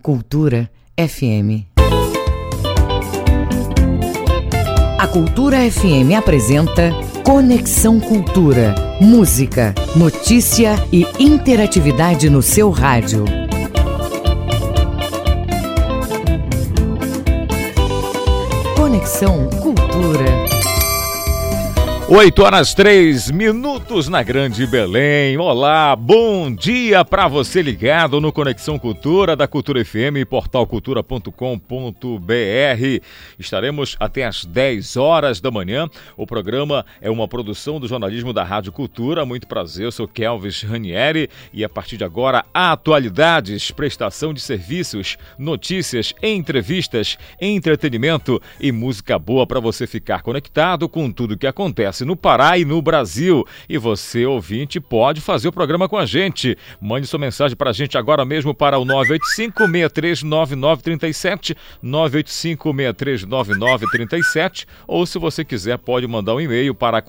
Cultura FM. A Cultura FM apresenta Conexão Cultura. Música, notícia e interatividade no seu rádio. Conexão Cultura. 8h03 na Grande Belém. Olá, bom dia para você ligado no Conexão Cultura da Cultura FM e portalcultura.com.br. Estaremos até às 10 horas da manhã. O programa é uma produção do jornalismo da Rádio Cultura. Muito prazer, eu sou Kelvis Ranieri e a partir de agora, atualidades, prestação de serviços, notícias, entrevistas, entretenimento e música boa para você ficar conectado com tudo que acontece no Pará e no Brasil. E você, ouvinte, pode fazer o programa com a gente. Mande sua mensagem para a gente agora mesmo para o 985-639937, 985-639937, ou se você quiser pode mandar um e-mail para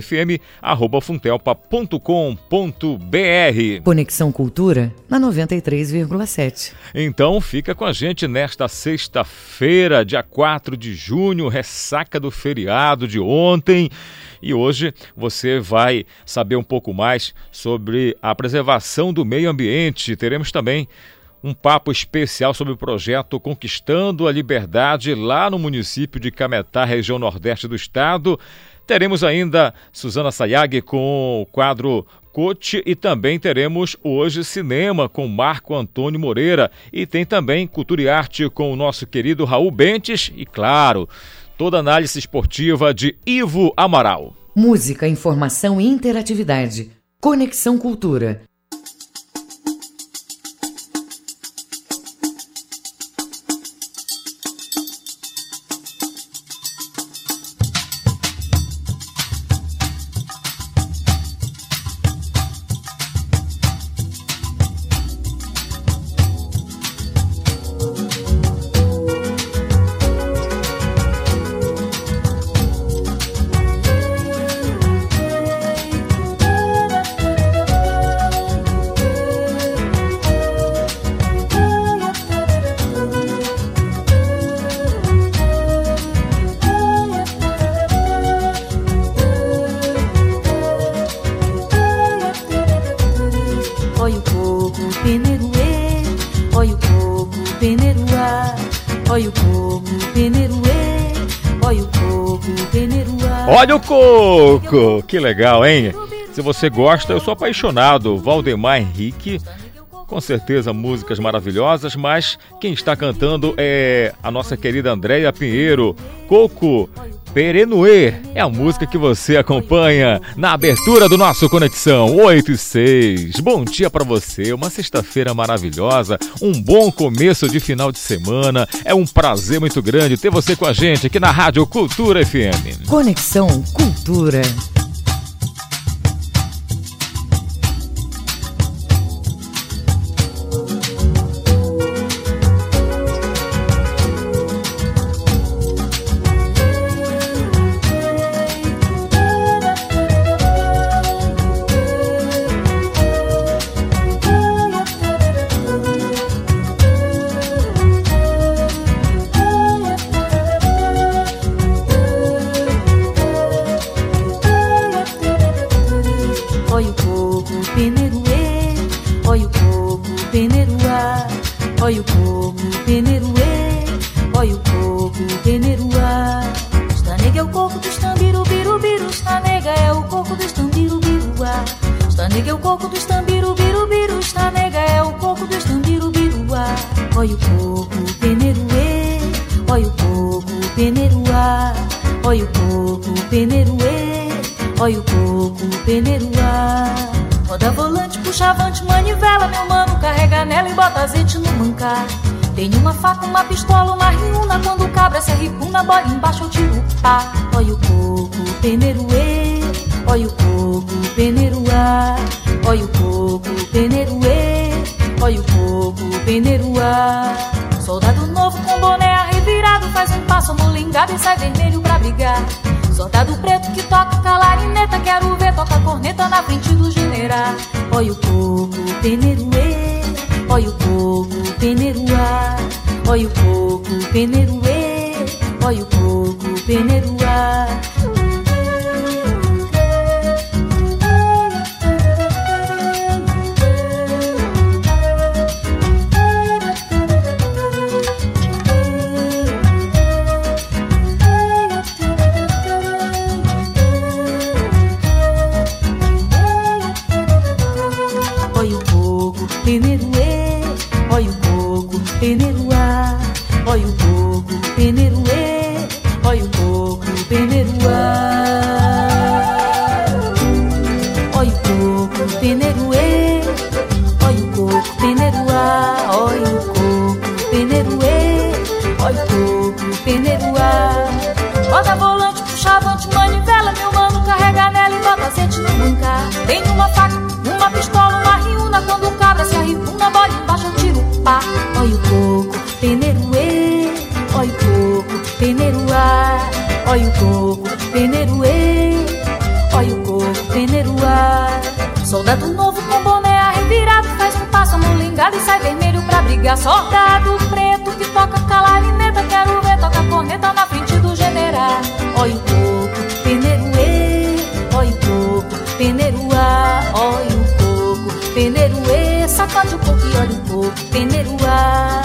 culturafm@funtelpa.com.br. Conexão Cultura na 93,7. Então fica com a gente nesta sexta-feira, dia 4 de junho, ressaca do feriado de ontem. E hoje você vai saber um pouco mais sobre a preservação do meio ambiente. Teremos também um papo especial sobre o projeto Conquistando a Liberdade lá no município de Cametá, região nordeste do estado. Teremos ainda Suzana Sayag com o quadro Coach e também teremos hoje cinema com Marco Antônio Moreira. E tem também Cultura e Arte com o nosso querido Raul Bentes e, claro, toda a análise esportiva de Ivo Amaral. Música, informação e interatividade. Conexão Cultura. Olha o coco, que legal, hein? Se você gosta, eu sou apaixonado. Valdemar Henrique, com certeza músicas maravilhosas, mas quem está cantando é a nossa querida Andréia Pinheiro. Coco Perenuê é a música que você acompanha na abertura do nosso Conexão 8 e 6. Bom dia para você, uma sexta-feira maravilhosa, um bom começo de final de semana. É um prazer muito grande ter você com a gente aqui na Rádio Cultura FM. Conexão Cultura. Tem uma faca, uma pistola, uma riuna. Quando o cabra se arricuna, bora embaixo eu tiro o pá. Olha o coco, peneruê. Olha o coco, peneruá. Olha o coco, peneruê. Olha o coco, peneruá. Soldado novo com boné arrevirado faz um passo molingado e sai vermelho pra brigar. Soldado preto que toca clarineta, quero ver toca corneta na frente do general. Olha o coco, peneruê. olha o coco, peneruá, olha o coco, peneruê, olha o coco, peneruá. Peneruê, olha o coco, peneruá, olha o coco, peneruê, olha o coco, peneruá. Olha o coco, peneruê, olha o coco, peneruá, olha o coco, peneruê, olha o coco, peneruá. Roda volante, puxa avante, manivela, meu mano, carrega nela e bota azeite no bancar. Tem uma faca, uma pistola, uma riuna, quando o cabra se arribuna, bola embaixo, eu tiro pá. Olha o coco, peneruê, olha o coco, peneruá, olha o coco, peneruê, olha o coco, peneruá. Soldado novo com boné arrevirado, faz um passo molingado e sai vermelho pra brigar. Soldado preto que toca clarineta, quero ver tocar corneta na frente do general. Olha o coco, peneruê, olha o coco, peneruá, olha o coco, peneruê, sacode o coco e olha o coco, peneruá.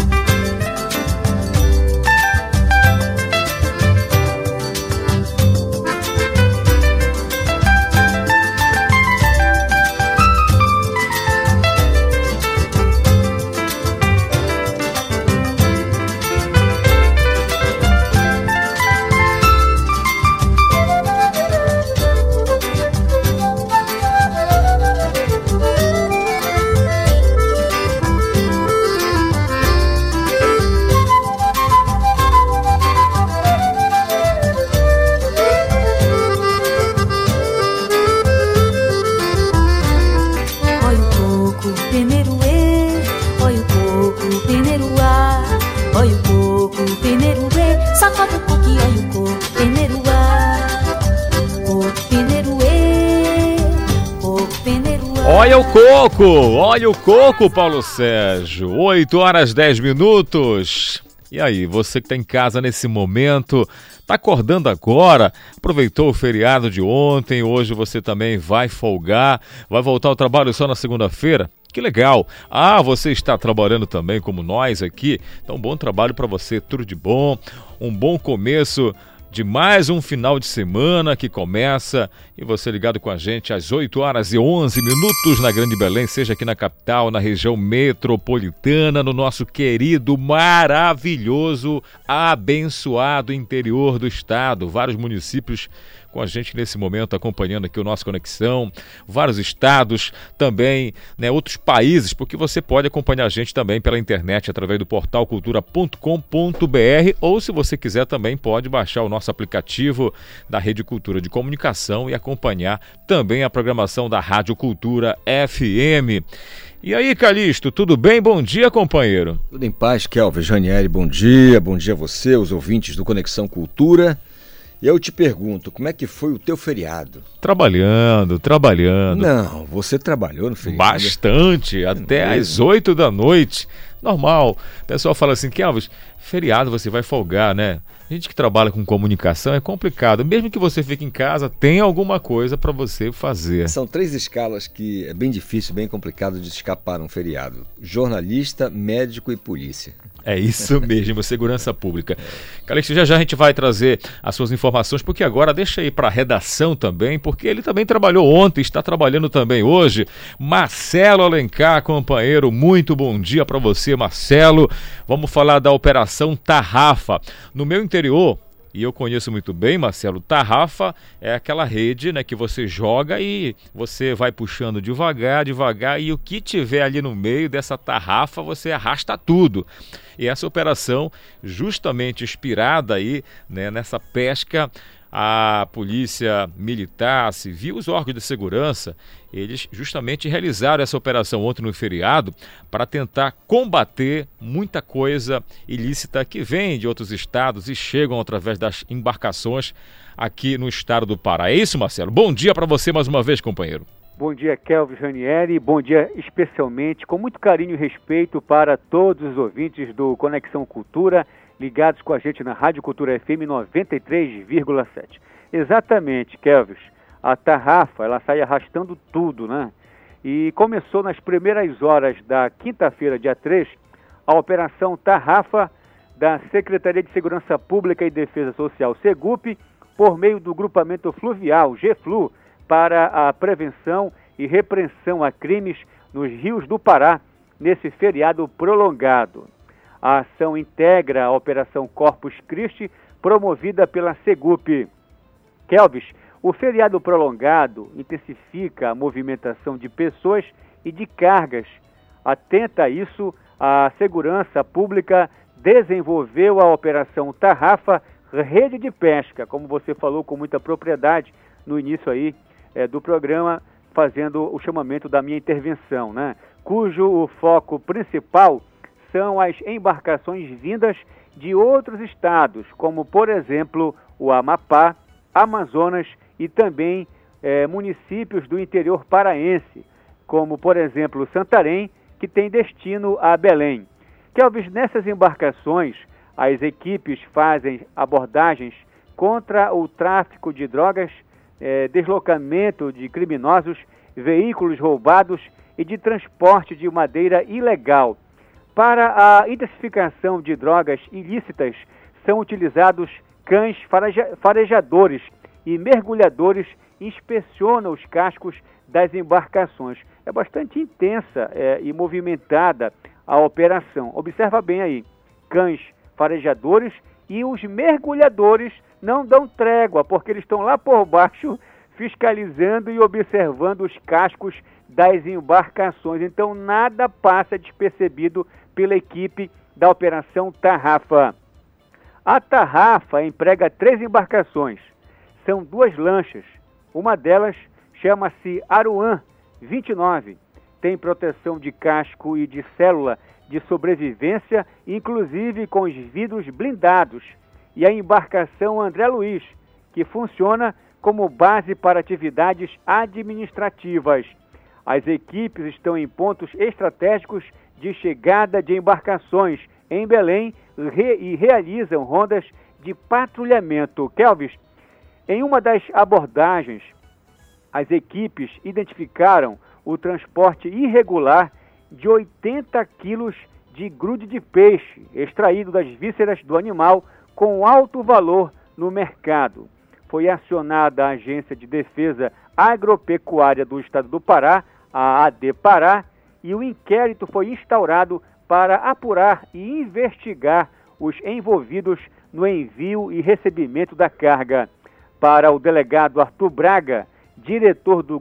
Olha o coco, Paulo Sérgio. 8h10. E aí, você que está em casa nesse momento, está acordando agora, aproveitou o feriado de ontem, hoje você também vai folgar, vai voltar ao trabalho só na segunda-feira? Que legal! Ah, você está trabalhando também como nós aqui, então bom trabalho para você, tudo de bom, um bom começo de mais um final de semana que começa, e você ligado com a gente às 8h11 na Grande Belém, seja aqui na capital, na região metropolitana, no nosso querido, maravilhoso, abençoado interior do estado, vários municípios com a gente nesse momento, acompanhando aqui o nosso Conexão, vários estados também, né, outros países, porque você pode acompanhar a gente também pela internet, através do portal cultura.com.br, ou se você quiser também pode baixar o nosso aplicativo da Rede Cultura de Comunicação e acompanhar também a programação da Rádio Cultura FM. E aí, Calixto, tudo bem? Bom dia, companheiro. Tudo em paz, Kelvin, Janiele, bom dia a você, os ouvintes do Conexão Cultura. E eu te pergunto, como é que foi o teu feriado? Trabalhando. Não, você trabalhou no feriado? Bastante, até às 8h. Normal. O pessoal fala assim, Kelvis, feriado você vai folgar, né? A gente que trabalha com comunicação é complicado. Mesmo que você fique em casa, tem alguma coisa para você fazer. São 3 escalas que é bem difícil, bem complicado de escapar um feriado. Jornalista, médico e polícia. É isso mesmo, segurança pública. Calixto, já a gente vai trazer as suas informações, porque agora deixa aí para a redação também, porque ele também trabalhou ontem, está trabalhando também hoje. Marcelo Alencar, companheiro, muito bom dia para você, Marcelo. Vamos falar da Operação Tarrafa. No meu interior, e eu conheço muito bem, Marcelo, tarrafa é aquela rede, né, que você joga e você vai puxando devagar, e o que tiver ali no meio dessa tarrafa você arrasta tudo. E essa operação, justamente inspirada aí, né, nessa pesca, a polícia militar, civil, os órgãos de segurança, eles justamente realizaram essa operação ontem no feriado para tentar combater muita coisa ilícita que vem de outros estados e chegam através das embarcações aqui no estado do Pará. É isso, Marcelo? Bom dia para você mais uma vez, companheiro. Bom dia, Kelvis Ranieri. Bom dia especialmente, com muito carinho e respeito para todos os ouvintes do Conexão Cultura, ligados com a gente na Rádio Cultura FM 93,7. Exatamente, Kelvis. A tarrafa, ela sai arrastando tudo, né? E começou nas primeiras horas da quinta-feira, dia 3, a Operação Tarrafa da Secretaria de Segurança Pública e Defesa Social, SEGUP, por meio do Grupamento Fluvial, GFLU, para a prevenção e repreensão a crimes nos rios do Pará, nesse feriado prolongado. A ação integra a Operação Corpus Christi, promovida pela SEGUP. Kelvis, o feriado prolongado intensifica a movimentação de pessoas e de cargas. Atenta a isso, a Segurança Pública desenvolveu a Operação Tarrafa Rede de Pesca, como você falou com muita propriedade no início aí do programa, fazendo o chamamento da minha intervenção, né? Cujo o foco principal são as embarcações vindas de outros estados, como, por exemplo, o Amapá, Amazonas e também municípios do interior paraense, como, por exemplo, Santarém, que tem destino a Belém. Kelvis, nessas embarcações, as equipes fazem abordagens contra o tráfico de drogas, deslocamento de criminosos, veículos roubados e de transporte de madeira ilegal. Para a intensificação de drogas ilícitas, são utilizados cães farejadores e mergulhadores inspecionam os cascos das embarcações. É bastante intensa e movimentada a operação. Observa bem aí, cães farejadores e os mergulhadores não dão trégua, porque eles estão lá por baixo fiscalizando e observando os cascos das embarcações. Então nada passa despercebido pela equipe da Operação Tarrafa. A Tarrafa emprega 3 embarcações. São 2 lanchas. Uma delas chama-se Aruan 29. Tem proteção de casco e de célula de sobrevivência, inclusive com os vidros blindados. E a embarcação André Luiz, que funciona como base para atividades administrativas. As equipes estão em pontos estratégicos de chegada de embarcações em Belém e realizam rondas de patrulhamento. Kelvis, em uma das abordagens, as equipes identificaram o transporte irregular de 80 quilos de grude de peixe, extraído das vísceras do animal, com alto valor no mercado. Foi acionada a Agência de Defesa Agropecuária do Estado do Pará, a ADPará, e o inquérito foi instaurado para apurar e investigar os envolvidos no envio e recebimento da carga. Para o delegado Arthur Braga, diretor do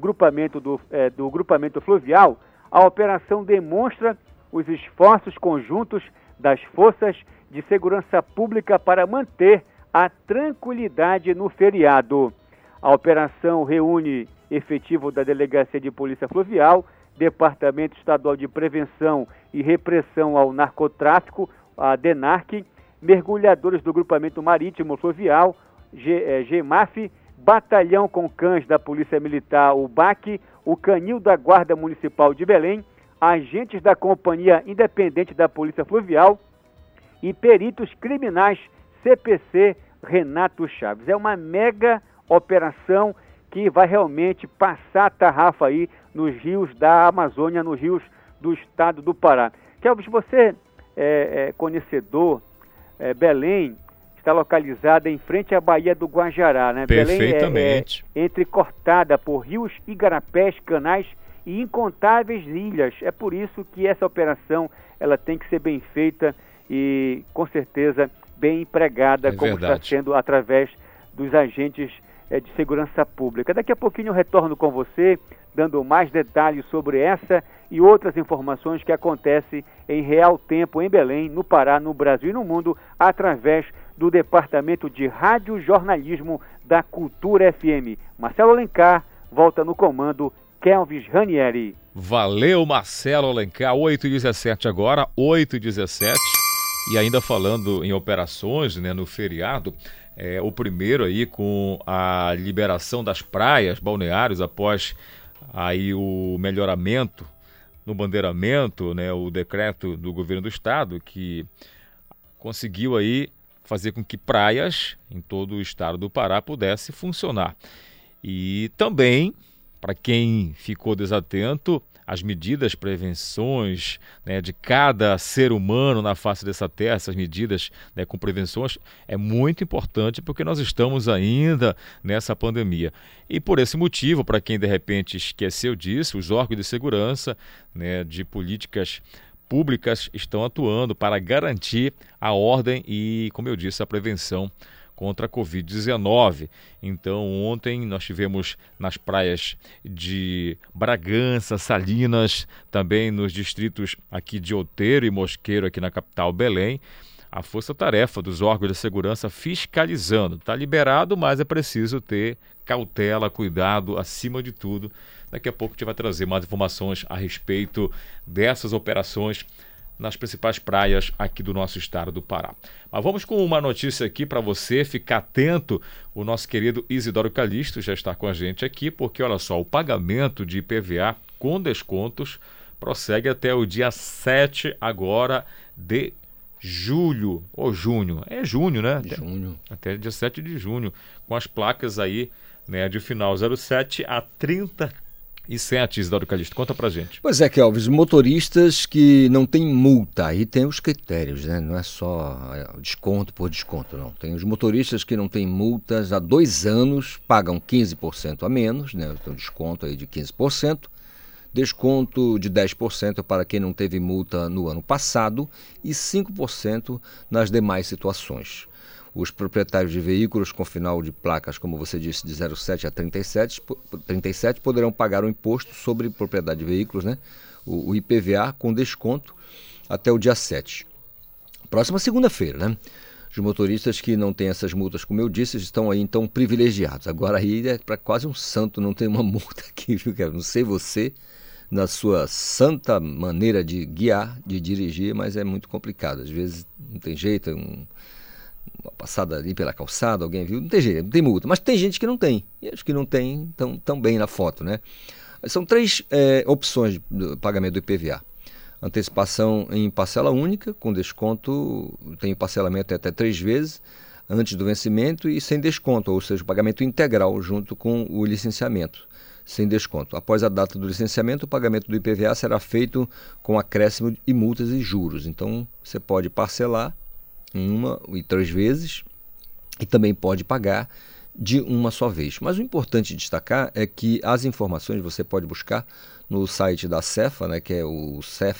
grupamento fluvial, a operação demonstra os esforços conjuntos das forças de segurança pública para manter a tranquilidade no feriado. A operação reúne efetivo da Delegacia de Polícia Fluvial, Departamento Estadual de Prevenção e Repressão ao Narcotráfico, a DENARC, mergulhadores do Grupamento Marítimo Fluvial, GEMAF, Batalhão com Cães da Polícia Militar, o BAC, o Canil da Guarda Municipal de Belém, agentes da Companhia Independente da Polícia Fluvial e peritos criminais CPC Renato Chaves. É uma mega operação que vai realmente passar a tarrafa aí nos rios da Amazônia, nos rios do estado do Pará. Kelvis, você é conhecedor, Belém está localizada em frente à Baía do Guajará, né? Perfeitamente. Belém é entrecortada por rios, igarapés, canais e incontáveis ilhas. É por isso que essa operação ela tem que ser bem feita e, com certeza, bem empregada, como está sendo através dos agentes de segurança pública. Daqui a pouquinho eu retorno com você, dando mais detalhes sobre essa e outras informações que acontecem em real tempo em Belém, no Pará, no Brasil e no mundo, através do Departamento de Radiojornalismo da Cultura FM. Marcelo Alencar volta no comando, Kelvis Ranieri. Valeu, Marcelo Alencar. 8h17 agora, 8h17. E ainda falando em operações, né, no feriado, o primeiro aí com a liberação das praias, balneários, após aí o melhoramento no bandeiramento, né, o decreto do governo do estado que conseguiu aí fazer com que praias em todo o estado do Pará pudessem funcionar. E também, para quem ficou desatento, as medidas, prevenções, né, de cada ser humano na face dessa terra, essas medidas, né, com prevenções, é muito importante porque nós estamos ainda nessa pandemia. E por esse motivo, para quem de repente esqueceu disso, os órgãos de segurança, né, de políticas públicas estão atuando para garantir a ordem e, como eu disse, a prevenção contra a Covid-19. Então, ontem nós tivemos nas praias de Bragança, Salinas, também nos distritos aqui de Outeiro e Mosqueiro, aqui na capital Belém, a força-tarefa dos órgãos de segurança fiscalizando. Está liberado, mas é preciso ter cautela, cuidado, acima de tudo. Daqui a pouco a gente vai trazer mais informações a respeito dessas operações nas principais praias aqui do nosso estado do Pará. Mas vamos com uma notícia aqui para você ficar atento. O nosso querido Isidoro Calixto já está com a gente aqui, porque olha só, o pagamento de IPVA com descontos prossegue até o dia 7 agora de julho, ou junho, é junho, né? Junho. Até dia 7 de junho, com as placas aí, né, de final 07 a 37, Isidoro Calixto. Conta pra gente. Pois é, Kelvis, motoristas que não têm multa, aí tem os critérios, né? Não é só desconto por desconto, não. Tem os motoristas que não têm multas há 2 anos, pagam 15% a menos, né? Tem um desconto aí de 15%. Desconto de 10% para quem não teve multa no ano passado e 5% nas demais situações. Os proprietários de veículos com final de placas, como você disse, de 07 a 37 poderão pagar o imposto sobre propriedade de veículos, né? O IPVA com desconto até o dia 7. Próxima segunda-feira, né? Os motoristas que não têm essas multas, como eu disse, estão aí então privilegiados. Agora aí é para quase um santo não ter uma multa aqui, viu? Não sei você, na sua santa maneira de guiar, de dirigir, mas é muito complicado. Às vezes não tem jeito, uma passada ali pela calçada, alguém viu, não tem jeito, não tem multa. Mas tem gente que não tem, e os que não tem estão bem na foto, né? São 3 opções de pagamento do IPVA. Antecipação em parcela única, com desconto, tem parcelamento até 3 vezes, antes do vencimento e sem desconto, ou seja, pagamento integral junto com o licenciamento. Sem desconto. Após a data do licenciamento, o pagamento do IPVA será feito com acréscimo e multas e juros. Então, você pode parcelar 1 e 3 vezes e também pode pagar de uma só vez. Mas o importante destacar é que as informações você pode buscar no site da Cefa, né, que é o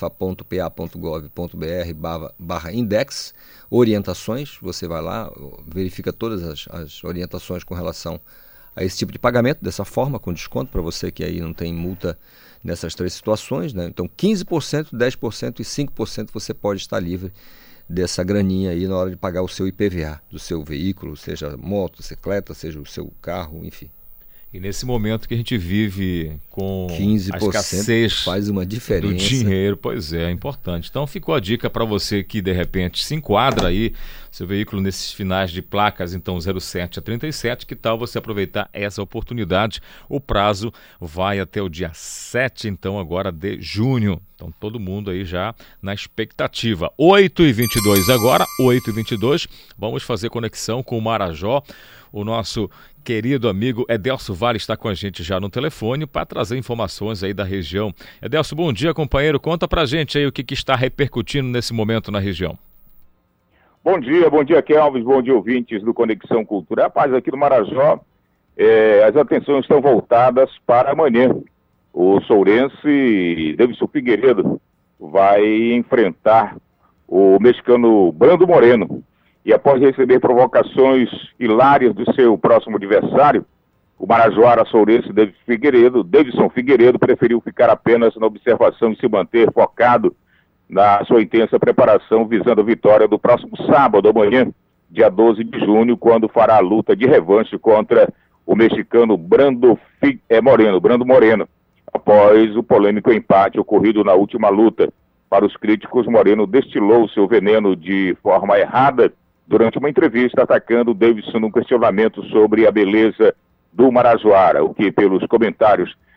cefa.pa.gov.br/index, orientações. Você vai lá, verifica todas as orientações com relação a esse tipo de pagamento, dessa forma, com desconto, para você que aí não tem multa nessas 3 situações, né? Então 15%, 10% e 5% você pode estar livre dessa graninha aí na hora de pagar o seu IPVA do seu veículo, seja moto, bicicleta, seja o seu carro, enfim. E nesse momento que a gente vive com 15% a escassez faz uma diferença do dinheiro, pois é importante. Então ficou a dica para você que de repente se enquadra aí, seu veículo nesses finais de placas, então 07 a 37, que tal você aproveitar essa oportunidade? O prazo vai até o dia 7, então agora de junho. Então todo mundo aí já na expectativa. 8h22 agora, 8h22, vamos fazer conexão com o Marajó. O nosso querido amigo Edelso Vale está com a gente já no telefone para trazer informações aí da região. Edelso, bom dia, companheiro. Conta pra gente aí o que está repercutindo nesse momento na região. Bom dia, Kelvis, bom dia, ouvintes do Conexão Cultura. Rapaz, aqui no Marajó, as atenções estão voltadas para amanhã. O sourense Davidson Figueiredo vai enfrentar o mexicano Brando Moreno. E após receber provocações hilárias do seu próximo adversário, o marajoara sourense Davidson Figueiredo preferiu ficar apenas na observação e se manter focado na sua intensa preparação visando a vitória do próximo sábado, amanhã, dia 12 de junho, quando fará a luta de revanche contra o mexicano Brando Moreno, após o polêmico empate ocorrido na última luta. Para os críticos, Moreno destilou seu veneno de forma errada durante uma entrevista, atacando Davidson num questionamento sobre a beleza do marajoara, o que, pelos comentários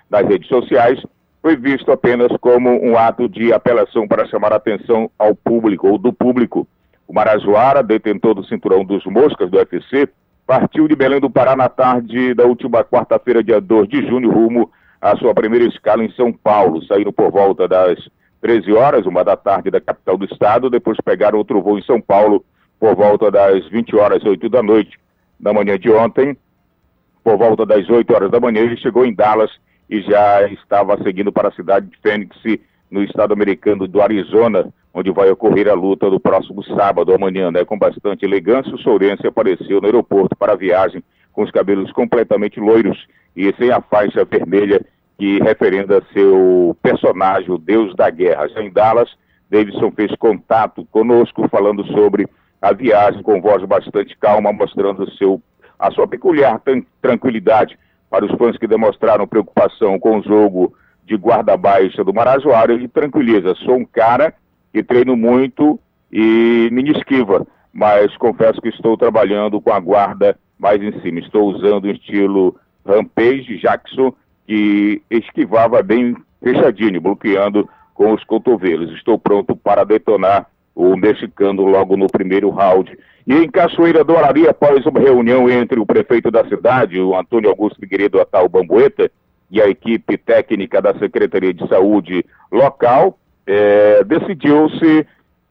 nas redes sociais, foi visto apenas como um ato de apelação para chamar a atenção ao público ou do público. O Marajoara, detentor do cinturão dos Moscas do UFC, partiu de Belém do Pará na tarde da última quarta-feira, dia 2 de junho, rumo à sua primeira escala em São Paulo. Saíram por volta das 13 horas, 1 da tarde da capital do estado, depois pegaram outro voo em São Paulo por volta das 20 horas, 8 da noite. Na manhã de ontem, por volta das 8 horas da manhã, ele chegou em Dallas e já estava seguindo para a cidade de Phoenix, no estado americano do Arizona, onde vai ocorrer a luta do próximo sábado, amanhã, né? Com bastante elegância, o Sourense apareceu no aeroporto para a viagem com os cabelos completamente loiros e sem a faixa vermelha que referenda seu personagem, o Deus da Guerra. Já em Dallas, Davidson fez contato conosco, falando sobre a viagem com voz bastante calma, mostrando a sua peculiar tranquilidade. Para os fãs que demonstraram preocupação com o jogo de guarda baixa do Marajoara, ele tranquiliza: sou um cara que treino muito e me esquiva, mas confesso que estou trabalhando com a guarda mais em cima. Estou usando o estilo Rampage Jackson, que esquivava bem fechadinho, bloqueando com os cotovelos. Estou pronto para detonar o mexicano logo no primeiro round. E em Cachoeira do Arari, após uma reunião entre o prefeito da cidade, o Antônio Augusto Figueiredo Atal Bambueta, e a equipe técnica da Secretaria de Saúde local, decidiu-se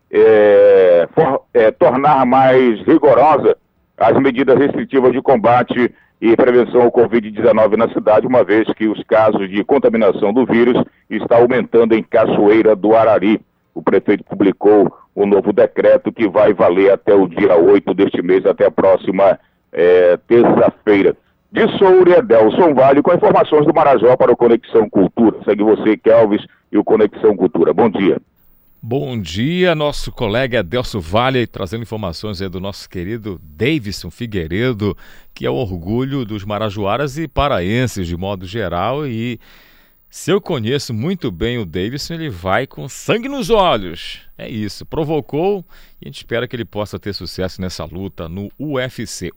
tornar mais rigorosa as medidas restritivas de combate e prevenção ao Covid-19 na cidade, uma vez que os casos de contaminação do vírus estão aumentando em Cachoeira do Arari. O prefeito publicou um novo decreto que vai valer até o dia 8 deste mês, até a próxima terça-feira. De Soura, Delson Vale, com informações do Marajó para o Conexão Cultura. Segue você, Kelvis, e o Conexão Cultura. Bom dia. Bom dia, nosso colega Adelso Vale, trazendo informações aí do nosso querido Davidson Figueiredo, que é o orgulho dos marajoaras e paraenses de modo geral. E se eu conheço muito bem o Davidson, ele vai com sangue nos olhos. É isso, provocou e a gente espera que ele possa ter sucesso nessa luta no UFC.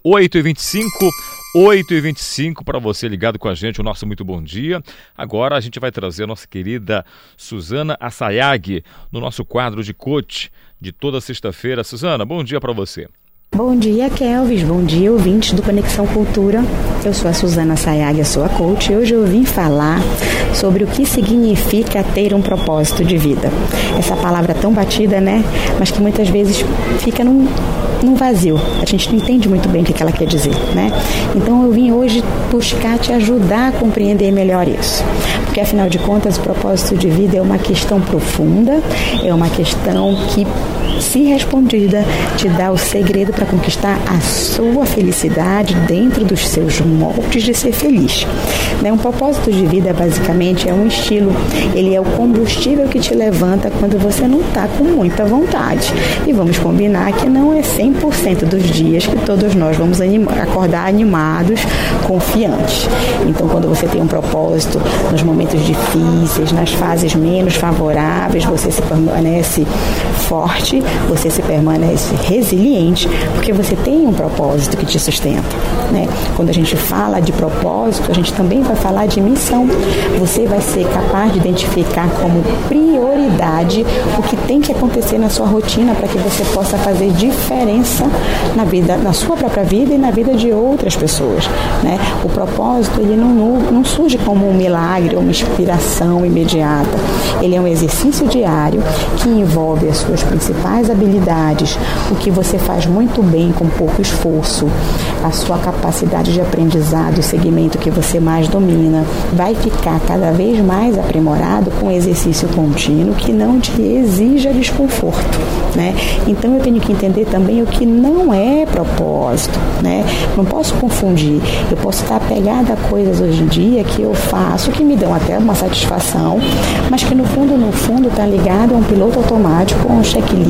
8h25 para você ligado com a gente, o nosso muito bom dia. Agora a gente vai trazer a nossa querida Suzana Assayag no nosso quadro de coach de toda sexta-feira. Suzana, bom dia para você. Bom dia, Kelvis. Bom dia, ouvintes do Conexão Cultura. Eu sou a Suzana Assayag, a sua coach, e hoje eu vim falar sobre o que significa ter um propósito de vida. Essa palavra tão batida, né? Mas que muitas vezes fica num vazio. A gente não entende muito bem o que ela quer dizer, né? Então eu vim hoje buscar te ajudar a compreender melhor isso. Porque afinal de contas, o propósito de vida é uma questão profunda, é uma questão que, se respondida, te dá o segredo para conquistar a sua felicidade dentro dos seus moldes de ser feliz. Um propósito de vida, basicamente, é um estilo. Ele é o combustível que te levanta quando você não está com muita vontade. E vamos combinar que não é 100% dos dias que todos nós vamos acordar animados, confiantes. Então, quando você tem um propósito, nos momentos difíceis, nas fases menos favoráveis, você se permanece forte, você se permanece resiliente, porque você tem um propósito que te sustenta, né? Quando a gente fala de propósito, a gente também vai falar de missão. Você vai ser capaz de identificar como prioridade o que tem que acontecer na sua rotina para que você possa fazer diferença na vida, na sua própria vida e na vida de outras pessoas, né? O propósito, ele não surge como um milagre ou uma inspiração imediata. Ele é um exercício diário que envolve as suas principais habilidades, o que você faz muito bem com pouco esforço, a sua capacidade de aprendizado, o segmento que você mais domina, vai ficar cada vez mais aprimorado com exercício contínuo que não te exija desconforto, né? Então eu tenho que entender também o que não é propósito, né? Não posso confundir. Eu posso estar apegada a coisas hoje em dia que eu faço, que me dão até uma satisfação, mas que no fundo está ligado a um piloto automático, a um checklist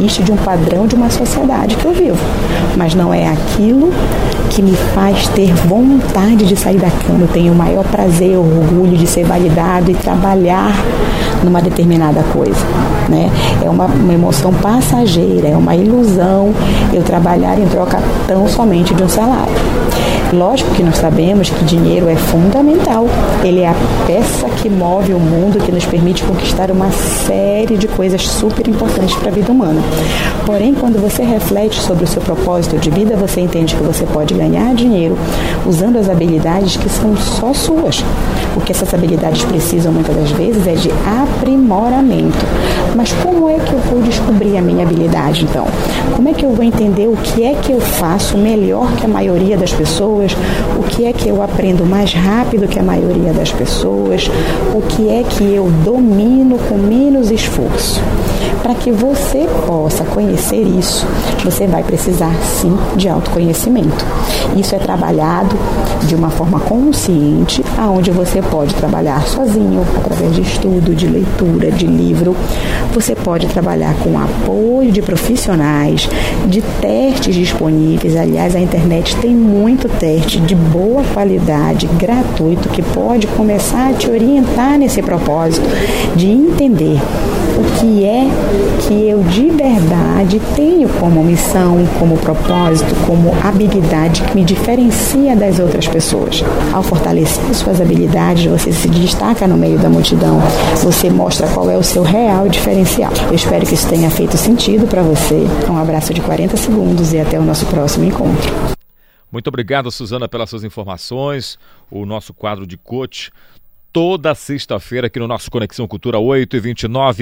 triste de um padrão de uma sociedade que eu vivo. Mas não é aquilo que me faz ter vontade de sair da cama. Eu tenho o maior prazer, orgulho de ser validado e trabalhar numa determinada coisa, né? É uma emoção passageira, é uma ilusão eu trabalhar em troca tão somente de um salário. Lógico que nós sabemos que dinheiro é fundamental. Ele é a peça que move o mundo, que nos permite conquistar uma série de coisas super importantes para a vida humana. Porém, quando você reflete sobre o seu propósito de vida, você entende que você pode ganhar dinheiro usando as habilidades que são só suas. O que essas habilidades precisam muitas das vezes é de aprimoramento. Mas como é que eu vou descobrir a minha habilidade, então? Como é que eu vou entender o que é que eu faço melhor que a maioria das pessoas? O que é que eu aprendo mais rápido que a maioria das pessoas? O que é que eu domino com menos esforço? Para que você possa conhecer isso, você vai precisar sim de autoconhecimento. Isso é trabalhado de uma forma consciente, aonde você pode trabalhar sozinho, através de estudo, de leitura, de livro. Você pode trabalhar com apoio de profissionais, de testes disponíveis. Aliás, a internet tem muito teste de boa qualidade, gratuito, que pode começar a te orientar nesse propósito de entender o que é que eu de verdade tenho como missão, como propósito, como habilidade que me diferencia das outras pessoas. Ao fortalecer suas habilidades, você se destaca no meio da multidão, você mostra qual é o seu real diferencial. Eu espero que isso tenha feito sentido para você. Um abraço de 40 segundos e até o nosso próximo encontro. Muito obrigado, Suzana, pelas suas informações. O nosso quadro de coach toda sexta-feira aqui no nosso Conexão Cultura 8h29.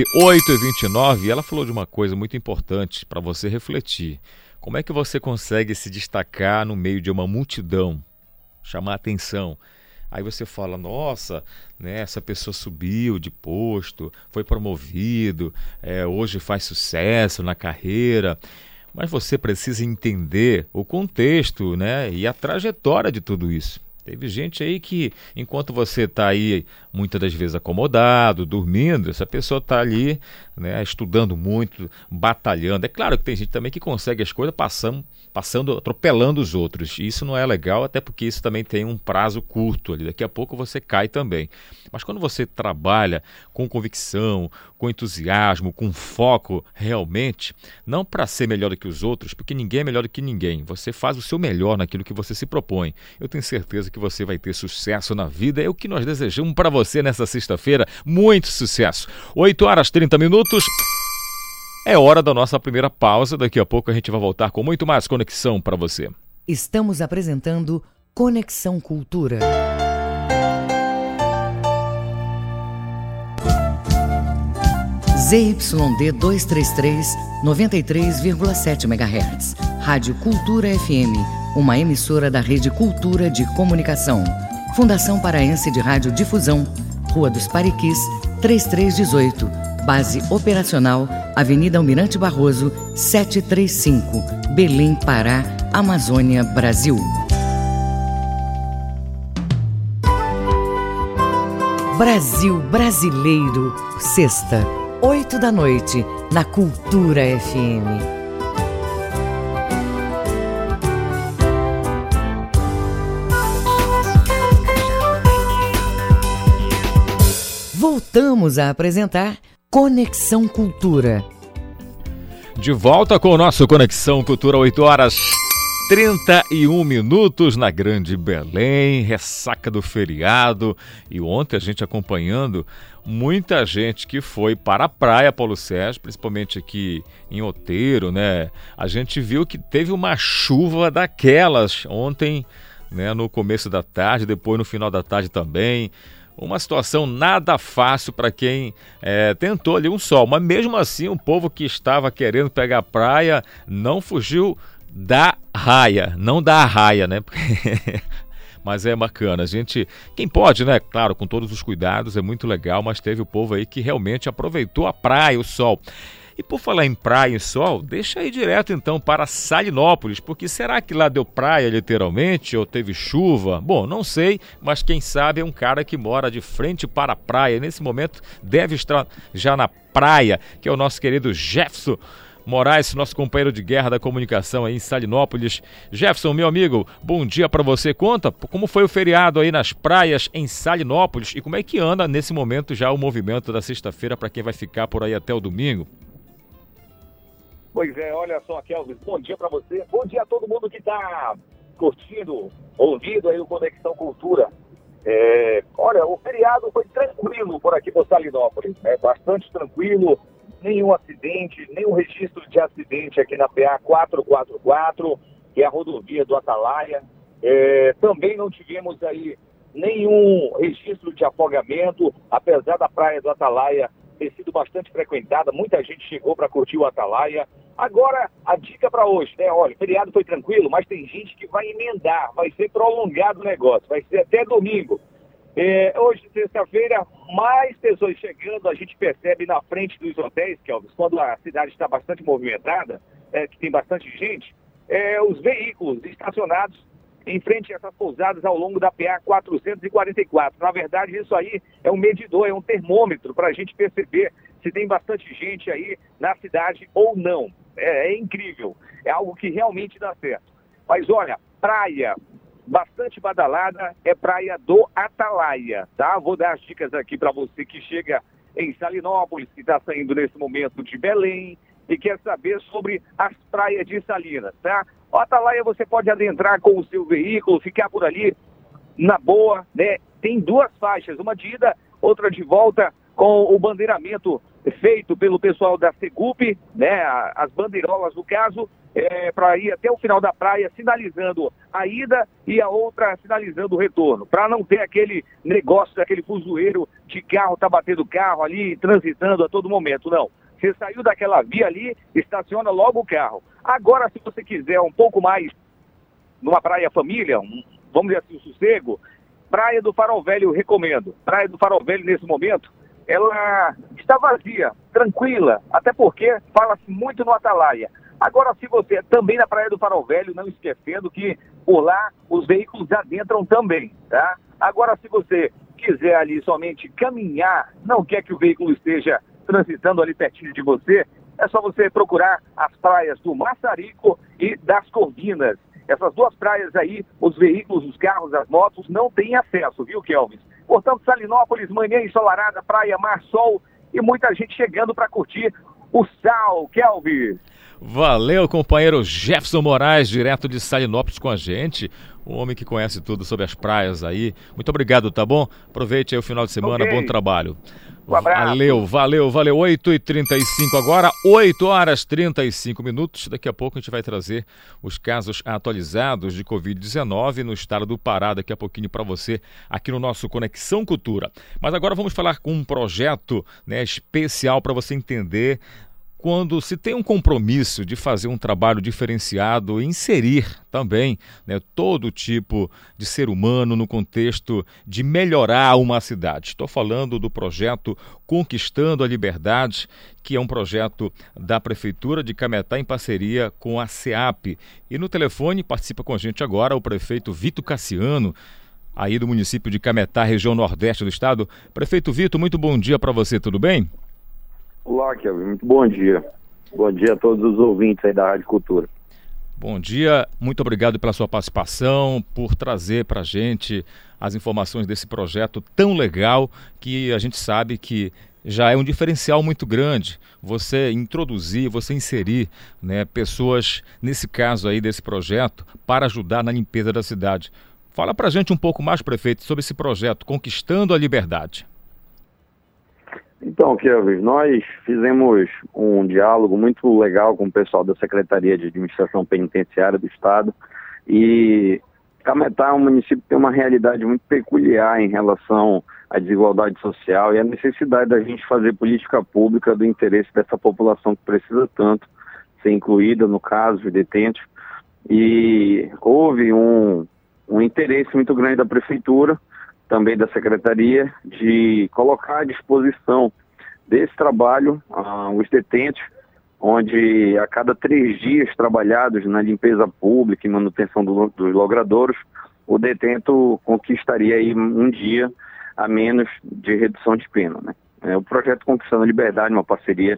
E ela falou de uma coisa muito importante para você refletir. Como é que você consegue se destacar no meio de uma multidão, chamar atenção? Aí você fala, nossa, né, essa pessoa subiu de posto, foi promovido, hoje faz sucesso na carreira. Mas você precisa entender o contexto, né, e a trajetória de tudo isso. Teve gente aí que, enquanto você está aí, muitas das vezes acomodado, dormindo, essa pessoa está ali, né, estudando muito, batalhando. É claro que tem gente também que consegue as coisas passando, atropelando os outros. E isso não é legal, até porque isso também tem um prazo curto ali. Daqui a pouco você cai também. Mas quando você trabalha com convicção, com entusiasmo, com foco realmente, não para ser melhor do que os outros, porque ninguém é melhor do que ninguém. Você faz o seu melhor naquilo que você se propõe. Eu tenho certeza que você vai ter sucesso na vida. É o que nós desejamos para você nessa sexta-feira. Muito sucesso. 8h30. É hora da nossa primeira pausa. Daqui a pouco a gente vai voltar com muito mais conexão para você. Estamos apresentando Conexão Cultura. ZYD 233, 93,7 MHz. Rádio Cultura FM, uma emissora da Rede Cultura de Comunicação. Fundação Paraense de Rádio Difusão, Rua dos Pariquis, 3318. Base operacional, Avenida Almirante Barroso, 735, Belém, Pará, Amazônia, Brasil. Brasil Brasileiro, sexta, 20h, na Cultura FM. Voltamos a apresentar Conexão Cultura. De volta com o nosso Conexão Cultura, 8h31 na Grande Belém, ressaca do feriado. E ontem a gente acompanhando muita gente que foi para a praia, Paulo Sérgio, principalmente aqui em Outeiro, né? A gente viu que teve uma chuva daquelas ontem, né? No começo da tarde, depois no final da tarde também. Uma situação nada fácil para quem tentou ali um sol, mas mesmo assim o povo que estava querendo pegar a praia não fugiu da raia, não da arraia, né? Mas é bacana, a gente, quem pode, né? Claro, com todos os cuidados, é muito legal, mas teve o povo aí que realmente aproveitou a praia, o sol. E por falar em praia e sol, deixa aí direto então para Salinópolis, porque será que lá deu praia literalmente ou teve chuva? Bom, não sei, mas quem sabe é um cara que mora de frente para a praia. Nesse momento deve estar já na praia, que é o nosso querido Jefferson Moraes, nosso companheiro de guerra da comunicação aí em Salinópolis. Jefferson, meu amigo, bom dia para você. Conta como foi o feriado aí nas praias em Salinópolis e como é que anda nesse momento já o movimento da sexta-feira para quem vai ficar por aí até o domingo. Pois é, olha só, Kelvis, bom dia para você. Bom dia a todo mundo que está curtindo, ouvindo aí o Conexão Cultura. Olha, o feriado foi tranquilo por aqui por Salinópolis, bastante tranquilo, nenhum acidente, nenhum registro de acidente aqui na PA 444, que é a rodovia do Atalaia. Também não tivemos aí nenhum registro de afogamento, apesar da praia do Atalaia ter sido bastante frequentada, muita gente chegou para curtir o Atalaia. Agora, a dica para hoje, né? Olha, o feriado foi tranquilo, mas tem gente que vai emendar, vai ser prolongado o negócio, vai ser até domingo. Hoje, sexta-feira, mais pessoas chegando, a gente percebe na frente dos hotéis, Kelvis, quando a cidade está bastante movimentada, que tem bastante gente, os veículos estacionados em frente a essas pousadas ao longo da PA 444. Na verdade, isso aí é um medidor, é um termômetro para a gente perceber se tem bastante gente aí na cidade ou não. É incrível, é algo que realmente dá certo. Mas olha, praia bastante badalada é praia do Atalaia, tá? Vou dar as dicas aqui para você que chega em Salinópolis, que está saindo nesse momento de Belém e quer saber sobre as praias de Salinas, tá? O Atalaia você pode adentrar com o seu veículo, ficar por ali na boa, né? Tem duas faixas, uma de ida, outra de volta, com o bandeiramento feito pelo pessoal da Segup, né? As bandeirolas, no caso, para ir até o final da praia, sinalizando a ida e a outra sinalizando o retorno, para não ter aquele negócio daquele fuzueiro de carro, tá batendo carro ali, transitando a todo momento, não. Você saiu daquela via ali, estaciona logo o carro. Agora, se você quiser um pouco mais numa praia família, vamos dizer assim, um sossego, Praia do Farol Velho eu recomendo. Praia do Farol Velho, nesse momento, ela está vazia, tranquila, até porque fala-se muito no Atalaia. Agora, se você também na Praia do Farol Velho, não esquecendo que por lá os veículos adentram também, tá? Agora, se você quiser ali somente caminhar, não quer que o veículo esteja transitando ali pertinho de você, é só você procurar as praias do Massarico e das Corvinas. Essas duas praias aí, os veículos, os carros, as motos não têm acesso, viu, Kelvis? Portanto, Salinópolis, manhã ensolarada, praia, mar, sol e muita gente chegando para curtir o sal, Kelvis. Valeu, companheiro Jefferson Moraes, direto de Salinópolis com a gente. Um homem que conhece tudo sobre as praias aí. Muito obrigado, tá bom? Aproveite aí o final de semana, okay. Bom trabalho. Um abraço. Valeu. 8h35 agora, 8h35. Daqui a pouco a gente vai trazer os casos atualizados de Covid-19 no estado do Pará, daqui a pouquinho para você aqui no nosso Conexão Cultura. Mas agora vamos falar com um projeto, né, especial para você entender quando se tem um compromisso de fazer um trabalho diferenciado e inserir também, né, todo tipo de ser humano no contexto de melhorar uma cidade. Estou falando do projeto Conquistando a Liberdade, que é um projeto da Prefeitura de Cametá em parceria com a SEAP. E no telefone participa com a gente agora o prefeito Vitor Cassiano, aí do município de Cametá, região nordeste do estado. Prefeito Vitor, muito bom dia para você, tudo bem? Olá, Kelvin, muito bom dia. Bom dia a todos os ouvintes aí da Rádio Cultura. Bom dia, muito obrigado pela sua participação, por trazer para a gente as informações desse projeto tão legal que a gente sabe que já é um diferencial muito grande. Você introduzir, você inserir, né, pessoas, nesse caso aí desse projeto, para ajudar na limpeza da cidade. Fala para a gente um pouco mais, prefeito, sobre esse projeto Conquistando a Liberdade. Então, Kelvin, nós fizemos um diálogo muito legal com o pessoal da Secretaria de Administração Penitenciária do Estado e Cametá é um município que tem uma realidade muito peculiar em relação à desigualdade social e a necessidade da gente fazer política pública do interesse dessa população que precisa tanto ser incluída no caso de detentos. E houve um interesse muito grande da Prefeitura, também da Secretaria, de colocar à disposição desse trabalho os detentos, onde a cada 3 dias trabalhados na limpeza pública e manutenção dos logradouros, o detento conquistaria aí um dia a menos de redução de pena, né? O projeto Conquistando a Liberdade, uma parceria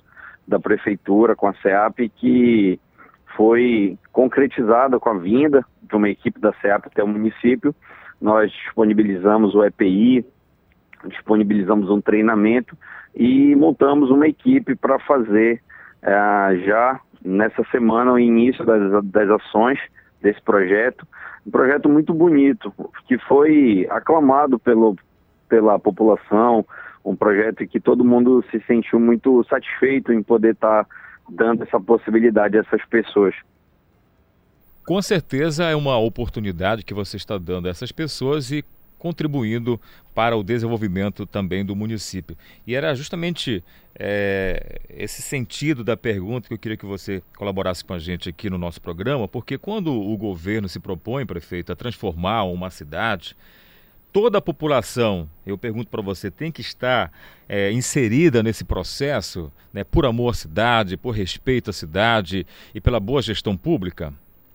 da Prefeitura com a SEAP, que foi concretizada com a vinda de uma equipe da SEAP até o município. Nós disponibilizamos o EPI, disponibilizamos um treinamento e montamos uma equipe para fazer já nessa semana o início das ações desse projeto. Um projeto muito bonito, que foi aclamado pela população, um projeto que todo mundo se sentiu muito satisfeito em poder estar dando essa possibilidade a essas pessoas. Com certeza é uma oportunidade que você está dando a essas pessoas e contribuindo para o desenvolvimento também do município. E era justamente esse sentido da pergunta que eu queria que você colaborasse com a gente aqui no nosso programa, porque quando o governo se propõe, prefeito, a transformar uma cidade, toda a população, eu pergunto para você, tem que estar inserida nesse processo, né, por amor à cidade, por respeito à cidade e pela boa gestão pública?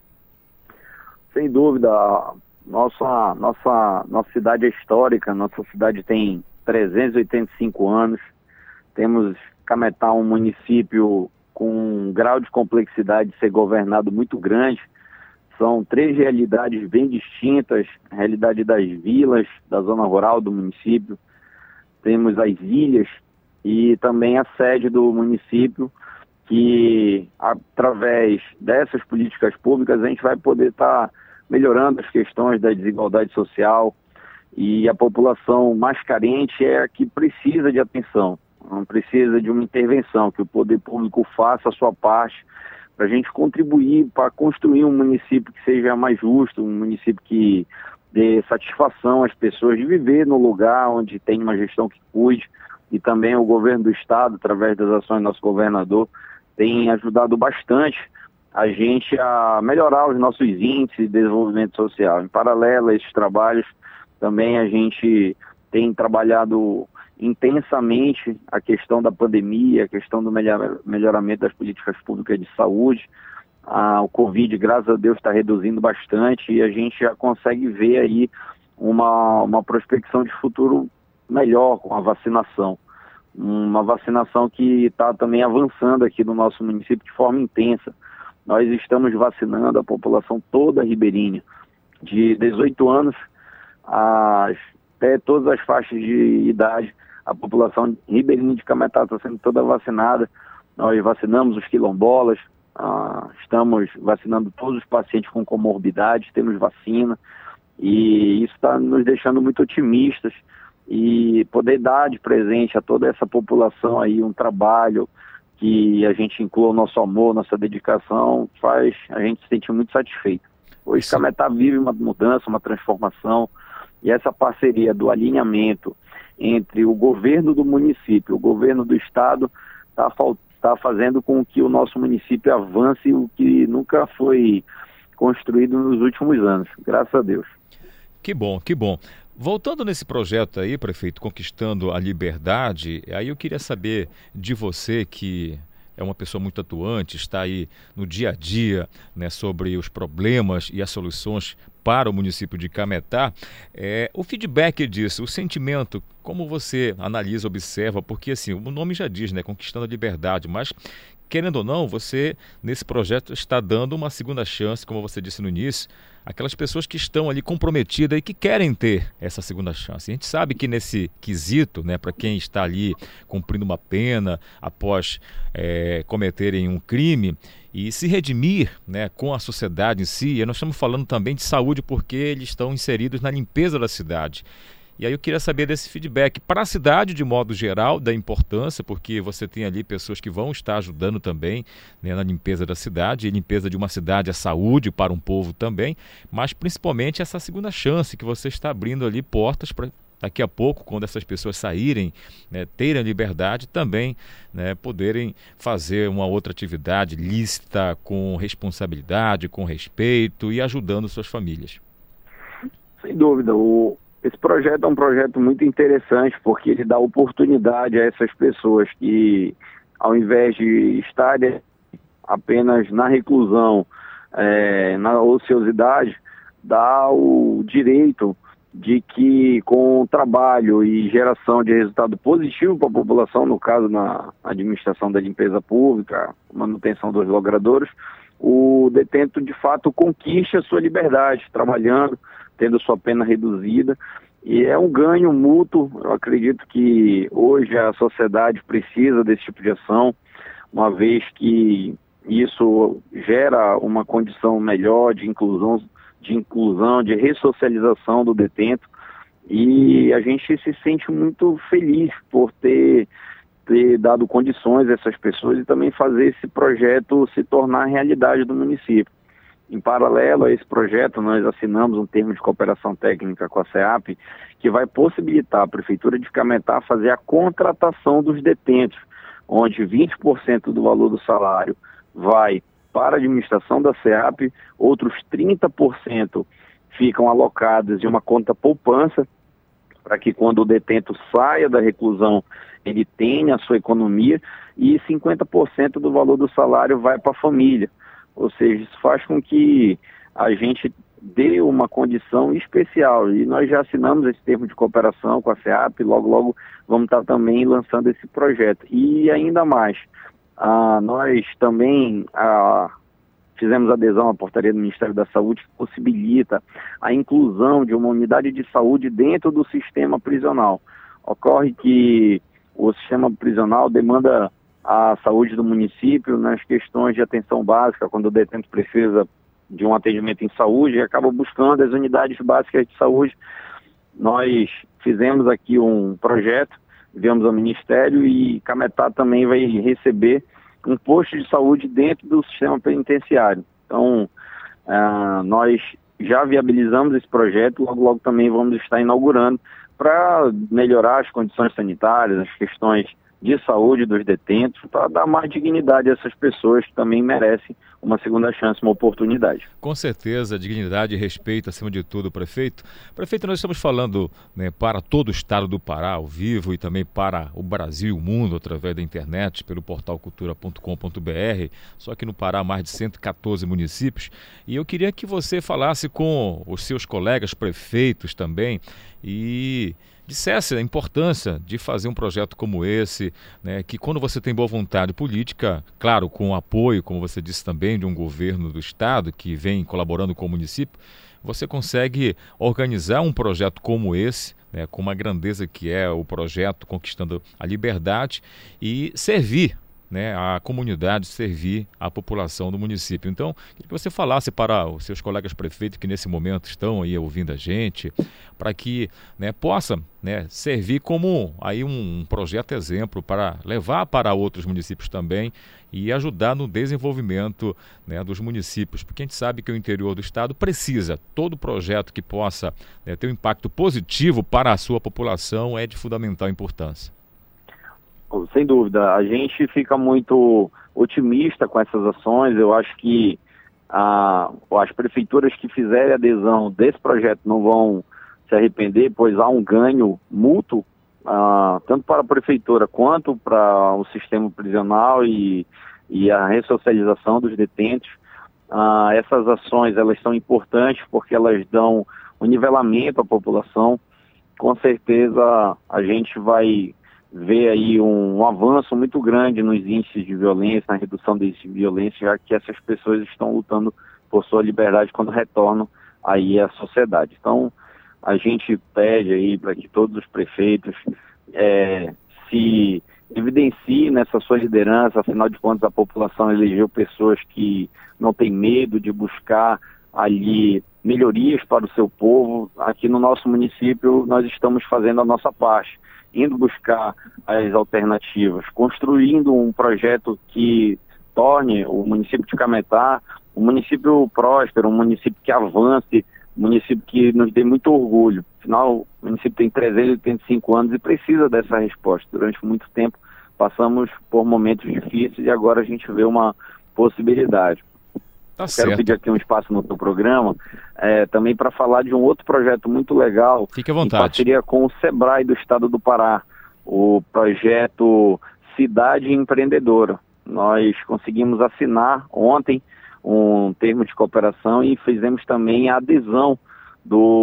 Sem dúvida. Nossa cidade é histórica, nossa cidade tem 385 anos, temos Cametá, um município com um grau de complexidade de ser governado muito grande. São 3 realidades bem distintas: a realidade das vilas, da zona rural do município, temos as ilhas e também a sede do município, que através dessas políticas públicas a gente vai poder estar melhorando as questões da desigualdade social, e a população mais carente é a que precisa de atenção, não precisa de uma intervenção, que o poder público faça a sua parte para a gente contribuir para construir um município que seja mais justo, um município que dê satisfação às pessoas de viver no lugar onde tem uma gestão que cuide. E também o governo do estado, através das ações do nosso governador, tem ajudado bastante a gente a melhorar os nossos índices de desenvolvimento social. Em paralelo a esses trabalhos, também a gente tem trabalhado intensamente a questão da pandemia, a questão do melhoramento das políticas públicas de saúde. O Covid, graças a Deus, está reduzindo bastante e a gente já consegue ver aí uma prospecção de futuro melhor com a vacinação. Uma vacinação que está também avançando aqui no nosso município de forma intensa. Nós estamos vacinando a população toda ribeirinha, de 18 anos até todas as faixas de idade. A população ribeirinha de Cametá está sendo toda vacinada. Nós vacinamos os quilombolas, estamos vacinando todos os pacientes com comorbidades, temos vacina, e isso está nos deixando muito otimistas, e poder dar de presente a toda essa população aí um trabalho que a gente inclua o nosso amor, nossa dedicação, faz a gente se sentir muito satisfeito. Hoje Cametá vive uma mudança, uma transformação, e essa parceria do alinhamento entre o governo do município, o governo do estado, está fazendo com que o nosso município avance o que nunca foi construído nos últimos anos, graças a Deus. Que bom, que bom. Voltando nesse projeto aí, prefeito, Conquistando a Liberdade, aí eu queria saber de você, que é uma pessoa muito atuante, está aí no dia a dia, né, sobre os problemas e as soluções para o município de Cametá, o feedback disso, o sentimento, como você analisa, observa, porque assim, o nome já diz, né, Conquistando a Liberdade, mas querendo ou não, você nesse projeto está dando uma segunda chance, como você disse no início, aquelas pessoas que estão ali comprometidas e que querem ter essa segunda chance. A gente sabe que nesse quesito, né, para quem está ali cumprindo uma pena após cometerem um crime e se redimir, né, com a sociedade em si, e nós estamos falando também de saúde porque eles estão inseridos na limpeza da cidade. E aí eu queria saber desse feedback para a cidade de modo geral, da importância, porque você tem ali pessoas que vão estar ajudando também, né, na limpeza da cidade, e limpeza de uma cidade é saúde para um povo também, mas principalmente essa segunda chance que você está abrindo ali portas para daqui a pouco, quando essas pessoas saírem, né, terem a liberdade, também, né, poderem fazer uma outra atividade lícita, com responsabilidade, com respeito e ajudando suas famílias. Sem dúvida, esse projeto é um projeto muito interessante, porque ele dá oportunidade a essas pessoas que, ao invés de estarem apenas na reclusão, na ociosidade, dá o direito de que com trabalho e geração de resultado positivo para a população, no caso na administração da limpeza pública, manutenção dos logradouros, o detento de fato conquiste a sua liberdade, trabalhando, tendo sua pena reduzida, e é um ganho mútuo. Eu acredito que hoje a sociedade precisa desse tipo de ação, uma vez que isso gera uma condição melhor de inclusão, de ressocialização do detento, e a gente se sente muito feliz por ter dado condições a essas pessoas e também fazer esse projeto se tornar realidade do município. Em paralelo a esse projeto, nós assinamos um termo de cooperação técnica com a SEAP, que vai possibilitar a Prefeitura de Cametá fazer a contratação dos detentos, onde 20% do valor do salário vai para a administração da SEAP, outros 30% ficam alocados em uma conta poupança, para que quando o detento saia da reclusão, ele tenha a sua economia, e 50% do valor do salário vai para a família. Ou seja, isso faz com que a gente dê uma condição especial, e nós já assinamos esse termo de cooperação com a SEAP, logo vamos estar também lançando esse projeto. E ainda mais, nós também fizemos adesão à portaria do Ministério da Saúde, que possibilita a inclusão de uma unidade de saúde dentro do sistema prisional. Ocorre que o sistema prisional demanda a saúde do município nas questões de atenção básica, quando o detento precisa de um atendimento em saúde, e acaba buscando as unidades básicas de saúde. Nós fizemos aqui um projeto, enviamos ao Ministério, e Cametá também vai receber um posto de saúde dentro do sistema penitenciário. Então, nós já viabilizamos esse projeto, logo também vamos estar inaugurando para melhorar as condições sanitárias, as questões de saúde dos detentos, para dar mais dignidade a essas pessoas que também merecem uma segunda chance, uma oportunidade. Com certeza, dignidade e respeito acima de tudo, prefeito. Prefeito, nós estamos falando, né, para todo o estado do Pará, ao vivo, e também para o Brasil e o mundo, através da internet, pelo portal cultura.com.br, só que no Pará mais de 114 municípios, e eu queria que você falasse com os seus colegas prefeitos também, e dissesse a importância de fazer um projeto como esse, né, que quando você tem boa vontade política, claro, com o apoio, como você disse também, de um governo do estado que vem colaborando com o município, você consegue organizar um projeto como esse, né, com uma grandeza que é o projeto Conquistando a Liberdade, e servir, né, a comunidade, servir a população do município. Então, queria que você falasse para os seus colegas prefeitos que nesse momento estão aí ouvindo a gente, para que, né, possa, né, servir como aí um projeto exemplo para levar para outros municípios também e ajudar no desenvolvimento, né, dos municípios, porque a gente sabe que o interior do estado precisa. Todo projeto que possa, né, ter um impacto positivo para a sua população é de fundamental importância. Sem dúvida, a gente fica muito otimista com essas ações. Eu acho que as prefeituras que fizerem adesão desse projeto não vão se arrepender, pois há um ganho mútuo, tanto para a prefeitura quanto para o sistema prisional e a ressocialização dos detentos. Essas ações, elas são importantes porque elas dão um nivelamento à população. Com certeza a gente vai ver aí um avanço muito grande nos índices de violência, na redução dos índices de violência, já que essas pessoas estão lutando por sua liberdade quando retornam aí à sociedade. Então, a gente pede aí para que todos os prefeitos se evidenciem nessa sua liderança. Afinal de contas, a população elegeu pessoas que não têm medo de buscar ali melhorias para o seu povo. Aqui no nosso município, nós estamos fazendo a nossa parte, indo buscar as alternativas, construindo um projeto que torne o município de Cametá um município próspero, um município que avance, um município que nos dê muito orgulho. Afinal, o município tem 385 anos e precisa dessa resposta. Durante muito tempo passamos por momentos difíceis e agora a gente vê uma possibilidade. Tá Quero certo. pedir aqui um espaço no seu programa também para falar de um outro projeto muito legal. Fique à vontade. Em parceria com o SEBRAE do estado do Pará, o projeto Cidade Empreendedora. Nós conseguimos assinar ontem um termo de cooperação e fizemos também a adesão do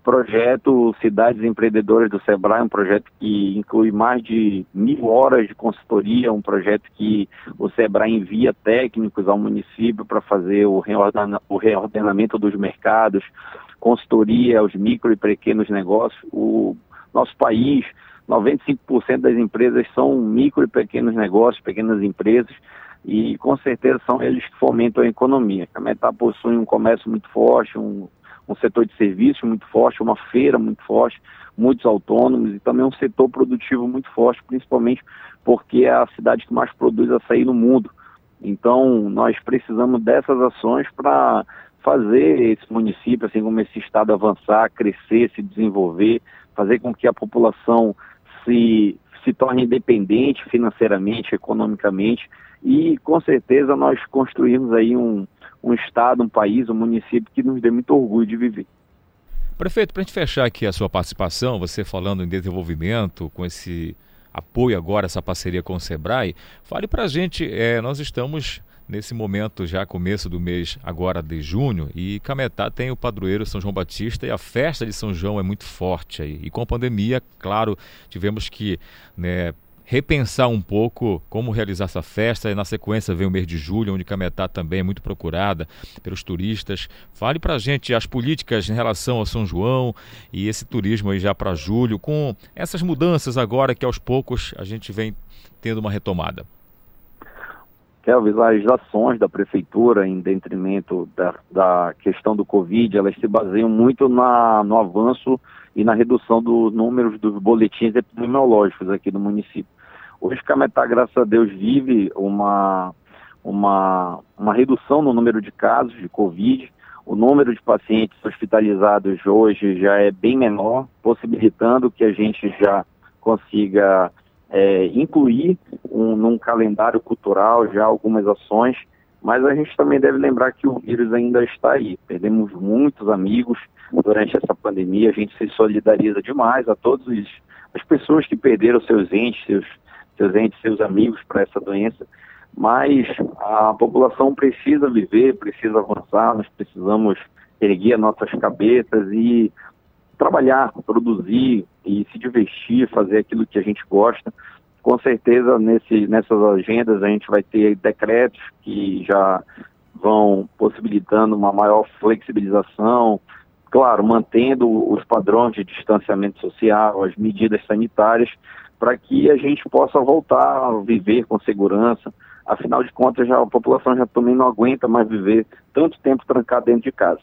projeto Cidades Empreendedoras do Sebrae, um projeto que inclui mais de 1.000 horas de consultoria, um projeto que o Sebrae envia técnicos ao município para fazer o reordenamento dos mercados, consultoria aos micro e pequenos negócios. O nosso país, 95% das empresas são micro e pequenos negócios, pequenas empresas, e com certeza são eles que fomentam a economia. Cametá possui um comércio muito forte, um setor de serviços muito forte, uma feira muito forte, muitos autônomos e também um setor produtivo muito forte, principalmente porque é a cidade que mais produz açaí no mundo. Então, nós precisamos dessas ações para fazer esse município, assim como esse estado, avançar, crescer, se desenvolver, fazer com que a população se torne independente financeiramente, economicamente, e com certeza nós construímos aí um estado, um país, um município que nos dê muito orgulho de viver. Prefeito, para a gente fechar aqui a sua participação, você falando em desenvolvimento, com esse apoio agora, essa parceria com o Sebrae, fale para a gente, nós estamos nesse momento já começo do mês agora de junho e Cametá tem o padroeiro São João Batista e a festa de São João é muito forte aí. E com a pandemia, claro, tivemos que repensar um pouco como realizar essa festa e na sequência vem o mês de julho, onde Cametá também é muito procurada pelos turistas. Fale pra gente as políticas em relação ao São João e esse turismo aí já para julho, com essas mudanças agora que aos poucos a gente vem tendo uma retomada. Kelvis, as ações da prefeitura em detrimento da questão do Covid, elas se baseiam muito no avanço e na redução dos números dos boletins epidemiológicos aqui no município. Hoje, Cametá, graças a Deus, vive uma redução no número de casos de Covid. O número de pacientes hospitalizados hoje já é bem menor, possibilitando que a gente já consiga incluir num calendário cultural já algumas ações, mas a gente também deve lembrar que o vírus ainda está aí. Perdemos muitos amigos durante essa pandemia, a gente se solidariza demais a todas as pessoas que perderam seus entes, seus amigos para essa doença, mas a população precisa viver, precisa avançar, nós precisamos erguer nossas cabeças e trabalhar, produzir e se divertir, fazer aquilo que a gente gosta. Com certeza nessas agendas a gente vai ter decretos que já vão possibilitando uma maior flexibilização, claro, mantendo os padrões de distanciamento social, as medidas sanitárias, para que a gente possa voltar a viver com segurança. Afinal de contas, a população já também não aguenta mais viver tanto tempo trancado dentro de casa.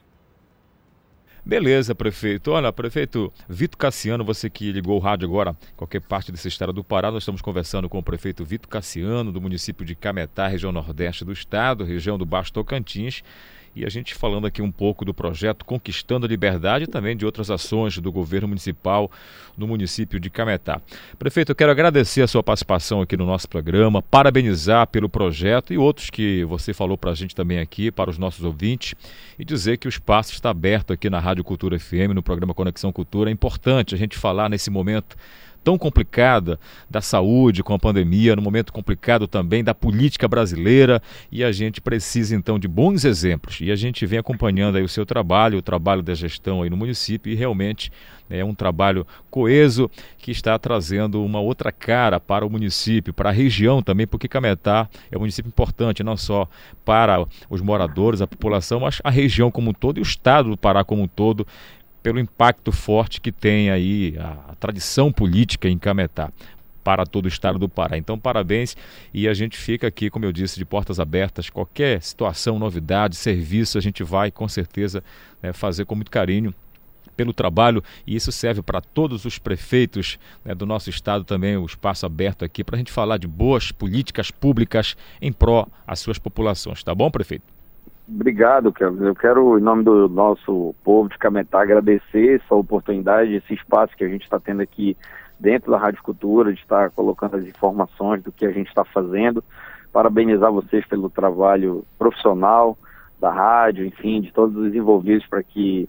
Beleza, prefeito. Olha, prefeito Vitor Cassiano, você que ligou o rádio agora, qualquer parte desse estado do Pará, nós estamos conversando com o prefeito Vitor Cassiano, do município de Cametá, região nordeste do estado, região do Baixo Tocantins, e a gente falando aqui um pouco do projeto Conquistando a Liberdade e também de outras ações do governo municipal no município de Cametá. Prefeito, eu quero agradecer a sua participação aqui no nosso programa, parabenizar pelo projeto e outros que você falou para a gente também aqui, para os nossos ouvintes, e dizer que o espaço está aberto aqui na Rádio Cultura FM, no programa Conexão Cultura. É importante a gente falar nesse momento tão complicada da saúde com a pandemia, no momento complicado também da política brasileira, e a gente precisa então de bons exemplos, e a gente vem acompanhando aí o seu trabalho, o trabalho da gestão aí no município, e realmente é um trabalho coeso que está trazendo uma outra cara para o município, para a região também, porque Cametá é um município importante não só para os moradores, a população, mas a região como um todo e o estado do Pará como um todo, pelo impacto forte que tem aí a tradição política em Cametá para todo o estado do Pará. Então, parabéns, e a gente fica aqui, como eu disse, de portas abertas. Qualquer situação, novidade, serviço, a gente vai com certeza fazer com muito carinho pelo trabalho, e isso serve para todos os prefeitos do nosso estado também, o espaço aberto aqui para a gente falar de boas políticas públicas em pró às suas populações. Tá bom, prefeito? Obrigado, Kelvin. Eu quero, em nome do nosso povo de Cametá, agradecer essa oportunidade, esse espaço que a gente está tendo aqui dentro da Rádio Cultura, de estar colocando as informações do que a gente está fazendo. Parabenizar vocês pelo trabalho profissional da rádio, enfim, de todos os envolvidos para que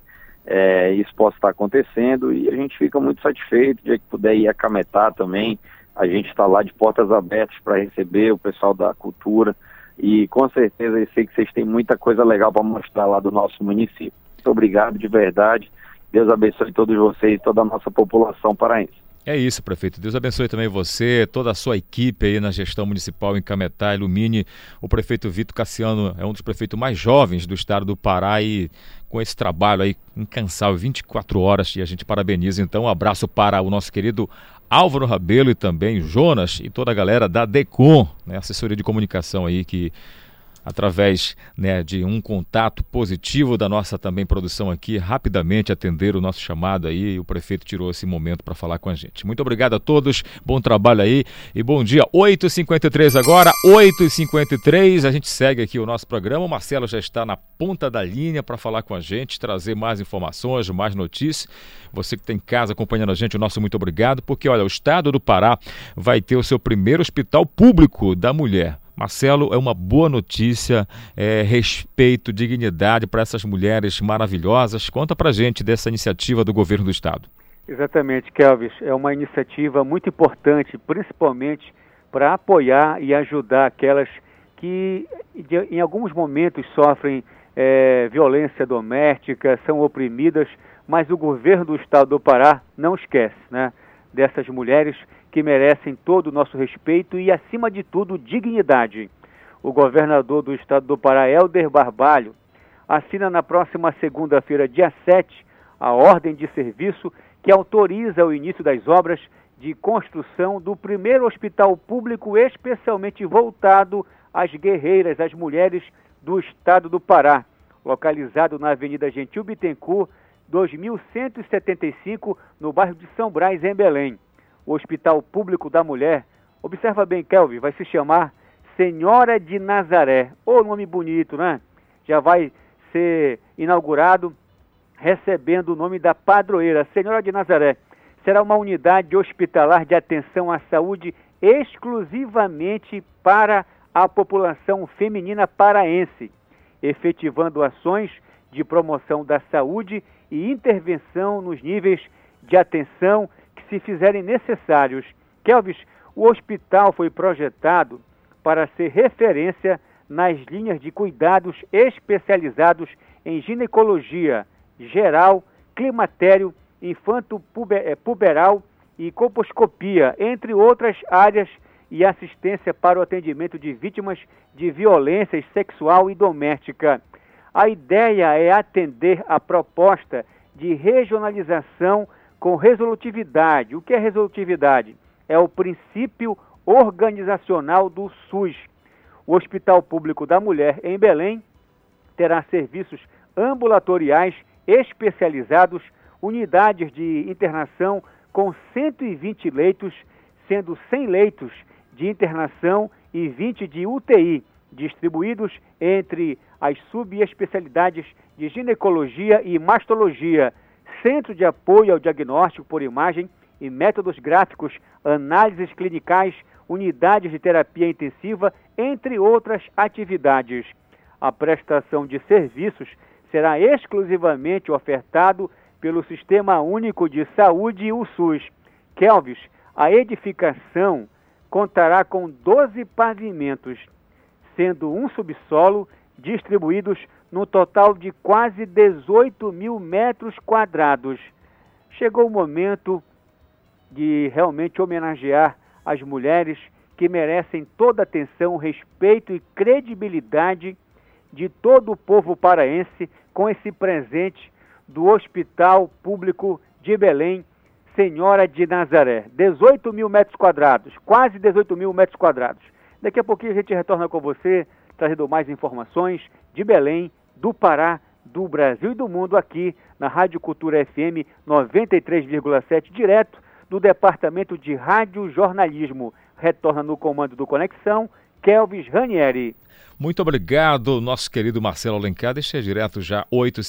isso possa estar acontecendo. E a gente fica muito satisfeito de que puder ir a Cametá também. A gente está lá de portas abertas para receber o pessoal da cultura. E com certeza eu sei que vocês têm muita coisa legal para mostrar lá do nosso município. Muito obrigado de verdade Deus abençoe todos vocês e toda a nossa população paraense. É isso, prefeito. Deus abençoe também você, toda a sua equipe aí na gestão municipal em Cametá. Ilumine o prefeito Vitor Cassiano, é um dos prefeitos mais jovens do estado do Pará e com esse trabalho aí incansável, 24 horas, e a gente parabeniza. Então, um abraço para o nosso querido Álvaro Rabelo e também Jonas e toda a galera da DECOM, né, assessoria de comunicação aí, que através, né, de um contato positivo da nossa também produção aqui, rapidamente atenderam o nosso chamado aí, e o prefeito tirou esse momento para falar com a gente. Muito obrigado a todos, bom trabalho aí e bom dia. 8h53 agora, 8h53, a gente segue aqui o nosso programa. O Marcelo já está na ponta da linha para falar com a gente, trazer mais informações, mais notícias. Você que está em casa acompanhando a gente, o nosso muito obrigado, porque olha, o estado do Pará vai ter o seu primeiro hospital público da mulher. Marcelo, é uma boa notícia, respeito, dignidade para essas mulheres maravilhosas. Conta pra gente dessa iniciativa do governo do estado. Exatamente, Kelvis. É uma iniciativa muito importante, principalmente para apoiar e ajudar aquelas que em alguns momentos sofrem violência doméstica, são oprimidas, mas o governo do estado do Pará não esquece, né, dessas mulheres que merecem todo o nosso respeito e, acima de tudo, dignidade. O governador do estado do Pará, Helder Barbalho, assina na próxima segunda-feira, dia 7, a ordem de serviço que autoriza o início das obras de construção do primeiro hospital público especialmente voltado às guerreiras, às mulheres do estado do Pará, localizado na Avenida Gentil Bittencourt, 2175, no bairro de São Brás, em Belém. O Hospital Público da Mulher, observa bem, Kelvin, vai se chamar Senhora de Nazaré. Ô, nome bonito, né? Já vai ser inaugurado recebendo o nome da padroeira, Senhora de Nazaré. Será uma unidade hospitalar de atenção à saúde exclusivamente para a população feminina paraense, efetivando ações de promoção da saúde e intervenção nos níveis de atenção que se fizerem necessários. Kelvis, o hospital foi projetado para ser referência nas linhas de cuidados especializados em ginecologia geral, climatério, infanto-puberal e colposcopia, entre outras áreas, e assistência para o atendimento de vítimas de violência sexual e doméstica. A ideia é atender a proposta de regionalização com resolutividade. O que é resolutividade? É o princípio organizacional do SUS. O Hospital Público da Mulher, em Belém, terá serviços ambulatoriais especializados, unidades de internação com 120 leitos, sendo 100 leitos de internação e 20 de UTI, distribuídos entre as subespecialidades de ginecologia e mastologia, centro de apoio ao diagnóstico por imagem e métodos gráficos, análises clinicais, unidades de terapia intensiva, entre outras atividades. A prestação de serviços será exclusivamente ofertado pelo Sistema Único de Saúde, o SUS. Kelvis, a edificação contará com 12 pavimentos, sendo um subsolo, distribuídos no total de quase 18 mil metros quadrados. Chegou o momento de realmente homenagear as mulheres que merecem toda a atenção, respeito e credibilidade de todo o povo paraense com esse presente do Hospital Público de Belém, Senhora de Nazaré. 18 mil metros quadrados, quase 18 mil metros quadrados. Daqui a pouquinho a gente retorna com você, trazendo mais informações de Belém, do Pará, do Brasil e do mundo aqui na Rádio Cultura FM 93,7, direto do Departamento de Rádio Jornalismo. Retorna no comando do Conexão, Kelvis Ranieri. Muito obrigado, nosso querido Marcelo Alencar. Deixa direto já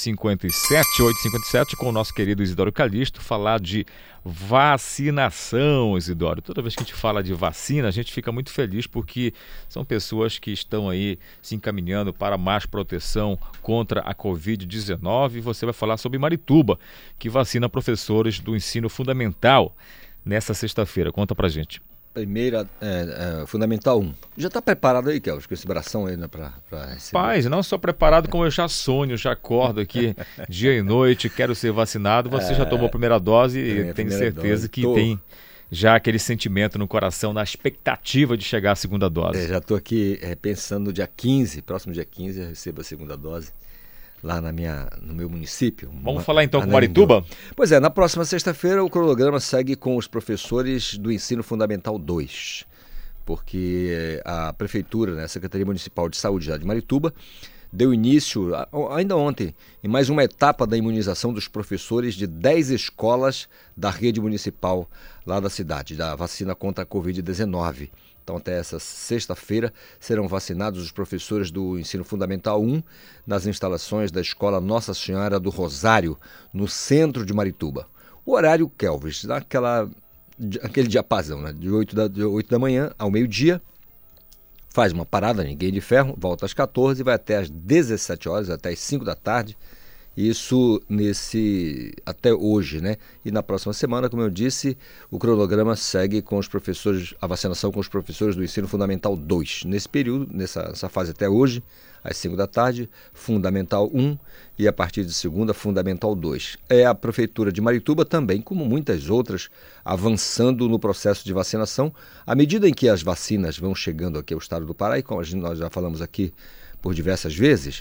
8h57 com o nosso querido Isidoro Calixto falar de vacinação, Isidoro. Toda vez que a gente fala de vacina, a gente fica muito feliz porque são pessoas que estão aí se encaminhando para mais proteção contra a Covid-19. E você vai falar sobre Marituba, que vacina professores do ensino fundamental nessa sexta-feira. Conta pra gente. primeira, Fundamental 1. Já está preparado aí, Kelvis, com esse bração aí, né, para receber? Paz, não só preparado, como eu já sonho, já acordo aqui dia e noite, quero ser vacinado. Você já tomou a primeira dose e tenho certeza que tem já aquele sentimento no coração, na expectativa de chegar à segunda dose. Já estou aqui pensando no dia 15, próximo dia 15, eu recebo a segunda dose lá no meu município. Vamos falar então com Marituba? Pois é, na próxima sexta-feira o cronograma segue com os professores do Ensino Fundamental 2, porque a Prefeitura, né, a Secretaria Municipal de Saúde de Marituba, deu início, ainda ontem, em mais uma etapa da imunização dos professores de 10 escolas da rede municipal lá da cidade, da vacina contra a Covid-19. Então, até essa sexta-feira, serão vacinados os professores do Ensino Fundamental 1 nas instalações da Escola Nossa Senhora do Rosário, no centro de Marituba. O horário, Kelvis, aquele diapasão, né? De 8 da manhã ao meio-dia, faz uma parada, ninguém de ferro, volta às 14 e vai até às 17 horas, até às 5 da tarde. Isso até hoje, né? E na próxima semana, como eu disse, o cronograma segue com os professores, a vacinação com os professores do Ensino Fundamental 2. Nesse período, nessa fase até hoje, às 5 da tarde, Fundamental 1 e a partir de segunda, Fundamental 2. É a Prefeitura de Marituba também, como muitas outras, avançando no processo de vacinação, à medida em que as vacinas vão chegando aqui ao estado do Pará, e como nós já falamos aqui por diversas vezes,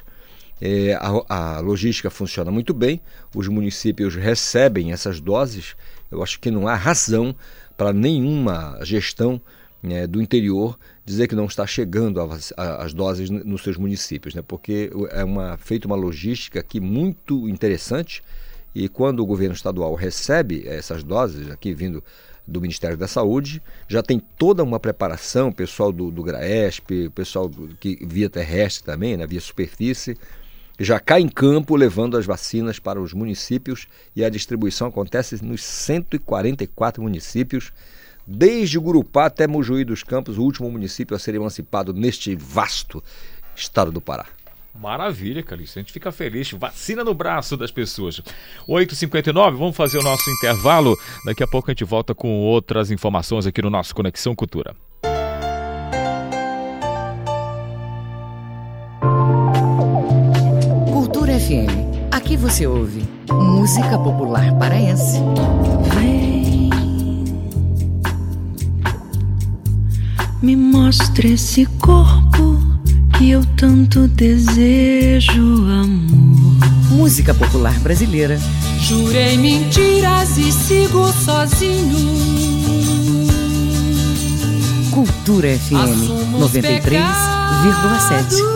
a logística funciona muito bem, os municípios recebem essas doses. Eu acho que não há razão para nenhuma gestão do interior dizer que não está chegando as doses nos seus municípios, né? Porque é feita uma logística aqui muito interessante, e quando o governo estadual recebe essas doses aqui vindo do Ministério da Saúde, já tem toda uma preparação, o pessoal do GRAESP, o pessoal que via terrestre também, né, via superfície, já cai em campo levando as vacinas para os municípios, e a distribuição acontece nos 144 municípios, desde Gurupá até Mojuí dos Campos, o último município a ser emancipado neste vasto estado do Pará. Maravilha, Calixto. A gente fica feliz. Vacina no braço das pessoas. 8h59, vamos fazer o nosso intervalo. Daqui a pouco a gente volta com outras informações aqui no nosso Conexão Cultura. Cultura FM. Aqui você ouve música popular paraense. Vem, me mostra esse corpo que eu tanto desejo, amor. Música popular brasileira. Jurei mentiras e sigo sozinho. Cultura FM 93,7.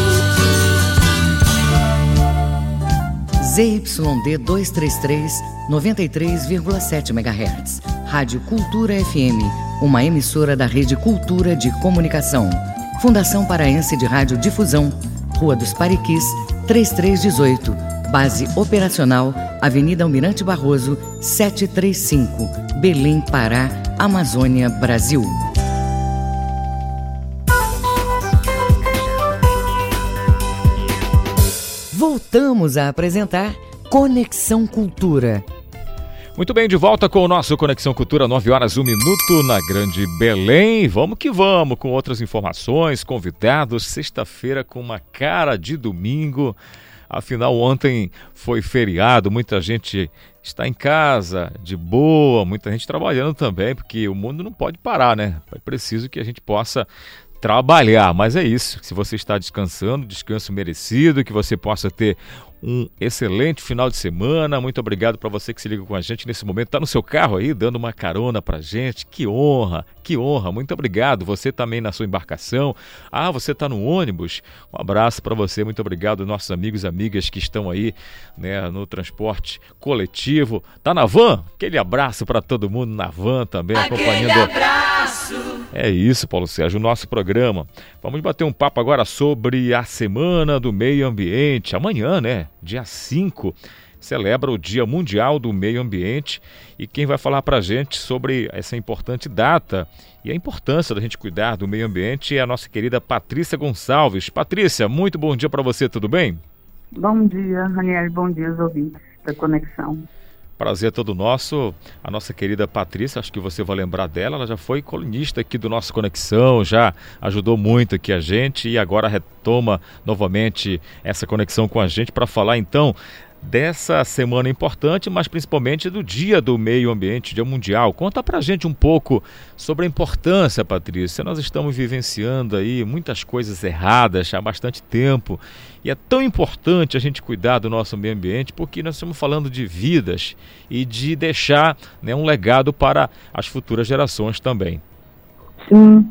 ZYD 233, 93,7 MHz. Rádio Cultura FM, uma emissora da Rede Cultura de Comunicação. Fundação Paraense de Rádio Difusão, Rua dos Pariquis, 3318. Base operacional, Avenida Almirante Barroso, 735. Belém, Pará, Amazônia, Brasil. Voltamos a apresentar Conexão Cultura. Muito bem, de volta com o nosso Conexão Cultura, 9h01 na Grande Belém. Vamos que vamos, com outras informações, convidados, sexta-feira com uma cara de domingo. Afinal, ontem foi feriado, muita gente está em casa, de boa, muita gente trabalhando também, porque o mundo não pode parar, né? É preciso que a gente possa trabalhar, mas é isso. Se você está descansando, descanso merecido, que você possa ter um excelente final de semana. Muito obrigado para você que se liga com a gente nesse momento. Está no seu carro aí, dando uma carona para a gente. Que honra, que honra. Muito obrigado. Você também na sua embarcação. Você está no ônibus. Um abraço para você. Muito obrigado, nossos amigos e amigas que estão aí, né, no transporte coletivo. Tá na van? Aquele abraço para todo mundo na van também, acompanhando. Aquele abraço. É isso, Paulo Sérgio, o nosso programa. Vamos bater um papo agora sobre a Semana do Meio Ambiente. Amanhã, né? Dia 5, celebra o Dia Mundial do Meio Ambiente, e quem vai falar para a gente sobre essa importante data e a importância da gente cuidar do meio ambiente é a nossa querida Patrícia Gonçalves. Patrícia, muito bom dia para você, tudo bem? Bom dia, Raniel, bom dia aos ouvintes da Conexão. Prazer todo nosso. A nossa querida Patrícia, acho que você vai lembrar dela, ela já foi colunista aqui do nosso Conexão, já ajudou muito aqui a gente e agora retoma novamente essa conexão com a gente para falar então dessa semana importante, mas principalmente do Dia do Meio Ambiente, Dia Mundial. Conta pra gente um pouco sobre a importância, Patrícia. Nós estamos vivenciando aí muitas coisas erradas há bastante tempo e é tão importante a gente cuidar do nosso meio ambiente porque nós estamos falando de vidas e de deixar, né, um legado para as futuras gerações também. Sim,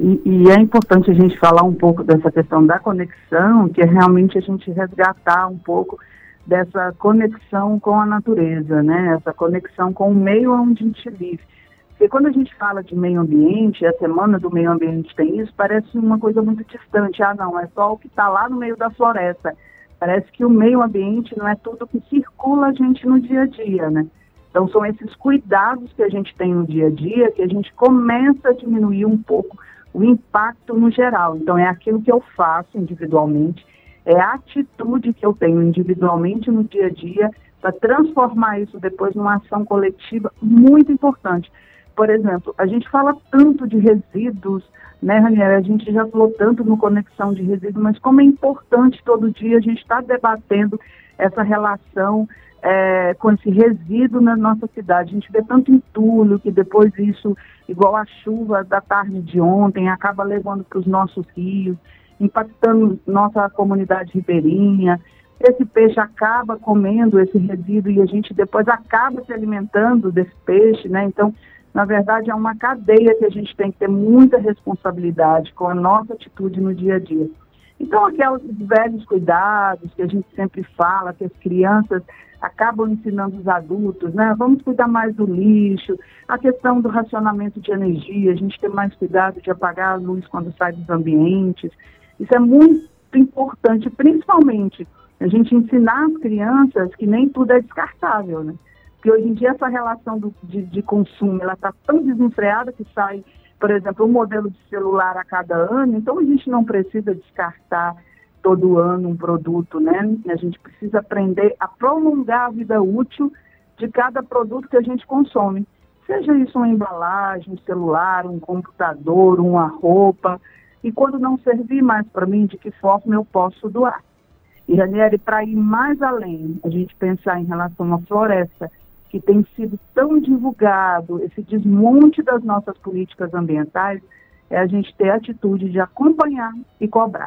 e é importante a gente falar um pouco dessa questão da conexão, que é realmente a gente resgatar um pouco dessa conexão com a natureza, né? Essa conexão com o meio onde a gente vive. Porque quando a gente fala de meio ambiente, a Semana do Meio Ambiente tem isso, parece uma coisa muito distante. Ah, não, é só o que está lá no meio da floresta. Parece que o meio ambiente não é tudo que circula a gente no dia a dia, né? Então são esses cuidados que a gente tem no dia a dia que a gente começa a diminuir um pouco o impacto no geral. Então é aquilo que eu faço individualmente, é a atitude que eu tenho individualmente no dia a dia para transformar isso depois numa ação coletiva muito importante. Por exemplo, a gente fala tanto de resíduos, né, Ranieri? A gente já falou tanto no Conexão de Resíduos, mas como é importante todo dia a gente estar debatendo essa relação com esse resíduo na nossa cidade. A gente vê tanto entulho que depois isso, igual a chuva da tarde de ontem, acaba levando para os nossos rios, impactando nossa comunidade ribeirinha. Esse peixe acaba comendo esse resíduo e a gente depois acaba se alimentando desse peixe, né? Então, na verdade, é uma cadeia que a gente tem que ter muita responsabilidade com a nossa atitude no dia a dia. Então, aqueles velhos cuidados que a gente sempre fala, que as crianças acabam ensinando os adultos, né? Vamos cuidar mais do lixo, a questão do racionamento de energia, a gente ter mais cuidado de apagar a luz quando sai dos ambientes. Isso é muito importante, principalmente a gente ensinar as crianças que nem tudo é descartável, né? Porque hoje em dia essa relação de consumo, ela está tão desenfreada que sai, por exemplo, um modelo de celular a cada ano, então a gente não precisa descartar todo ano um produto, né? A gente precisa aprender a prolongar a vida útil de cada produto que a gente consome. Seja isso uma embalagem, um celular, um computador, uma roupa. E quando não servir mais para mim, de que forma eu posso doar? E, Ranieri, para ir mais além, a gente pensar em relação à floresta, que tem sido tão divulgado, esse desmonte das nossas políticas ambientais, é a gente ter a atitude de acompanhar e cobrar.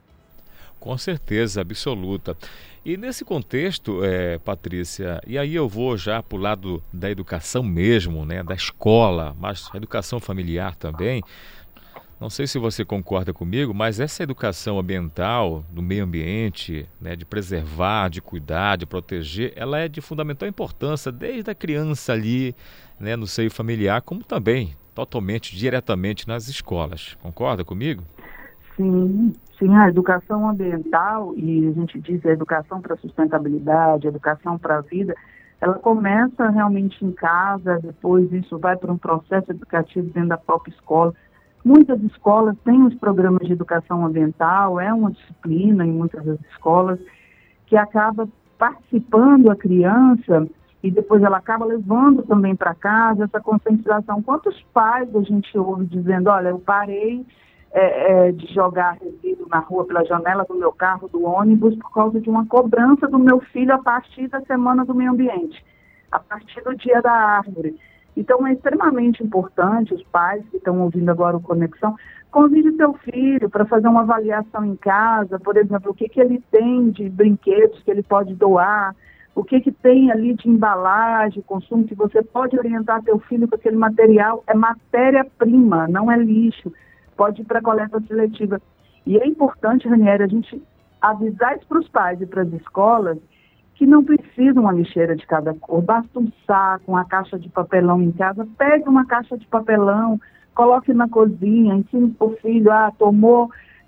Com certeza, absoluta. E nesse contexto, Patrícia, e aí eu vou já para o lado da educação mesmo, né, da escola, mas a educação familiar também. Não sei se você concorda comigo, mas essa educação ambiental, do meio ambiente, né, de preservar, de cuidar, de proteger, ela é de fundamental importância desde a criança ali, né, no seio familiar, como também totalmente, diretamente nas escolas. Concorda comigo? Sim, a educação ambiental, e a gente diz a educação para a sustentabilidade, a educação para a vida, ela começa realmente em casa, depois isso vai para um processo educativo dentro da própria escola. Muitas escolas têm os programas de educação ambiental, é uma disciplina em muitas das escolas, que acaba participando a criança e depois ela acaba levando também para casa essa conscientização. Quantos pais a gente ouve dizendo, olha, eu parei de jogar resíduo na rua pela janela do meu carro, do ônibus, por causa de uma cobrança do meu filho a partir da Semana do Meio Ambiente, a partir do Dia da Árvore. Então, é extremamente importante, os pais que estão ouvindo agora o Conexão, convide seu filho para fazer uma avaliação em casa, por exemplo, o que ele tem de brinquedos que ele pode doar, o que tem ali de embalagem, consumo, que você pode orientar seu filho com aquele material, é matéria-prima, não é lixo, pode ir para a coleta seletiva. E é importante, Ranieri, a gente avisar isso para os pais e para as escolas, que não precisa uma lixeira de cada cor, basta um saco, uma caixa de papelão em casa, pegue uma caixa de papelão, coloque na cozinha, ensine para o filho, tomou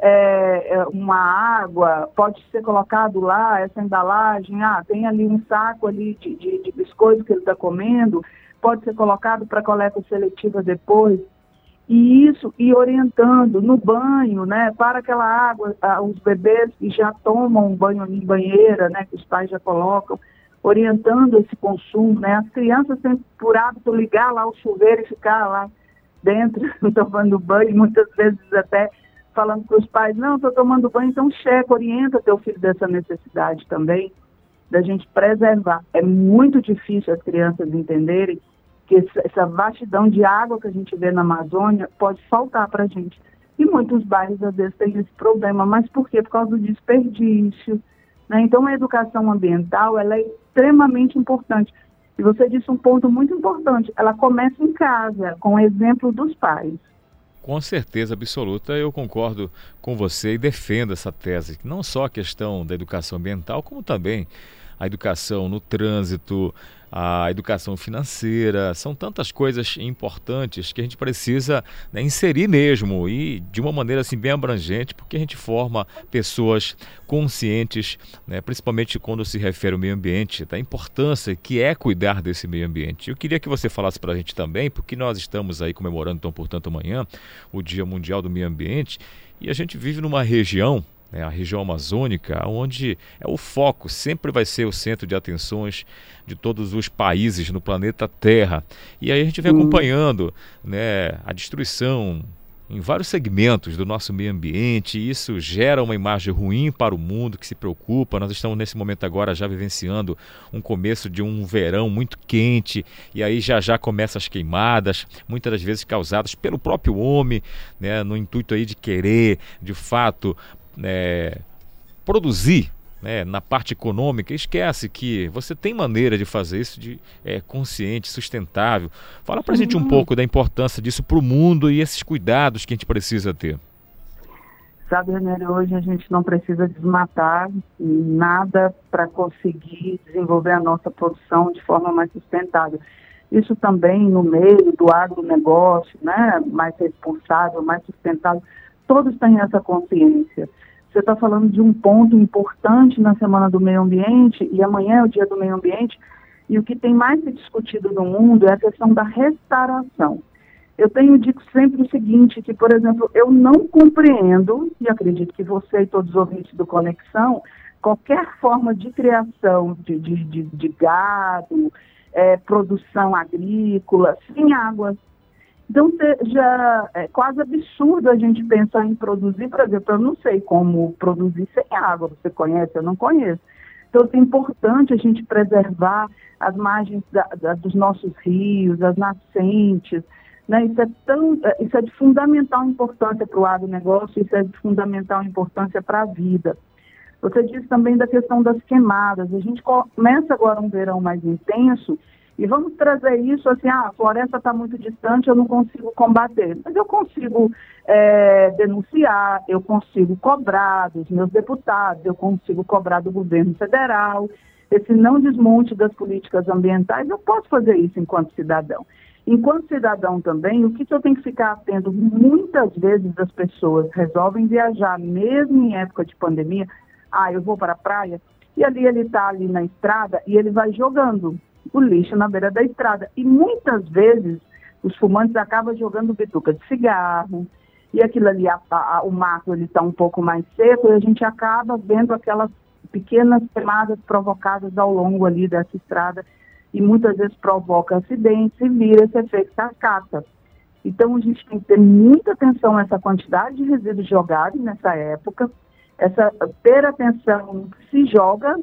uma água, pode ser colocado lá, essa embalagem, tem ali um saco ali de biscoito que ele está comendo, pode ser colocado para coleta seletiva depois. E isso, e orientando no banho, né, para aquela água, os bebês que já tomam um banho em banheira, né, que os pais já colocam, orientando esse consumo, né? As crianças têm por hábito ligar lá o chuveiro e ficar lá dentro tomando banho, muitas vezes até falando para os pais, não, estou tomando banho, então checa, orienta teu filho dessa necessidade também, da gente preservar. É muito difícil as crianças entenderem que essa vastidão de água que a gente vê na Amazônia pode faltar para a gente. E muitos bairros, às vezes, têm esse problema. Mas por quê? Por causa do desperdício, né? Então, a educação ambiental, ela é extremamente importante. E você disse um ponto muito importante. Ela começa em casa, com o exemplo dos pais. Com certeza absoluta, eu concordo com você e defendo essa tese. Não só a questão da educação ambiental, como também a educação no trânsito, a educação financeira, são tantas coisas importantes que a gente precisa, né, inserir mesmo e de uma maneira assim bem abrangente, porque a gente forma pessoas conscientes, né, principalmente quando se refere ao meio ambiente, da importância que é cuidar desse meio ambiente. Eu queria que você falasse para a gente também, porque nós estamos aí comemorando, então, portanto, amanhã, o Dia Mundial do Meio Ambiente, e a gente vive numa região, a região amazônica, onde é o foco, sempre vai ser o centro de atenções de todos os países no planeta Terra. E aí a gente vem acompanhando, né, a destruição em vários segmentos do nosso meio ambiente, e isso gera uma imagem ruim para o mundo que se preocupa. Nós estamos nesse momento agora já vivenciando um começo de um verão muito quente, e aí já começam as queimadas, muitas das vezes causadas pelo próprio homem, né, no intuito aí de querer, de fato, produzir, né, na parte econômica. Esquece que você tem maneira de fazer isso consciente, sustentável. Fala pra gente um pouco da importância disso para o mundo e esses cuidados que a gente precisa ter. Sabe, René, hoje a gente não precisa desmatar nada para conseguir desenvolver a nossa produção de forma mais sustentável. Isso também no meio do agronegócio, né, mais responsável, mais sustentável, todos têm essa consciência. Você está falando de um ponto importante na Semana do Meio Ambiente, e amanhã é o Dia do Meio Ambiente, e o que tem mais se discutido no mundo é a questão da restauração. Eu tenho dito sempre o seguinte, que, por exemplo, eu não compreendo, e acredito que você e todos os ouvintes do Conexão, qualquer forma de criação de gado, produção agrícola, sem água. Então, já é quase absurdo a gente pensar em produzir, por exemplo, eu não sei como produzir sem água, você conhece? Eu não conheço. Então, é importante a gente preservar as margens dos nossos rios, as nascentes, né? Isso é de fundamental importância para o agronegócio, isso é de fundamental importância para a vida. Você disse também da questão das queimadas. A gente começa agora um verão mais intenso, e vamos trazer isso assim, a floresta está muito distante, eu não consigo combater. Mas eu consigo denunciar, eu consigo cobrar dos meus deputados, eu consigo cobrar do governo federal. Esse não desmonte das políticas ambientais, eu posso fazer isso enquanto cidadão. Enquanto cidadão também, o que eu tenho que ficar atento? Muitas vezes as pessoas resolvem viajar, mesmo em época de pandemia. Eu vou para a praia, e ali ele está ali na estrada, e ele vai jogando o lixo na beira da estrada. E muitas vezes os fumantes acabam jogando bituca de cigarro, e aquilo ali, o mato está um pouco mais seco, e a gente acaba vendo aquelas pequenas queimadas provocadas ao longo ali dessa estrada, e muitas vezes provoca acidentes e vira esse efeito cascata. Então a gente tem que ter muita atenção a essa quantidade de resíduos jogados nessa época, ter atenção no que se joga.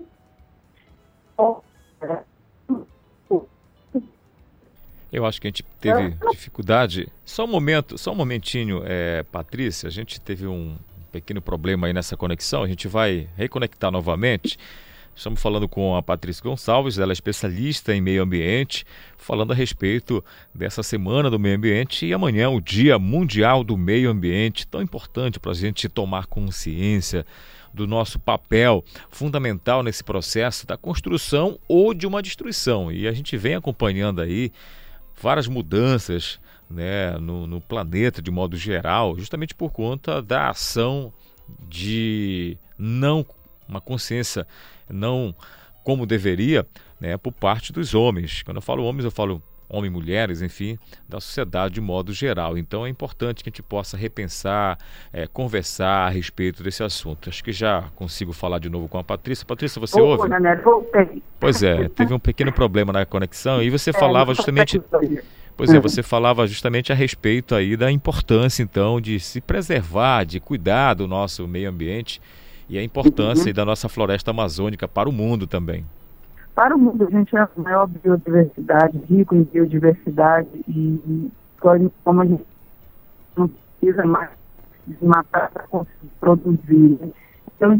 Eu acho que a gente teve dificuldade. Só um momentinho, Patrícia, a gente teve um pequeno problema aí nessa conexão, a gente vai reconectar novamente. Estamos falando com a Patrícia Gonçalves, ela é especialista em meio ambiente, falando a respeito dessa Semana do Meio Ambiente e amanhã o Dia Mundial do Meio Ambiente, tão importante para a gente tomar consciência do nosso papel fundamental nesse processo da construção ou de uma destruição. E a gente vem acompanhando aí várias mudanças, né, no planeta de modo geral, justamente por conta da ação de uma consciência não como deveria, né, por parte dos homens. Quando eu falo homens, eu falo homens e mulheres, enfim, da sociedade de modo geral. Então é importante que a gente possa repensar, conversar a respeito desse assunto. Acho que já consigo falar de novo com a Patrícia. Patrícia, você ouve? Voltei. Pois é, teve um pequeno problema na conexão e você falava justamente... Pois é, você falava justamente a respeito aí da importância, então, de se preservar, de cuidar do nosso meio ambiente e a importância aí da nossa floresta amazônica para o mundo também. Para o mundo, a gente é a maior biodiversidade, rico em biodiversidade, e como a gente não precisa mais desmatar para conseguir produzir. Então,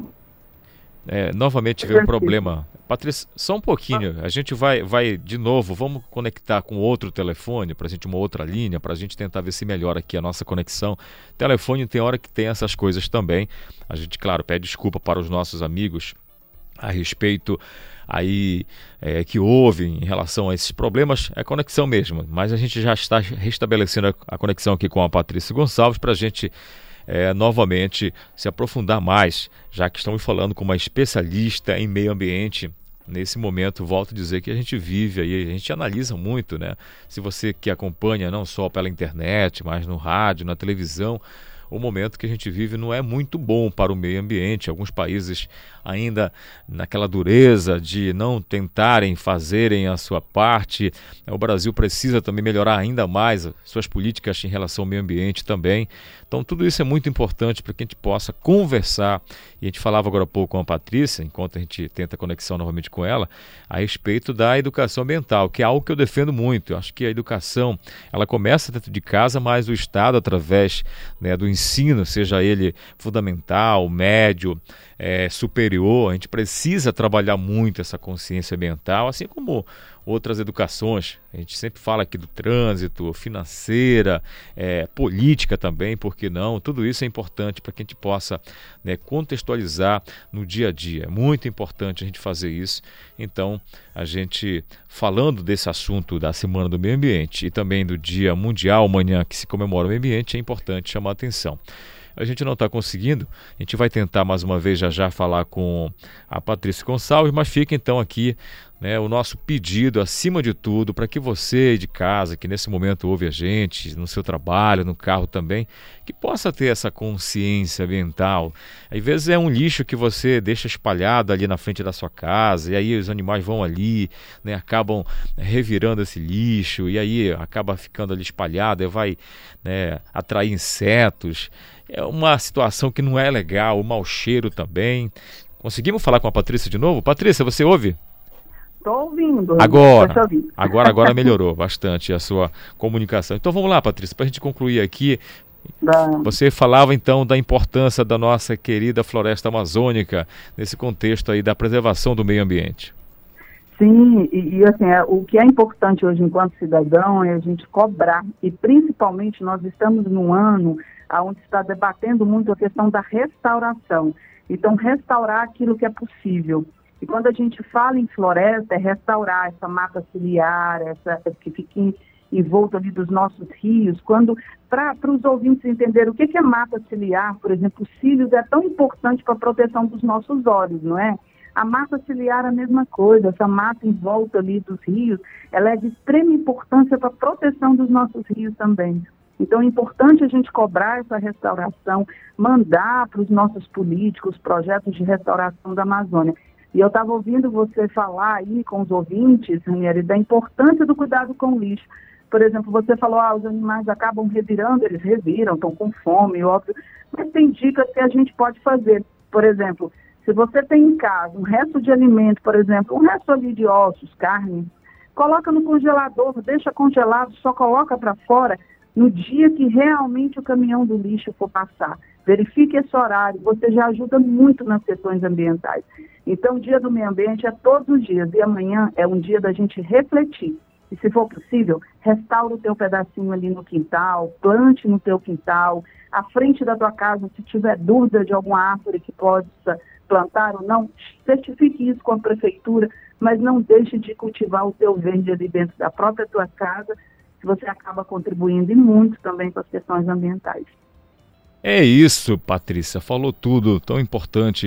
novamente veio um problema. Patrícia, só um pouquinho, a gente vai de novo, vamos conectar com outro telefone, para a gente uma outra linha, para a gente tentar ver se melhora aqui a nossa conexão. Telefone tem hora que tem essas coisas também. A gente, claro, pede desculpa para os nossos amigos a respeito aí que houve em relação a esses problemas, é conexão mesmo, mas a gente já está restabelecendo a conexão aqui com a Patrícia Gonçalves para a gente novamente se aprofundar mais, já que estamos falando com uma especialista em meio ambiente. Nesse momento, volto a dizer que a gente vive aí, a gente analisa muito, né? Se você que acompanha não só pela internet, mas no rádio, na televisão, o momento que a gente vive não é muito bom para o meio ambiente. Alguns países ainda naquela dureza de não tentarem fazerem a sua parte. O Brasil precisa também melhorar ainda mais suas políticas em relação ao meio ambiente também. Então tudo isso é muito importante para que a gente possa conversar. E a gente falava agora há pouco com a Patrícia, enquanto a gente tenta conexão novamente com ela, a respeito da educação ambiental, que é algo que eu defendo muito. Eu acho que a educação, ela começa dentro de casa, mas o Estado, através, né, do ensino, seja ele fundamental, médio, superior, a gente precisa trabalhar muito essa consciência ambiental, assim como outras educações. A gente sempre fala aqui do trânsito, financeira, política também, por que não? Tudo isso é importante para que a gente possa, né, contextualizar no dia a dia. É muito importante a gente fazer isso. Então, a gente, falando desse assunto da Semana do Meio Ambiente e também do Dia Mundial amanhã que se comemora o meio ambiente, é importante chamar a atenção. A gente não está conseguindo, a gente vai tentar mais uma vez já falar com a Patrícia Gonçalves, mas fica então aqui, né, o nosso pedido, acima de tudo, para que você de casa, que nesse momento ouve a gente, no seu trabalho, no carro também, que possa ter essa consciência ambiental. Às vezes é um lixo que você deixa espalhado ali na frente da sua casa, e aí os animais vão ali, né, acabam revirando esse lixo, e aí acaba ficando ali espalhado, e vai, né, atrair insetos. É uma situação que não é legal, o mau cheiro também. Conseguimos falar com a Patrícia de novo? Patrícia, você ouve? Estou ouvindo. Agora melhorou bastante a sua comunicação. Então vamos lá, Patrícia, para a gente concluir aqui. Você falava então da importância da nossa querida floresta amazônica nesse contexto aí da preservação do meio ambiente. Sim, e assim, o que é importante hoje enquanto cidadão é a gente cobrar, e principalmente nós estamos num ano onde está debatendo muito a questão da restauração. Então, restaurar aquilo que é possível. E quando a gente fala em floresta, é restaurar essa mata ciliar, essa que fica envolta ali dos nossos rios. Para os ouvintes entenderem o que é mata ciliar, por exemplo, os cílios é tão importante para a proteção dos nossos olhos, não é? A mata ciliar é a mesma coisa, essa mata em volta ali dos rios, ela é de extrema importância para a proteção dos nossos rios também. Então é importante a gente cobrar essa restauração, mandar para os nossos políticos projetos de restauração da Amazônia. E eu estava ouvindo você falar aí com os ouvintes, Ranieri, da importância do cuidado com o lixo. Por exemplo, você falou, os animais acabam revirando, eles reviram, estão com fome, óbvio, mas tem dicas que a gente pode fazer. Por exemplo, se você tem em casa um resto de alimento, por exemplo, um resto ali de ossos, carne, coloca no congelador, deixa congelado, só coloca para fora no dia que realmente o caminhão do lixo for passar. Verifique esse horário, você já ajuda muito nas questões ambientais. Então, o Dia do Meio Ambiente é todos os dias, e amanhã é um dia da gente refletir. E se for possível, restaura o teu pedacinho ali no quintal, plante no teu quintal, à frente da tua casa, se tiver dúvida de alguma árvore que possa plantar ou não, certifique isso com a prefeitura, mas não deixe de cultivar o teu verde ali dentro da própria tua casa, que você acaba contribuindo e muito também com as questões ambientais. É isso, Patrícia, falou tudo, tão importante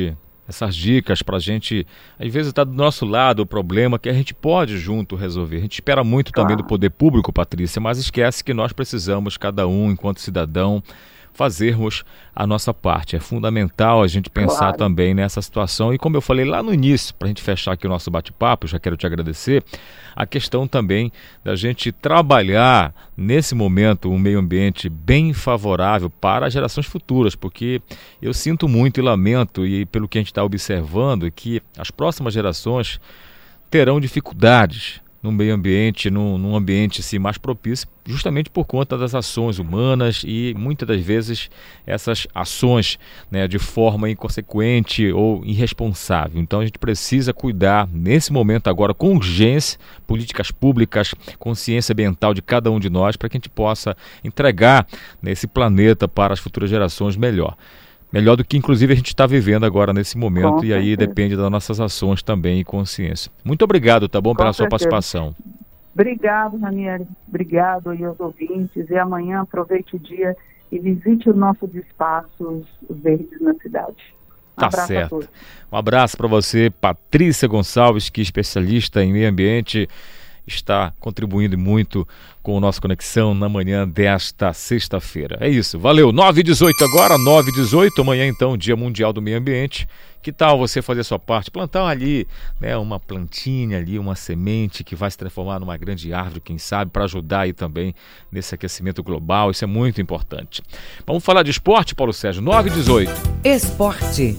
essas dicas para a gente, às vezes está do nosso lado o problema que a gente pode junto resolver. A gente espera muito também do poder público, Patrícia, mas esquece que nós precisamos, cada um, enquanto cidadão, fazermos a nossa parte. É fundamental a gente pensar também nessa situação. E como eu falei lá no início, para a gente fechar aqui o nosso bate-papo, já quero te agradecer, a questão também da gente trabalhar nesse momento um meio ambiente bem favorável para as gerações futuras, porque eu sinto muito e lamento, e pelo que a gente está observando, que as próximas gerações terão dificuldades no meio ambiente, num ambiente assim, mais propício, justamente por conta das ações humanas e muitas das vezes essas ações, né, de forma inconsequente ou irresponsável. Então a gente precisa cuidar nesse momento agora com urgência, políticas públicas, consciência ambiental de cada um de nós, para que a gente possa entregar, né, esse planeta para as futuras gerações melhor do que inclusive a gente está vivendo agora nesse momento, e aí depende das nossas ações também e consciência. Muito obrigado, tá bom, pela sua participação. Obrigado, Ranieri. Obrigado aí aos ouvintes, e amanhã aproveite o dia e visite os nossos espaços verdes na cidade. Tá certo. Um abraço para você, Patrícia Gonçalves, que é especialista em meio ambiente, está contribuindo muito com o nosso Conexão na manhã desta sexta-feira. É isso, valeu. 9h18 agora, 9h18, amanhã então, Dia Mundial do Meio Ambiente. Que tal você fazer a sua parte, plantar ali, né, uma plantinha ali, uma semente que vai se transformar numa grande árvore, quem sabe, para ajudar aí também nesse aquecimento global. Isso é muito importante. Vamos falar de esporte, Paulo Sérgio, 9h18. Esporte.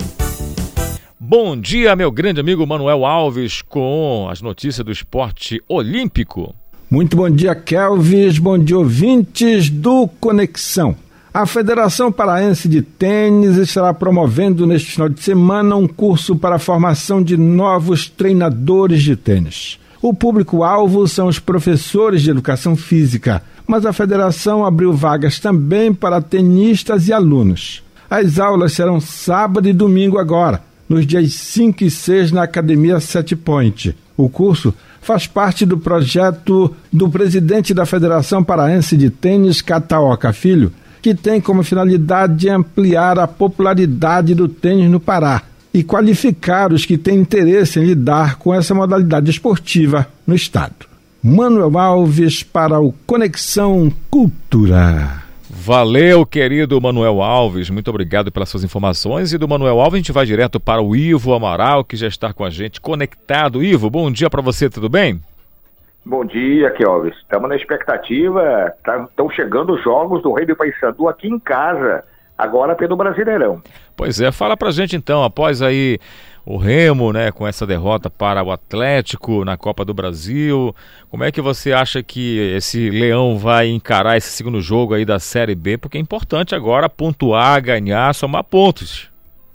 Bom dia, meu grande amigo Manuel Alves, com as notícias do esporte olímpico. Muito bom dia, Kelvis. Bom dia, ouvintes do Conexão. A Federação Paraense de Tênis estará promovendo neste final de semana um curso para a formação de novos treinadores de tênis. O público-alvo são os professores de educação física, mas a federação abriu vagas também para tenistas e alunos. As aulas serão sábado e domingo agora, nos dias 5 e 6 na Academia Set Point. O curso faz parte do projeto do presidente da Federação Paraense de Tênis, Cataoca Filho, que tem como finalidade ampliar a popularidade do tênis no Pará e qualificar os que têm interesse em lidar com essa modalidade esportiva no estado. Manuel Alves para o Conexão Cultura. Valeu, querido Manuel Alves, muito obrigado pelas suas informações. E do Manuel Alves a gente vai direto para o Ivo Amaral, que já está com a gente conectado. Ivo, bom dia para você, tudo bem? Bom dia, Kelvis. Estamos na expectativa, estão chegando os jogos do Rei do Paysandu aqui em casa, agora pelo Brasileirão. Pois é, fala pra gente então, após aí o Remo, né, com essa derrota para o Atlético na Copa do Brasil, como é que você acha que esse Leão vai encarar esse segundo jogo aí da Série B? Porque é importante agora pontuar, ganhar, somar pontos.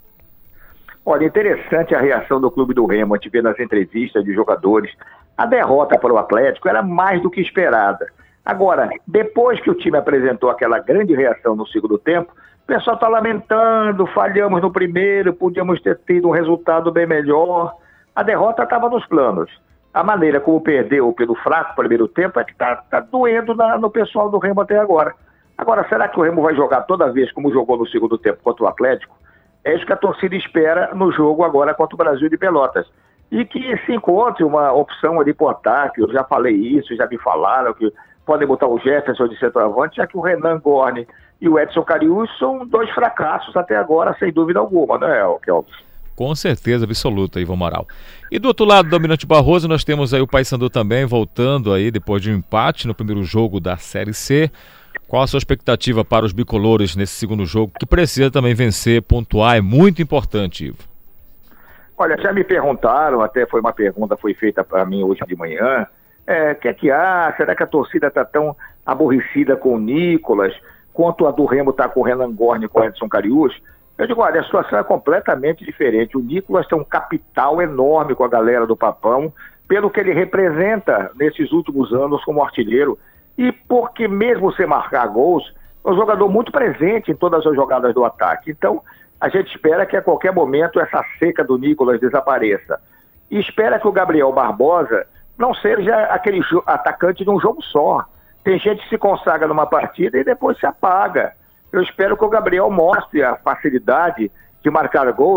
Olha, interessante a reação do Clube do Remo, a gente vê nas entrevistas de jogadores. A derrota para o Atlético era mais do que esperada. Agora, depois que o time apresentou aquela grande reação no segundo tempo, o pessoal está lamentando, falhamos no primeiro, podíamos ter tido um resultado bem melhor. A derrota estava nos planos. A maneira como perdeu pelo fraco primeiro tempo é que está doendo no pessoal do Remo até agora. Agora, será que o Remo vai jogar toda vez como jogou no segundo tempo contra o Atlético? É isso que a torcida espera no jogo agora contra o Brasil de Pelotas. E que se encontre uma opção ali por ataque. Eu já falei isso, já me falaram que podem botar o Jefferson de centroavante, já que o Renan Gorni e o Edson Cariús são dois fracassos até agora, sem dúvida alguma, não é, Kelvis? Com certeza absoluta, Ivo Amaral. E do outro lado do Almirante Barroso, nós temos aí o Paysandu também voltando aí depois de um empate no primeiro jogo da Série C. Qual a sua expectativa para os bicolores nesse segundo jogo, que precisa também vencer, pontuar, é muito importante, Ivo? Olha, já me perguntaram, até foi uma pergunta, foi feita para mim hoje de manhã, o que há? Será que a torcida está tão aborrecida com o Nicolas, quanto a do Remo está com o Renan Gorni e com o Edson Cariús? Eu digo, olha, a situação é completamente diferente. O Nicolas tem um capital enorme com a galera do Papão, pelo que ele representa nesses últimos anos como artilheiro, e porque mesmo sem marcar gols, é um jogador muito presente em todas as jogadas do ataque. Então, a gente espera que a qualquer momento essa seca do Nicolas desapareça. E espera que o Gabriel Barbosa não seja aquele atacante de um jogo só. Tem gente que se consagra numa partida e depois se apaga. Eu espero que o Gabriel mostre a facilidade de marcar gols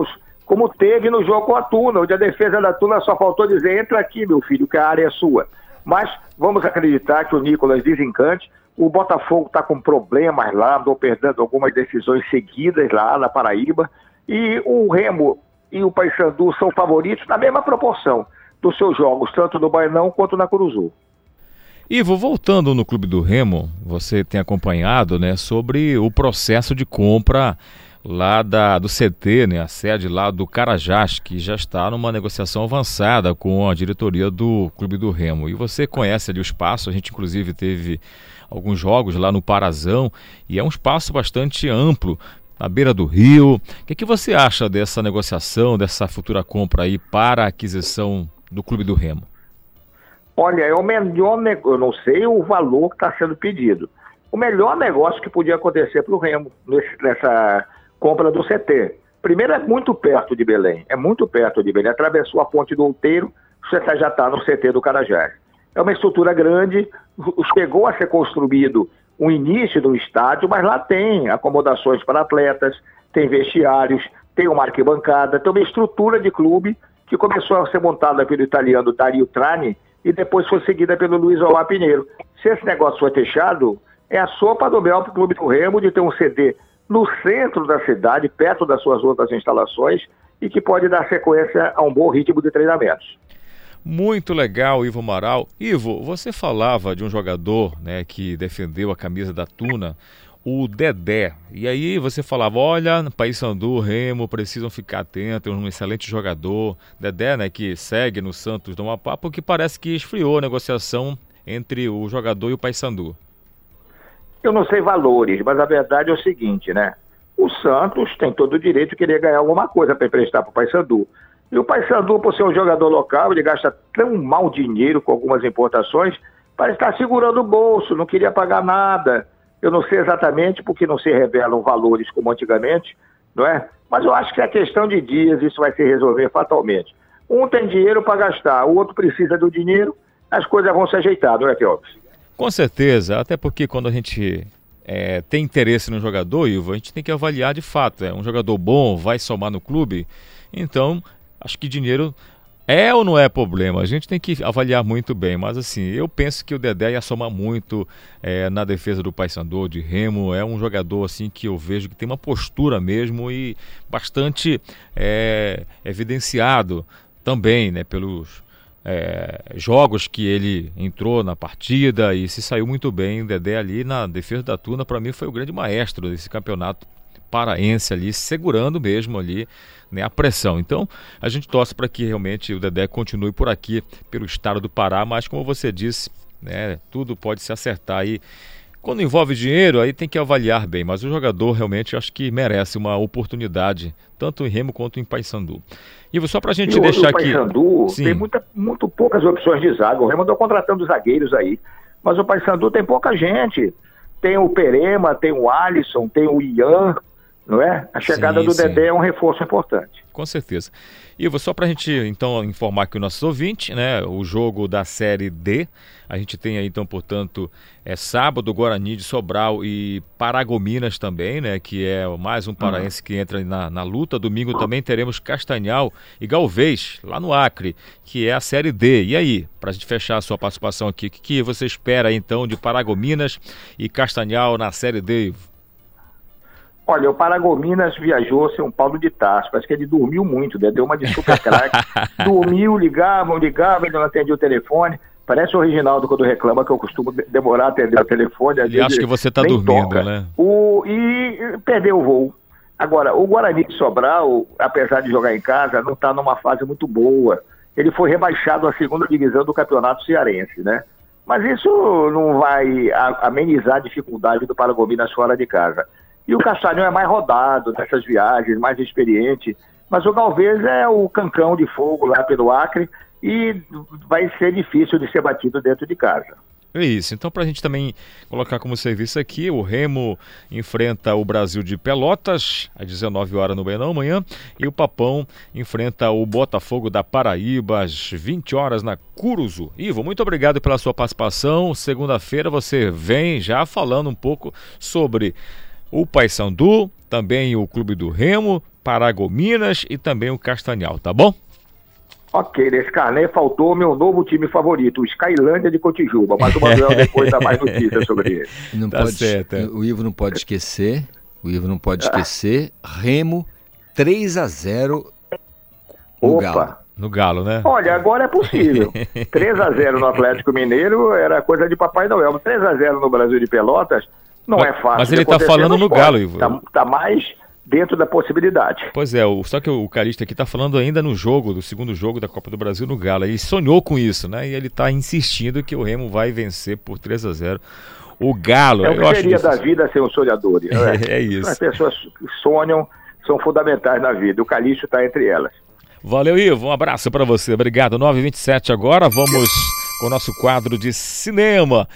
como teve no jogo com a Tuna, onde a defesa da Tuna só faltou dizer: entra aqui, meu filho, que a área é sua. Mas vamos acreditar que o Nicolas desencante. O Botafogo está com problemas lá, andou perdendo algumas decisões seguidas lá na Paraíba, e o Remo e o Paysandu são favoritos na mesma proporção dos seus jogos, tanto no Baenão quanto na Curuzu. Ivo, voltando no Clube do Remo, você tem acompanhado, né, sobre o processo de compra lá do CT, né, a sede lá do Carajás, que já está numa negociação avançada com a diretoria do Clube do Remo. E você conhece ali o espaço, a gente inclusive teve alguns jogos lá no Parazão, e é um espaço bastante amplo, na beira do rio. O que você acha dessa negociação, dessa futura compra aí para a aquisição do Clube do Remo? Olha, é o melhor negócio, eu não sei o valor que está sendo pedido. O melhor negócio que podia acontecer para o Remo nessa compra do CT. Primeiro, é muito perto de Belém, atravessou a ponte do Outeiro, você já está no CT do Carajás. É uma estrutura grande, chegou a ser construído o início do estádio, mas lá tem acomodações para atletas, tem vestiários, tem uma arquibancada, tem uma estrutura de clube que começou a ser montada pelo italiano Dario Trani e depois foi seguida pelo Luiz Omar Pinheiro. Se esse negócio for fechado, é a sopa do mel para o Clube do Remo de ter um CD no centro da cidade, perto das suas outras instalações, e que pode dar sequência a um bom ritmo de treinamentos. Muito legal, Ivo Amaral. Ivo, você falava de um jogador, né, que defendeu a camisa da Tuna, o Dedé. E aí você falava: olha, Paysandu, Remo precisam ficar atentos, é um excelente jogador. Dedé, né, que segue no Santos do Amapá, porque parece que esfriou a negociação entre o jogador e o Paysandu. Eu não sei valores, mas a verdade é o seguinte, né? O Santos tem todo o direito de querer ganhar alguma coisa para emprestar para o Paysandu. E o Paysandu, por ser um jogador local, ele gasta tão mal dinheiro com algumas importações, para estar segurando o bolso, não queria pagar nada. Eu não sei exatamente porque não se revelam valores como antigamente, não é? Mas eu acho que é questão de dias, isso vai se resolver fatalmente. Um tem dinheiro para gastar, o outro precisa do dinheiro, as coisas vão se ajeitar, não é, Kelvis? Com certeza, até porque quando a gente tem interesse no jogador, Ivo, a gente tem que avaliar de fato. É um jogador bom, vai somar no clube, então acho que dinheiro é ou não é problema, a gente tem que avaliar muito bem, mas assim, eu penso que o Dedé ia somar muito na defesa do Paysandu, de Remo. É um jogador assim que eu vejo que tem uma postura mesmo e bastante evidenciado também, né, pelos jogos que ele entrou na partida e se saiu muito bem. O Dedé ali na defesa da Tuna, para mim, foi o grande maestro desse campeonato paraense ali, segurando mesmo ali, né, a pressão. Então a gente torce para que realmente o Dedé continue por aqui, pelo estado do Pará, mas como você disse, né, tudo pode se acertar aí. Quando envolve dinheiro, aí tem que avaliar bem, mas o jogador realmente acho que merece uma oportunidade, tanto em Remo quanto em Paysandu. E só para a gente deixar aqui... O Paysandu tem muito poucas opções de zaga. O Remo andou contratando zagueiros aí, mas o Paysandu tem pouca gente. Tem o Perema, tem o Alisson, tem o Ian, não é? A chegada do Dedé é um reforço importante. Com certeza. Ivo, só para a gente então informar aqui o nosso ouvinte, né, o jogo da Série D, a gente tem aí então, portanto, sábado, Guarani de Sobral e Paragominas também, né, que é mais um paraense que entra na luta. Domingo também teremos Castanhal e Galvez, lá no Acre, que é a Série D. E aí, para a gente fechar a sua participação aqui, o que você espera então de Paragominas e Castanhal na Série D, Ivo? Olha, o Paragominas viajou sem um Paulo de Tarso, parece que ele dormiu muito, né? Deu uma de super craque, dormiu, ligava, ele não atendia o telefone, parece o Reginaldo quando reclama que eu costumo demorar a atender o telefone. Ele acha que você está dormindo, toca, né? E perdeu o voo. Agora, o Guarani de Sobral, apesar de jogar em casa, não está numa fase muito boa. Ele foi rebaixado à segunda divisão do Campeonato Cearense, né? Mas isso não vai amenizar a dificuldade do Paragominas fora de casa. E o Castanhal é mais rodado nessas viagens, mais experiente. Mas o Galvez é o cancão de fogo lá pelo Acre e vai ser difícil de ser batido dentro de casa. É isso. Então, para a gente também colocar como serviço aqui, o Remo enfrenta o Brasil de Pelotas às 19 horas no Baenão amanhã, e o Papão enfrenta o Botafogo da Paraíba às 20 horas na Curuzu. Ivo, muito obrigado pela sua participação. Segunda-feira você vem já falando um pouco sobre o Paysandu, também o Clube do Remo, Paragominas e também o Castanhal, tá bom? Ok, nesse carnê faltou o meu novo time favorito, o Skylândia de Cotijuba, mas o Manuel depois dá mais notícias sobre ele. Não Tá pode, certo. O Ivo não pode esquecer, Remo 3-0 no Galo. No Galo, né? Olha, agora é possível. 3-0 no Atlético Mineiro era coisa de Papai Noel. 3-0 no Brasil de Pelotas não é fácil. Mas ele está falando no Galo, Ivo. Tá mais dentro da possibilidade. Pois é, só que o Calixto aqui está falando ainda no jogo, do segundo jogo da Copa do Brasil no Galo. Ele sonhou com isso, né? E ele está insistindo que o Remo vai vencer por 3-0. O Galo... É o que seria da vida ser um sonhador. É isso. As pessoas que sonham são fundamentais na vida. O Calixto está entre elas. Valeu, Ivo. Um abraço para você. Obrigado. 9h27 agora. Vamos com o nosso quadro de cinema.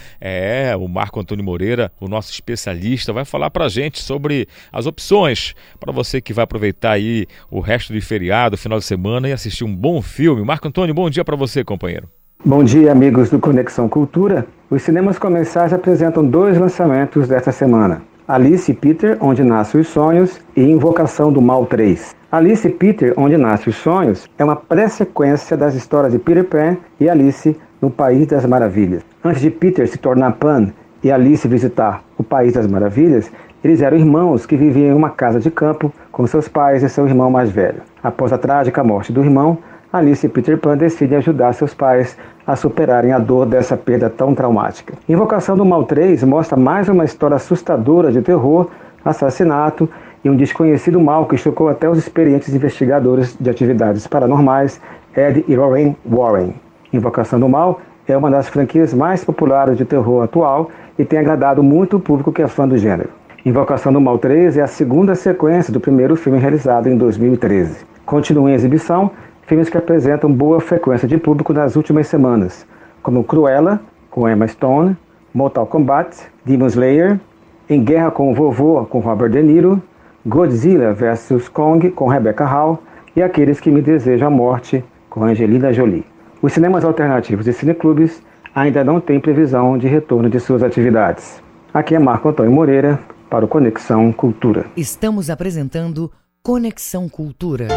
O Marco Antônio Moreira, o nosso especialista, vai falar pra gente sobre as opções para você que vai aproveitar aí o resto de feriado, final de semana e assistir um bom filme. Marco Antônio, bom dia para você, companheiro. Bom dia, amigos do Conexão Cultura. Os cinemas comerciais apresentam 2 lançamentos desta semana. Alice e Peter, Onde Nascem os Sonhos, e Invocação do Mal 3. Alice e Peter, Onde Nascem os Sonhos, é uma pré-sequência das histórias de Peter Pan e Alice no País das Maravilhas. Antes de Peter se tornar Pan e Alice visitar o País das Maravilhas, eles eram irmãos que viviam em uma casa de campo com seus pais e seu irmão mais velho. Após a trágica morte do irmão, Alice e Peter Pan decidem ajudar seus pais a superarem a dor dessa perda tão traumática. Invocação do Mal 3 mostra mais uma história assustadora de terror, assassinato e um desconhecido mal que chocou até os experientes investigadores de atividades paranormais Ed e Lorraine Warren. Invocação do Mal é uma das franquias mais populares de terror atual e tem agradado muito o público que é fã do gênero. Invocação do Mal 3 é a segunda sequência do primeiro filme realizado em 2013. Continua em exibição filmes que apresentam boa frequência de público nas últimas semanas, como Cruella, com Emma Stone, Mortal Kombat, Demon Slayer, Em Guerra com o Vovô, com Robert De Niro, Godzilla vs Kong, com Rebecca Hall, e Aqueles que Me Desejam a Morte, com Angelina Jolie. Os cinemas alternativos e cineclubes ainda não têm previsão de retorno de suas atividades. Aqui é Marco Antônio Moreira, para o Conexão Cultura. Estamos apresentando Conexão Cultura.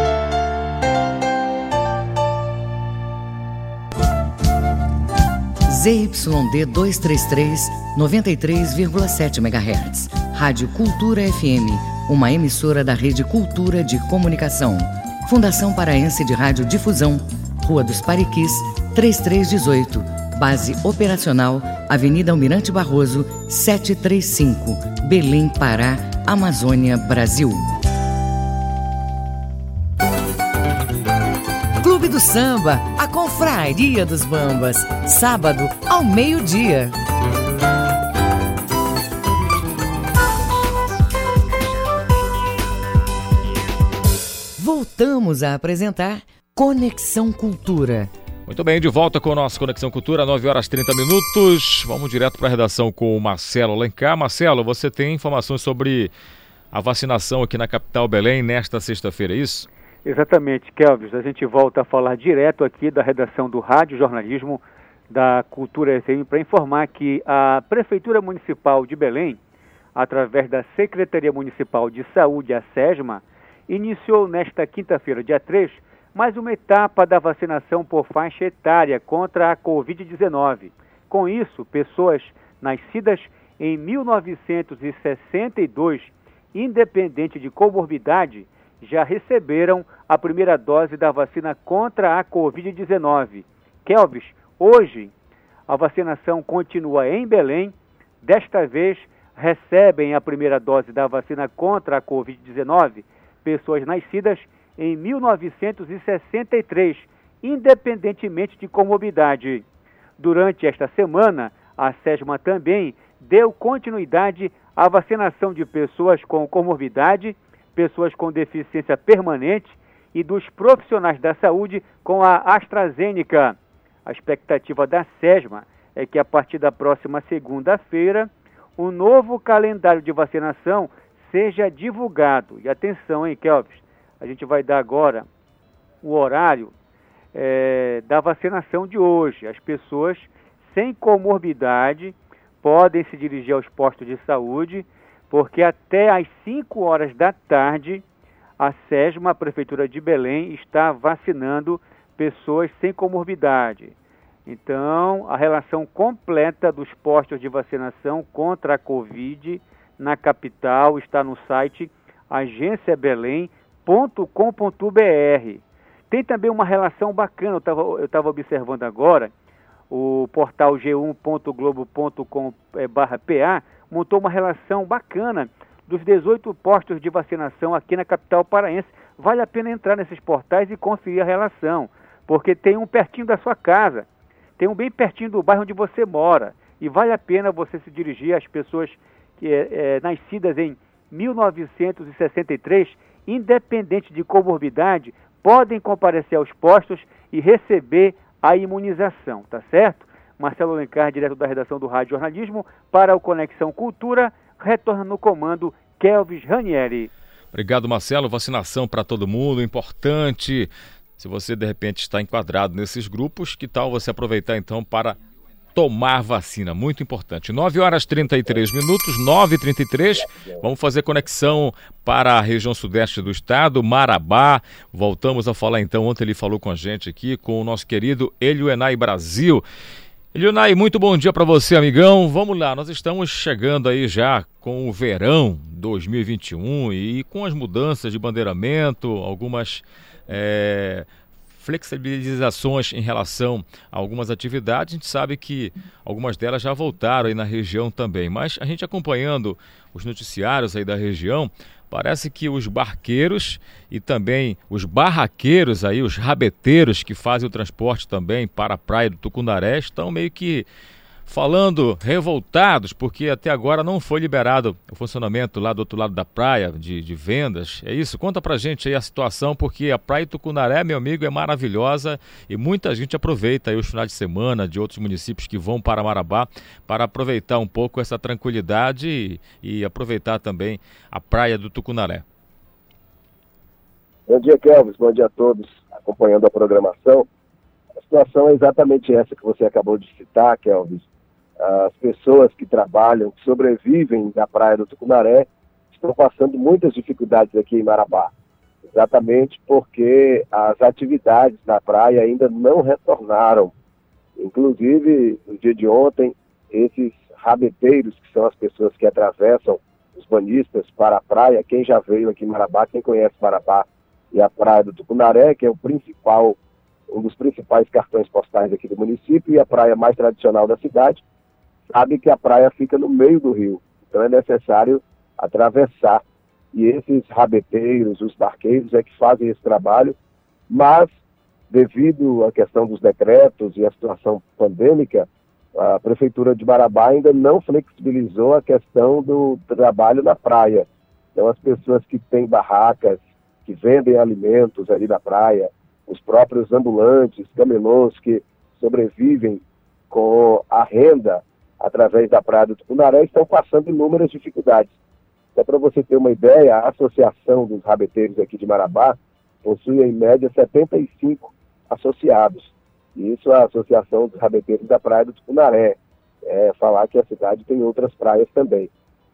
ZYD 233, 93,7 MHz. Rádio Cultura FM, uma emissora da Rede Cultura de Comunicação. Fundação Paraense de Rádio Difusão, Rua dos Pariquis, 3318. Base operacional, Avenida Almirante Barroso, 735. Belém, Pará, Amazônia, Brasil. Clube do Samba, a Confraria dos Bambas, sábado ao meio-dia. Voltamos a apresentar Conexão Cultura. Muito bem, de volta com o nosso Conexão Cultura, 9h30. Vamos direto para a redação com o Marcelo Alencar. Marcelo, você tem informações sobre a vacinação aqui na capital Belém nesta sexta-feira, é isso? Exatamente, Kelvis. A gente volta a falar direto aqui da redação do Rádio Jornalismo da Cultura FM para informar que a Prefeitura Municipal de Belém, através da Secretaria Municipal de Saúde, a SESMA, iniciou nesta quinta-feira, dia 3, mais uma etapa da vacinação por faixa etária contra a Covid-19. Com isso, pessoas nascidas em 1962, independente de comorbidade, já receberam a primeira dose da vacina contra a Covid-19. Kelvis, hoje a vacinação continua em Belém. Desta vez, recebem a primeira dose da vacina contra a Covid-19 pessoas nascidas em 1963, independentemente de comorbidade. Durante esta semana, a SESMA também deu continuidade à vacinação de pessoas com comorbidade, pessoas com deficiência permanente e dos profissionais da saúde com a AstraZeneca. A expectativa da SESMA é que a partir da próxima segunda-feira, o novo calendário de vacinação seja divulgado. E atenção, hein, Kelvis? A gente vai dar agora o horário da vacinação de hoje. As pessoas sem comorbidade podem se dirigir aos postos de saúde, porque até às 5 horas da tarde a SESMA, a Prefeitura de Belém, está vacinando pessoas sem comorbidade. Então, a relação completa dos postos de vacinação contra a Covid na capital está no site agenciabelém.com.br. Tem também uma relação bacana, eu estava observando agora, o portal g1.globo.com/PA montou uma relação bacana dos 18 postos de vacinação aqui na capital paraense. Vale a pena entrar nesses portais e conferir a relação, porque tem um pertinho da sua casa, tem um bem pertinho do bairro onde você mora, e vale a pena você se dirigir às pessoas que nascidas em 1963, independente de comorbidade, podem comparecer aos postos e receber a imunização, tá certo? Marcelo Alencar, direto da redação do Rádio Jornalismo, para o Conexão Cultura, retorna no comando Kelvis Ranieri. Obrigado, Marcelo. Vacinação para todo mundo, importante. Se você, de repente, está enquadrado nesses grupos, que tal você aproveitar, então, para tomar vacina? Muito importante. 9h33, 9h33. Vamos fazer conexão para a região sudeste do estado, Marabá. Voltamos a falar, então, ontem ele falou com a gente aqui, com o nosso querido Elionay Brasil. Elionay, muito bom dia para você, amigão. Vamos lá, nós estamos chegando aí já com o verão 2021 e com as mudanças de bandeiramento, algumas flexibilizações em relação a algumas atividades. A gente sabe que algumas delas já voltaram aí na região também, mas a gente acompanhando os noticiários aí da região, parece que os barqueiros e também os barraqueiros aí, os rabeteiros que fazem o transporte também para a praia do Tucunaré estão meio que falando revoltados, porque até agora não foi liberado o funcionamento lá do outro lado da praia, de vendas. É isso? Conta pra gente aí a situação, porque a praia do Tucunaré, meu amigo, é maravilhosa e muita gente aproveita aí os finais de semana de outros municípios que vão para Marabá para aproveitar um pouco essa tranquilidade e aproveitar também a praia do Tucunaré. Bom dia, Kelvis. Bom dia a todos acompanhando a programação. A situação é exatamente essa que você acabou de citar, Kelvis. As pessoas que trabalham, que sobrevivem da praia do Tucunaré, estão passando muitas dificuldades aqui em Marabá. Exatamente porque as atividades na praia ainda não retornaram. Inclusive, no dia de ontem, esses rabeteiros, que são as pessoas que atravessam os banhistas para a praia, quem já veio aqui em Marabá, quem conhece Marabá e a praia do Tucunaré, que é um dos principais cartões postais aqui do município e a praia mais tradicional da cidade, sabe que a praia fica no meio do rio, então é necessário atravessar. E esses rabeteiros, os barqueiros, é que fazem esse trabalho, mas devido à questão dos decretos e à situação pandêmica, a Prefeitura de Marabá ainda não flexibilizou a questão do trabalho na praia. Então as pessoas que têm barracas, que vendem alimentos ali na praia, os próprios ambulantes, camelôs que sobrevivem com a renda através da praia do Tucunaré estão passando inúmeras dificuldades. Só para você ter uma ideia, a Associação dos Rabeteiros aqui de Marabá possui em média 75 associados. E isso é a Associação dos Rabeteiros da Praia do Tucunaré. Falar que a cidade tem outras praias também.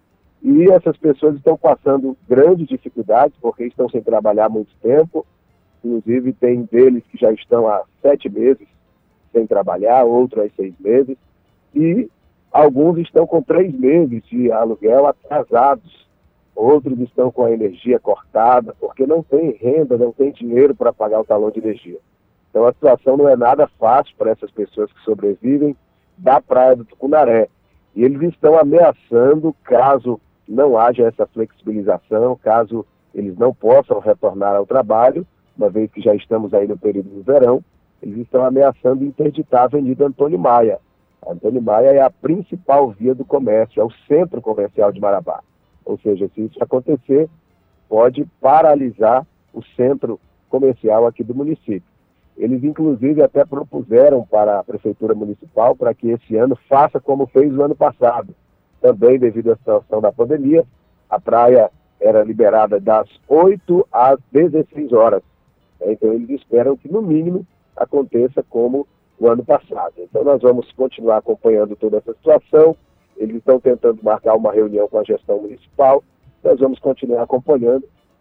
E essas pessoas estão passando grandes dificuldades porque estão sem trabalhar há muito tempo. Inclusive tem deles que já estão há 7 meses sem trabalhar, outros há 6 meses. E alguns estão com 3 meses de aluguel atrasados. Outros estão com a energia cortada, porque não tem renda, não tem dinheiro para pagar o talão de energia. Então a situação não é nada fácil para essas pessoas que sobrevivem da praia do Tucunaré. E eles estão ameaçando, caso não haja essa flexibilização, caso eles não possam retornar ao trabalho, uma vez que já estamos aí no período do verão, eles estão ameaçando interditar a Avenida Antônio Maia. A Antônio Maia é a principal via do comércio, é o centro comercial de Marabá. Ou seja, se isso acontecer, pode paralisar o centro comercial aqui do município. Eles, inclusive, até propuseram para a Prefeitura Municipal para que esse ano faça como fez o ano passado. Também, devido à situação da pandemia, a praia era liberada das 8 às 16 horas. Então, eles esperam que, no mínimo, aconteça como o ano passado. Então, nós vamos continuar acompanhando toda essa situação. Eles estão tentando marcar uma reunião com a gestão municipal. Nós vamos continuar acompanhando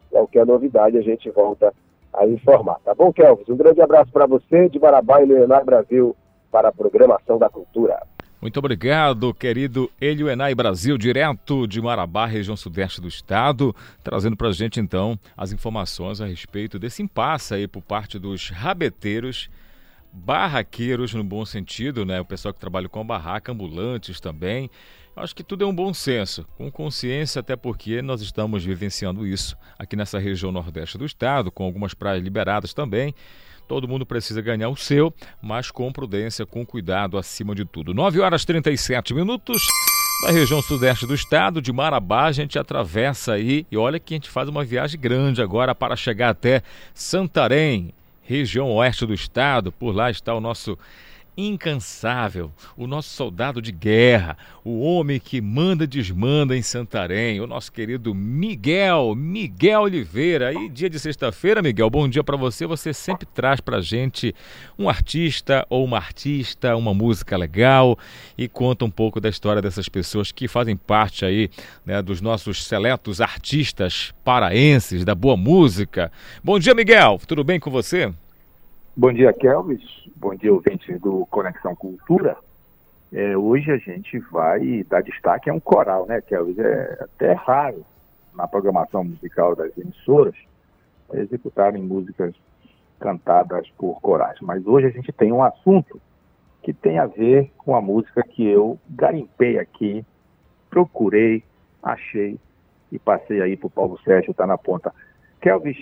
qualquer novidade a gente volta a informar. Tá bom, Kelvis? Um grande abraço para você, de Marabá e Leonardo Brasil, para a Programação da Cultura. Muito obrigado, querido Elioenay Brasil, direto de Marabá, região sudeste do estado, trazendo para a gente, então, as informações a respeito desse impasse aí por parte dos rabeteiros, barraqueiros no bom sentido, né? O pessoal que trabalha com a barraca, ambulantes também. Eu acho que tudo é um bom senso, com consciência, até porque nós estamos vivenciando isso aqui nessa região nordeste do estado, com algumas praias liberadas também. Todo mundo precisa ganhar o seu, mas com prudência, com cuidado acima de tudo. 9h37 da região sudeste do estado, de Marabá, a gente atravessa aí e olha que a gente faz uma viagem grande agora para chegar até Santarém, região oeste do estado. Por lá está o nosso incansável, o nosso soldado de guerra, o homem que manda e desmanda em Santarém, o nosso querido Miguel Oliveira. E dia de sexta-feira, Miguel, bom dia para você. Você sempre traz pra gente um artista ou uma artista, uma música legal e conta um pouco da história dessas pessoas que fazem parte aí, né, dos nossos seletos artistas paraenses da boa música. Bom dia, Miguel, tudo bem com você? Bom dia, Kelvis. Bom dia, ouvintes do Conexão Cultura. Hoje a gente vai dar destaque a um coral, né, Kelvis? É até raro na programação musical das emissoras executarem músicas cantadas por corais. Mas hoje a gente tem um assunto que tem a ver com a música que eu garimpei aqui, procurei, achei e passei aí para o Paulo Sérgio, tá na ponta. Kelvis,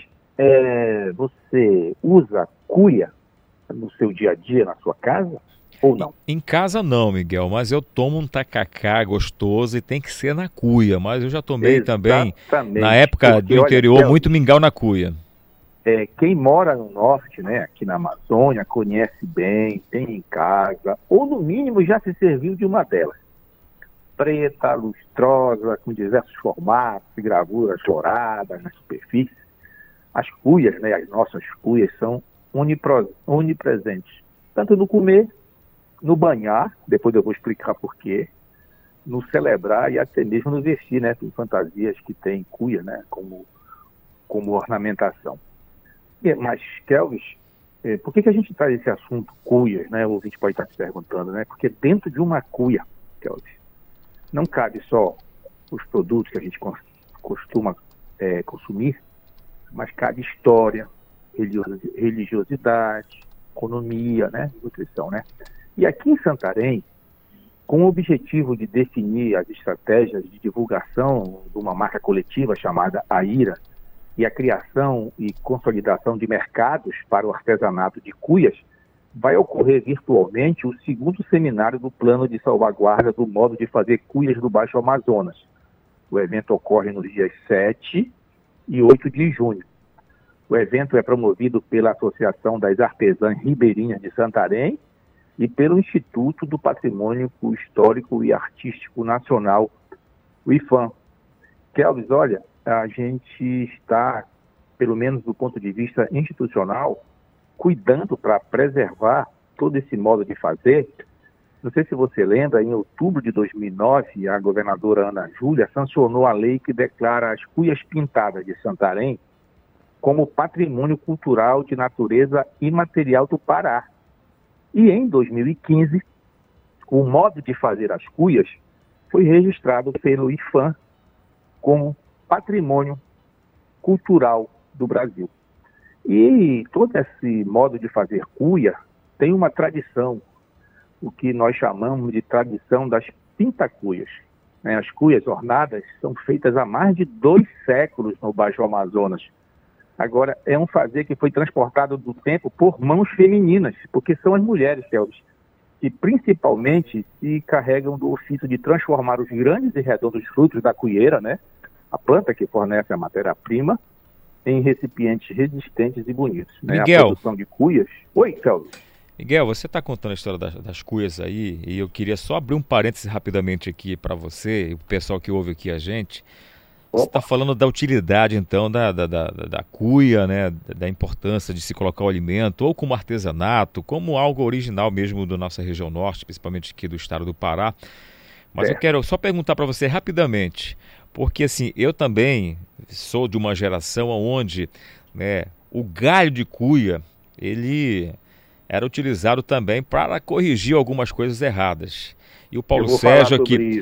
você usa cuia no seu dia a dia, na sua casa, ou não? Em casa não, Miguel, mas eu tomo um tacacá gostoso e tem que ser na cuia, mas eu já tomei também, na época do interior, muito mingau na cuia. Quem mora no norte, né, aqui na Amazônia, conhece bem, tem em casa, ou no mínimo já se serviu de uma delas. Preta, lustrosa, com diversos formatos e gravuras floradas na superfície. As cuias, né, as nossas cuias, são onipresentes, tanto no comer, no banhar, depois eu vou explicar por quê, no celebrar e até mesmo no vestir, né? Tem fantasias que tem cuia, né, como ornamentação. Mas, Kelvis, por que a gente traz esse assunto cuias, né? O ouvinte pode estar se perguntando, né? Porque dentro de uma cuia, Kelvis, não cabe só os produtos que a gente costuma consumir, mas cabe história, religiosidade, economia, né, nutrição, né? E aqui em Santarém, com o objetivo de definir as estratégias de divulgação de uma marca coletiva chamada AIRA e a criação e consolidação de mercados para o artesanato de cuias, vai ocorrer virtualmente o segundo seminário do Plano de Salvaguarda do Modo de Fazer Cuias do Baixo Amazonas. O evento ocorre nos dias 7 e 8 de junho. O evento é promovido pela Associação das Artesãs Ribeirinhas de Santarém e pelo Instituto do Patrimônio Histórico e Artístico Nacional, o IFAM. Kelvis, olha, a gente está, pelo menos do ponto de vista institucional, cuidando para preservar todo esse modo de fazer. Não sei se você lembra, em outubro de 2009, a governadora Ana Júlia sancionou a lei que declara as cuias pintadas de Santarém como patrimônio cultural de natureza imaterial do Pará. E em 2015, o modo de fazer as cuias foi registrado pelo IFAM como patrimônio cultural do Brasil. E todo esse modo de fazer cuia tem uma tradição, o que nós chamamos de tradição das pintacuias. As cuias ornadas são feitas há mais de 2 séculos no Baixo Amazonas. Agora, é um fazer que foi transportado do tempo por mãos femininas, porque são as mulheres, Kelvis, que principalmente se carregam do ofício de transformar os grandes e redondos frutos da cuieira, né, a planta que fornece a matéria-prima, em recipientes resistentes e bonitos. Né? Miguel. A produção de cuias... Oi, Kelvis. Miguel, você está contando a história das cuias aí, e eu queria só abrir um parêntese rapidamente aqui para você e o pessoal que ouve aqui a gente. Você está falando da utilidade, então, da cuia, né, da importância de se colocar o alimento, ou como artesanato, como algo original mesmo da nossa região norte, principalmente aqui do estado do Pará. Mas eu quero só perguntar para você rapidamente, porque assim, eu também sou de uma geração onde, né, o galho de cuia, ele era utilizado também para corrigir algumas coisas erradas. E o Paulo Sérgio aqui,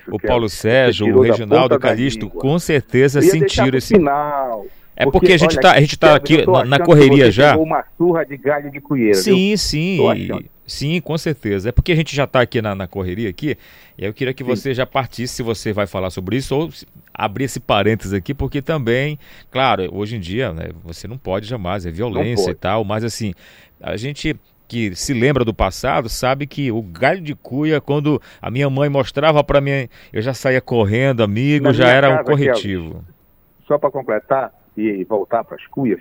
o Reginaldo, o Calixto, com certeza sentiram esse... Final. É porque a gente tá aqui na correria já. Uma surra de galho de cuieira. Sim, sim, com certeza. É porque a gente já está aqui na correria aqui, e eu queria que você já partisse, se você vai falar sobre isso, ou abrir esse parênteses aqui, porque também, claro, hoje em dia, né, você não pode jamais, é violência e tal, mas assim, a gente que se lembra do passado sabe que o galho de cuia, quando a minha mãe mostrava para mim, eu já saía correndo, amigo, já era um corretivo. Só para completar e voltar para as cuias,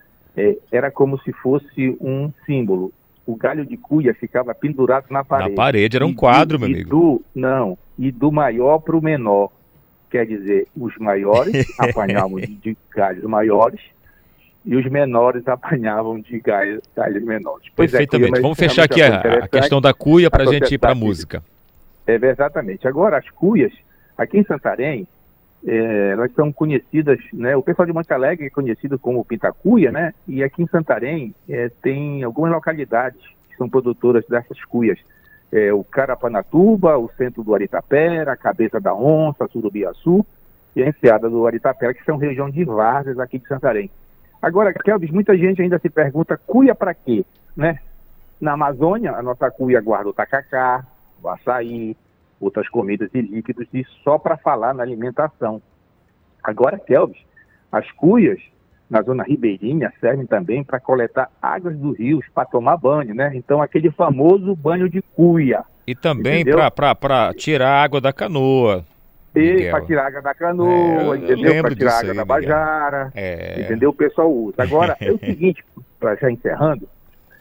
era como se fosse um símbolo. O galho de cuia ficava pendurado na parede. Na parede, era um quadro, meu amigo. E do maior para o menor. Quer dizer, os maiores apanhavam de galhos maiores e os menores apanhavam de galhos menores. Perfeitamente. Vamos fechar aqui a questão da cuia para a gente ir para a música. Exatamente. Agora, as cuias, aqui em Santarém, elas são conhecidas, né? O pessoal de Monte Alegre é conhecido como Pintacuia, né? E aqui em Santarém tem algumas localidades que são produtoras dessas cuias. O Carapanatuba, o centro do Aritapera, a Cabeça da Onça, Surubiaçu e a Enseada do Aritapera, que são região de várzeas aqui de Santarém. Agora, Kelvis, muita gente ainda se pergunta, cuia para quê? Né? Na Amazônia, a nossa cuia guarda o tacacá, o açaí, outras comidas e líquidos, e só para falar na alimentação. Agora, Kelvis, as cuias na zona ribeirinha servem também para coletar águas dos rios para tomar banho, né? Então, aquele famoso banho de cuia. E também para tirar a água da canoa. E para tirar a água da canoa, entendeu? Para tirar a água da bajara, entendeu? O pessoal usa. Agora, é o seguinte, para já encerrando,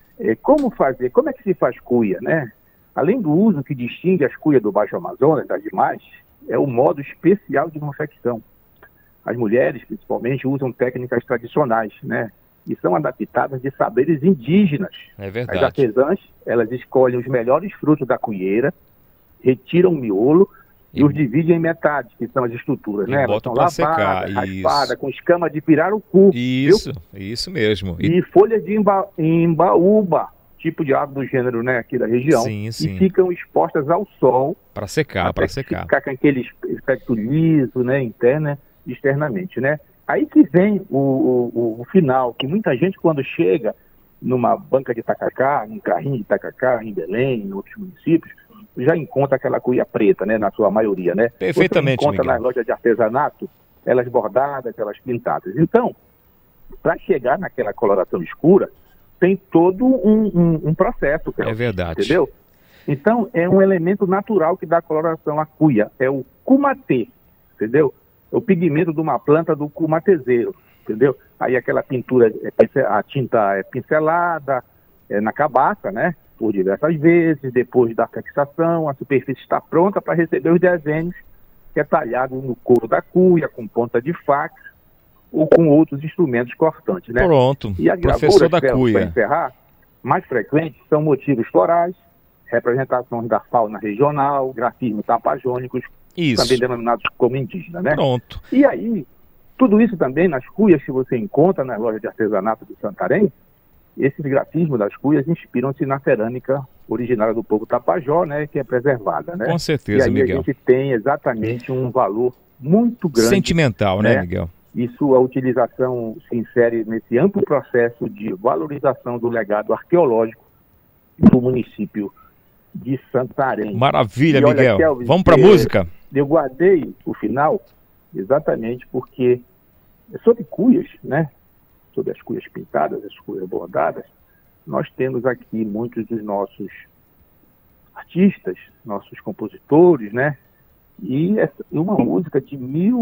como é que se faz cuia, né? Além do uso que distingue as cuias do Baixo Amazonas das demais, é o modo especial de confecção. As mulheres, principalmente, usam técnicas tradicionais, né? E são adaptadas de saberes indígenas. É verdade. As artesãs, elas escolhem os melhores frutos da cuieira, retiram o miolo e os dividem em metades, que são as estruturas, né? Elas são lavadas, raspadas, com escama de pirarucu. Isso mesmo. E folhas de imbaúba, tipo de árvore do gênero, né, aqui da região, sim. E ficam expostas ao sol para secar, ficar com aquele aspecto liso, né, interna e externamente, né. Aí que vem o final, que muita gente quando chega numa banca de tacacá, num carrinho de tacacá, em Belém, em outros municípios, já encontra aquela cuia preta, né, na sua maioria, né. Perfeitamente, você encontra nas lojas de artesanato, elas bordadas, elas pintadas. Então, para chegar naquela coloração escura, tem todo um processo. É verdade. Entendeu? Então, é um elemento natural que dá coloração à cuia. É o cumatê, entendeu? É o pigmento de uma planta do cumatezeiro, entendeu? Aí aquela pintura, a tinta é pincelada na cabaça, né? Por diversas vezes, depois da fixação, a superfície está pronta para receber os desenhos, que é talhado no couro da cuia, com ponta de faca, ou com outros instrumentos cortantes, né? Pronto, e as professor da cuia. Para encerrar, mais frequentes são motivos florais, representações da fauna regional, grafismos tapajônicos, também denominados como indígena, né? Pronto. E aí, tudo isso também nas cuias que você encontra nas lojas de artesanato de Santarém, esses grafismos das cuias inspiram-se na cerâmica originária do povo Tapajó, né? Que é preservada, né? Com certeza, Miguel. E aí Miguel. A gente tem exatamente um valor muito grande. Sentimental, né, Miguel? E sua utilização se insere nesse amplo processo de valorização do legado arqueológico do município de Santarém. Maravilha, Miguel. Kelvis, vamos para a música? Eu guardei o final exatamente porque sobre cuias, né? Sobre as cuias pintadas, as cuias bordadas, nós temos aqui muitos dos nossos artistas, nossos compositores, né? E uma música de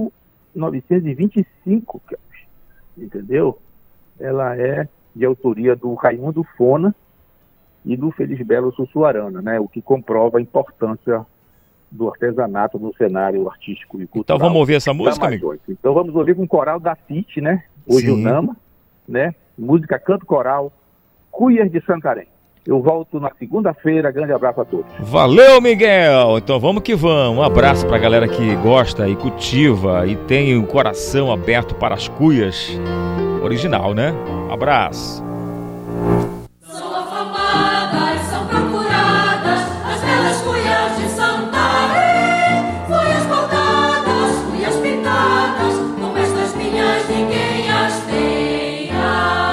1925, entendeu? Ela é de autoria do Raimundo Fona e do Felisbelo Sussuarana, né? O que comprova a importância do artesanato no cenário artístico e cultural. Então vamos ouvir essa música, amigo? Então vamos ouvir com o coral da CIT, né? Hoje o Nama, né? Música Canto Coral, Cuias de Santarém. Eu volto na segunda-feira. Grande abraço a todos. Valeu, Miguel! Então vamos que vamos. Um abraço pra galera que gosta e cultiva e tem o coração aberto para as cuias. Original, né? Um abraço. São afamadas, são procuradas as belas cuias de Santarém. Cuias bordadas, cuias pintadas, como estas minhas ninguém as tenha.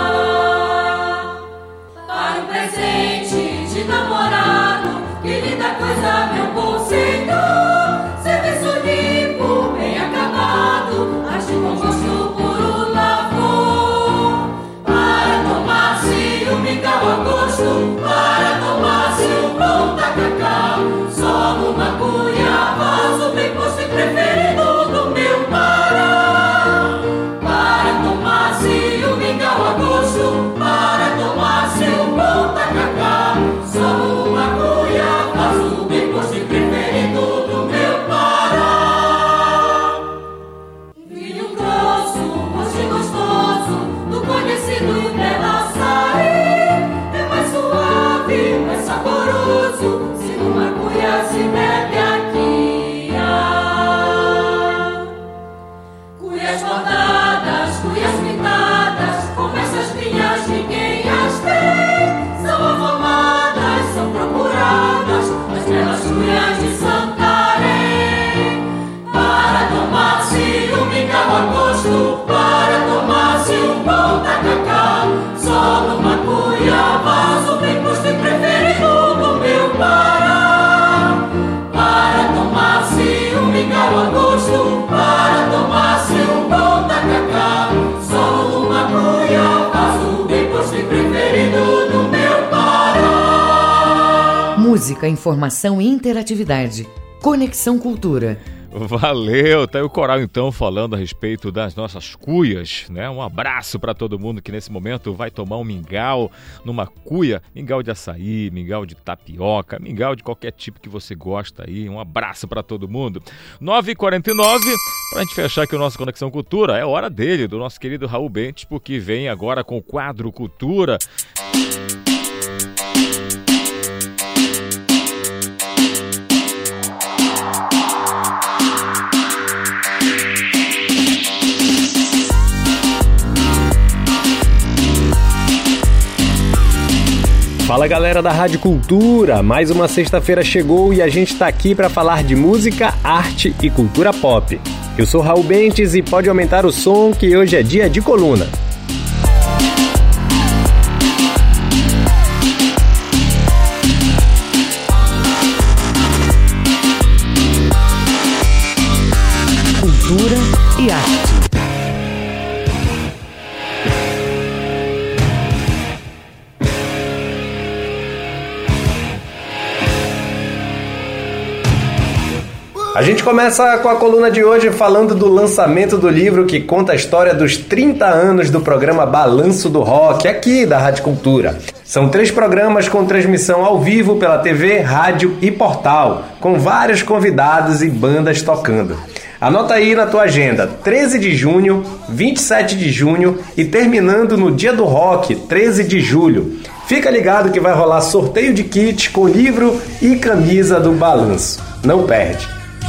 Para um presente de namorado, que linda coisa, meu bom senhor. Serviço limpo, bem acabado, age com gosto puro lavor. Para tomar-se um mingau a gosto, para tomar-se um bom tacacá, só numa cuia, vaso bem posto e preferido do meu Pará. Para tomar-se um mingau a gosto, para tomar-se um bom tacacá, só numa cuia, vaso bem posto e preferido do meu Pará. Vinho grosso, hoje gostoso, do conhecido Belaçaí, é mais suave, mais saboroso, se numa cuia se bebe aqui. Cuias bordadas, cuias pintadas, como essas minhas ninguém as tem. São afamadas, são procuradas as belas cuias de Santarém. Para tomar-se um mingau a gosto, para tomar-se um bom tacacá, só numa cuia, vaso bem posto e preferido do meu Pará. Para tomar-se um mingau a gosto, para tomar-se um bom tacacá, só numa cuia, vaso bem posto e preferido do meu Pará. Música, informação e interatividade. Conexão Cultura. Valeu, tá aí o coral então falando a respeito das nossas cuias, né? Um abraço para todo mundo que nesse momento vai tomar um mingau numa cuia, mingau de açaí, mingau de tapioca, mingau de qualquer tipo que você gosta aí. Um abraço para todo mundo. 9h49, pra gente fechar aqui o nosso Conexão Cultura, é hora dele, do nosso querido Raul Bentes, porque vem agora com o quadro Cultura. Fala galera da Rádio Cultura, mais uma sexta-feira chegou e a gente tá aqui para falar de música, arte e cultura pop. Eu sou Raul Bentes e pode aumentar o som que hoje é dia de coluna. Cultura e arte. A gente começa com a coluna de hoje falando do lançamento do livro que conta a história dos 30 anos do programa Balanço do Rock, aqui da Rádio Cultura. São 3 programas com transmissão ao vivo pela TV, rádio e portal, com vários convidados e bandas tocando. Anota aí na tua agenda, 13 de junho, 27 de junho e terminando no Dia do Rock, 13 de julho. Fica ligado que vai rolar sorteio de kit com livro e camisa do Balanço. Não perde!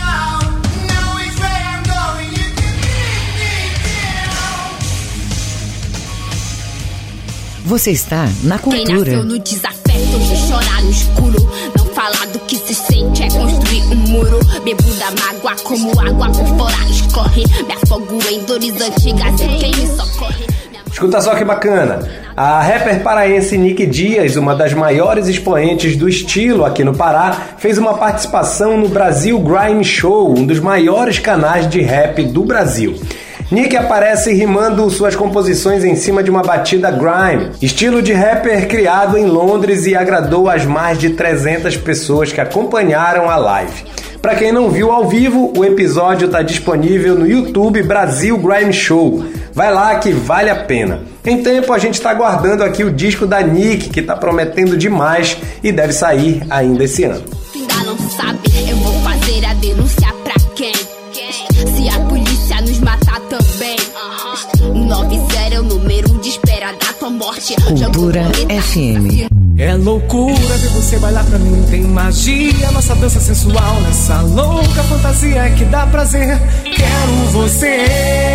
Você está na Cultura. Quem nasceu no desafeto de chorar no escuro, não falar do que se sente é construir um muro. Bebo da mágoa como água por fora escorre, me afogo em dores antigas e quem me socorre. Escuta só que bacana, a rapper paraense Nick Dias, uma das maiores expoentes do estilo aqui no Pará, fez uma participação no Brasil Grime Show, um dos maiores canais de rap do Brasil. Nick aparece rimando suas composições em cima de uma batida grime, estilo de rapper criado em Londres e agradou as mais de 300 pessoas que acompanharam a live. Para quem não viu ao vivo, o episódio está disponível no YouTube Brasil Grime Show. Vai lá que vale a pena. Em tempo a gente está aguardando aqui o disco da Nick, que está prometendo demais e deve sair ainda esse ano. Ainda não sabe, eu vou fazer a denúncia pra quem? Se a polícia nos matar também. 90 é o número de espera da tua morte. Cultura FM. É loucura ver você bailar pra mim, tem magia, nossa dança sensual, nessa louca fantasia que dá prazer. Quero você.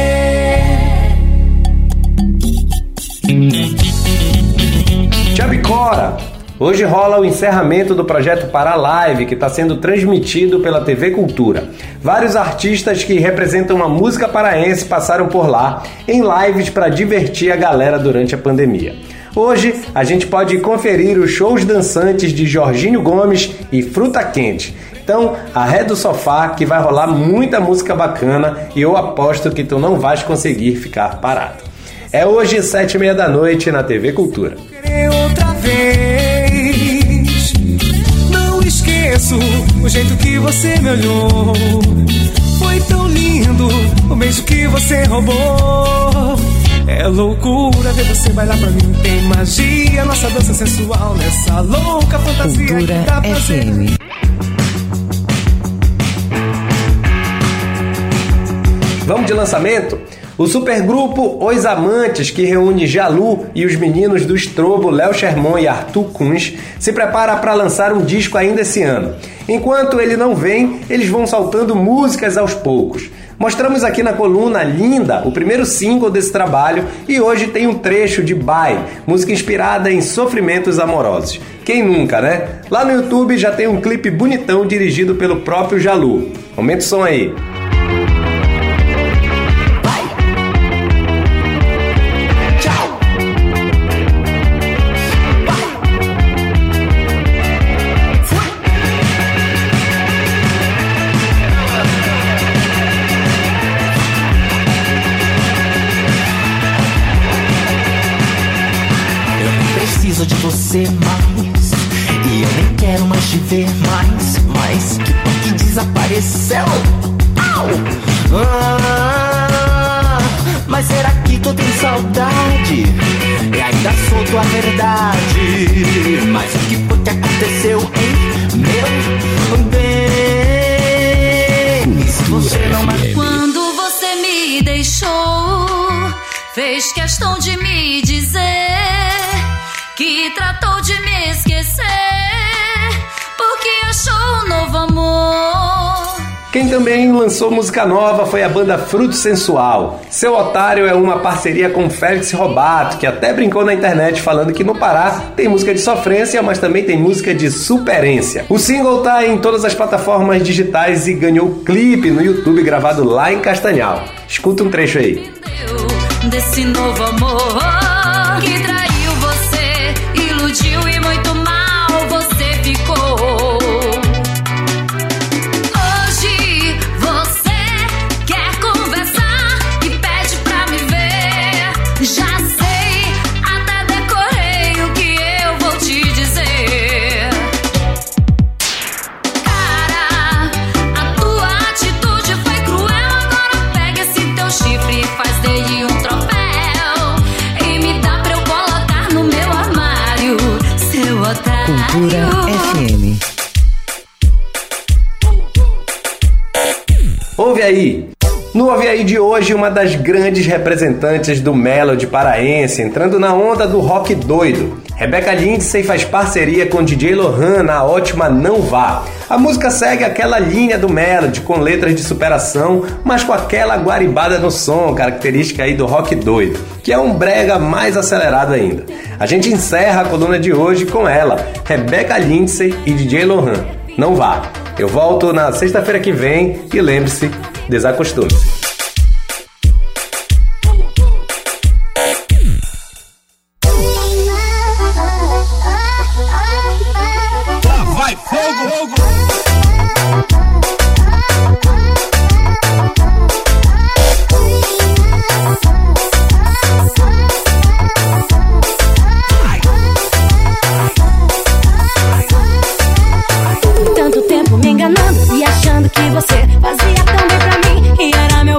Tchabicora! Hoje rola o encerramento do projeto Pará Live, que está sendo transmitido pela TV Cultura. Vários artistas que representam a música paraense passaram por lá em lives para divertir a galera durante a pandemia. Hoje a gente pode conferir os shows dançantes de Jorginho Gomes e Fruta Quente. Então, arreda o sofá que vai rolar muita música bacana e eu aposto que tu não vais conseguir ficar parado. É hoje 7h30 da noite na TV Cultura. Outra vez, não esqueço o jeito que você me olhou. Foi tão lindo o beijo que você roubou. É loucura ver você bailar pra mim, tem magia, nossa dança sensual, nessa louca fantasia Cultura que dá prazer. FM. Vamos de lançamento? O supergrupo Os Amantes, que reúne Jalu e os meninos do Estrobo, Léo Sherman e Arthur Kunz, se prepara para lançar um disco ainda esse ano. Enquanto ele não vem, eles vão soltando músicas aos poucos. Mostramos aqui na coluna Linda, o primeiro single desse trabalho, e hoje tem um trecho de Bye, música inspirada em sofrimentos amorosos. Quem nunca, né? Lá no YouTube já tem um clipe bonitão dirigido pelo próprio Jalu. Aumenta o som aí. De você mais, e eu nem quero mais te ver mais, mas que bom que desapareceu. Mas será que tu tem saudade? E ainda sou tua verdade. Mas o que foi que aconteceu, hein, meu bem? Se você não me... Quando você me deixou, fez questão de me dizer que tratou de me esquecer, porque achou um novo amor. Quem também lançou música nova foi a banda Fruto Sensual. Seu Otário é uma parceria com Félix Robato, que até brincou na internet falando que no Pará tem música de sofrência, mas também tem música de superência. O single tá em todas as plataformas digitais e ganhou clipe no YouTube gravado lá em Castanhal. Escuta um trecho aí. Desse novo amor que traiu você, iludiu e muito mal você ficou. Hoje você quer conversar e pede pra me ver. Já sei, até decorei o que eu vou te dizer. Cara, a tua atitude foi cruel. Agora pega esse teu chifre e faz dele um troféu e me dá pra eu colocar no meu armário, seu otário. Cultura FM. Ouve aí! No Ouve Aí de hoje, uma das grandes representantes do Melody paraense, entrando na onda do rock doido. Rebeca Lindsay faz parceria com DJ Lohan na ótima Não Vá. A música segue aquela linha do Melody, com letras de superação, mas com aquela guaribada no som, característica aí do rock doido, que é um brega mais acelerado ainda. A gente encerra a coluna de hoje com ela, Rebeca Lindsay e DJ Lohan. Não Vá. Eu volto na sexta-feira que vem e lembre-se, desacostume-se. Vai fogo! Tanto tempo me enganando e achando que você fazia tão bem pra mim e era meu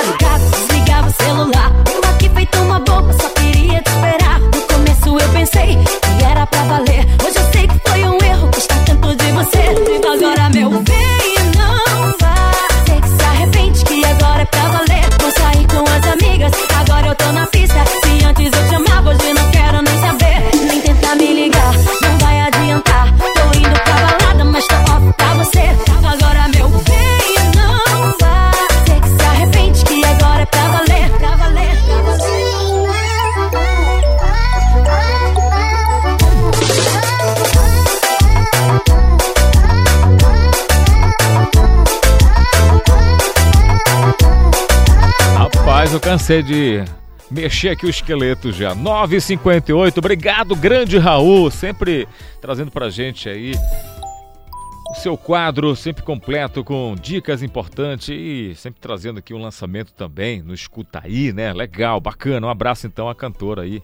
ligado, desligava o celular. Eu aqui feito uma boba, só queria te esperar. No começo eu pensei que era pra valer. Hoje eu sei que foi um erro gostar tanto de você. Agora meu bem, não vá. Sei que se arrepende, que agora é pra valer. Vou sair com as amigas, agora eu tô na pista. Se antes eu te amava, hoje não quero nem saber. Nem tentar me ligar, não vai adiantar. Tô indo pra balada, mas tô off pra você. Agora meu bem, não vá. Sei que se arrepende, que agora é pra valer. Pra valer, pra valer. Rapaz, eu cansei de mexer aqui o esqueleto já. 9h58, obrigado, grande Raul, sempre trazendo pra gente aí o seu quadro sempre completo com dicas importantes e sempre trazendo aqui um lançamento também no Escuta Aí, né? Legal, bacana. Um abraço então à cantora aí,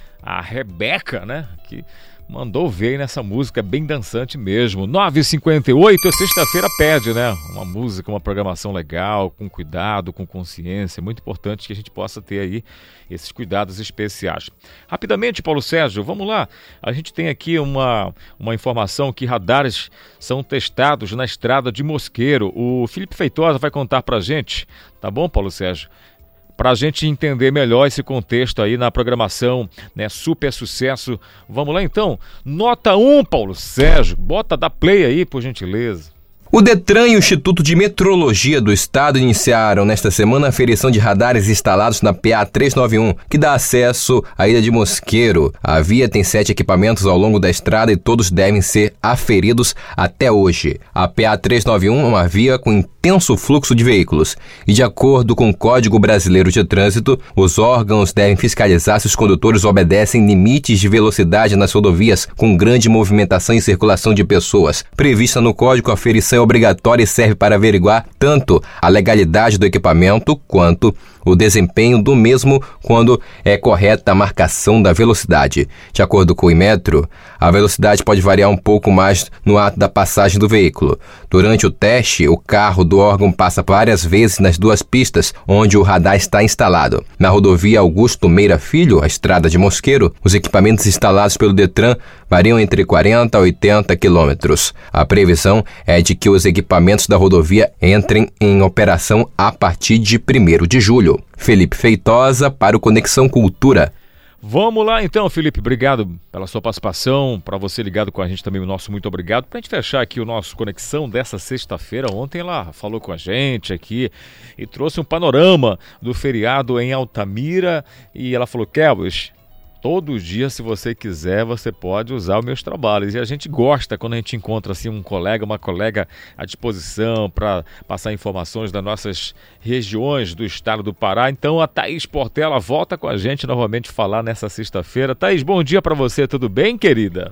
a Rebeca, né? Que mandou ver aí nessa música, bem dançante mesmo. 9h58, sexta-feira pede, né? Uma música, uma programação legal, com cuidado, com consciência. Muito importante que a gente possa ter aí esses cuidados especiais. Rapidamente, Paulo Sérgio, vamos lá. A gente tem aqui uma informação que radares são testados na estrada de Mosqueiro. O Felipe Feitosa vai contar pra gente, tá bom, Paulo Sérgio? Para a gente entender melhor esse contexto aí na programação, né? Super sucesso. Vamos lá então? Nota 1, Paulo Sérgio. Bota da play aí, por gentileza. O Detran e o Instituto de Metrologia do Estado iniciaram nesta semana a aferição de radares instalados na PA 391, que dá acesso à Ilha de Mosqueiro. A via tem 7 equipamentos ao longo da estrada e todos devem ser aferidos até hoje. A PA 391 é uma via com intenso fluxo de veículos e, de acordo com o Código Brasileiro de Trânsito, os órgãos devem fiscalizar se os condutores obedecem limites de velocidade nas rodovias com grande movimentação e circulação de pessoas. Prevista no Código, a aferição é obrigatória e serve para averiguar tanto a legalidade do equipamento quanto o desempenho do mesmo quando é correta a marcação da velocidade. De acordo com o Inmetro, a velocidade pode variar um pouco mais no ato da passagem do veículo. Durante o teste, o carro do órgão passa várias vezes nas 2 pistas onde o radar está instalado. Na rodovia Augusto Meira Filho, a estrada de Mosqueiro, os equipamentos instalados pelo Detran variam entre 40 a 80 quilômetros. A previsão é de que os equipamentos da rodovia entrem em operação a partir de 1º de julho. Felipe Feitosa para o Conexão Cultura. Vamos lá então, Felipe, obrigado pela sua participação, para você ligado com a gente também, o nosso muito obrigado. Para a gente fechar aqui o nosso Conexão dessa sexta-feira, ontem ela falou com a gente aqui e trouxe um panorama do feriado em Altamira e ela falou, Kelvis, todo dia, se você quiser, você pode usar os meus trabalhos. E a gente gosta quando a gente encontra assim, um colega, uma colega à disposição para passar informações das nossas regiões do estado do Pará. Então a Thaís Portela volta com a gente novamente falar nessa sexta-feira. Thaís, bom dia para você, tudo bem, querida?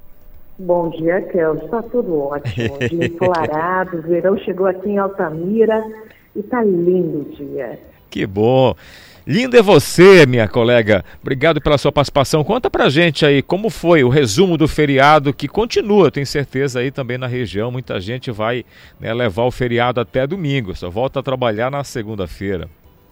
Bom dia, Kelvis, está tudo ótimo. Dia ensolarado, o verão chegou aqui em Altamira e está lindo o dia. Que bom. Linda é você, minha colega. Obrigado pela sua participação. Conta pra gente aí como foi o resumo do feriado que continua, tenho certeza aí também na região. Muita gente vai, né, levar o feriado até domingo, só volta a trabalhar na segunda-feira.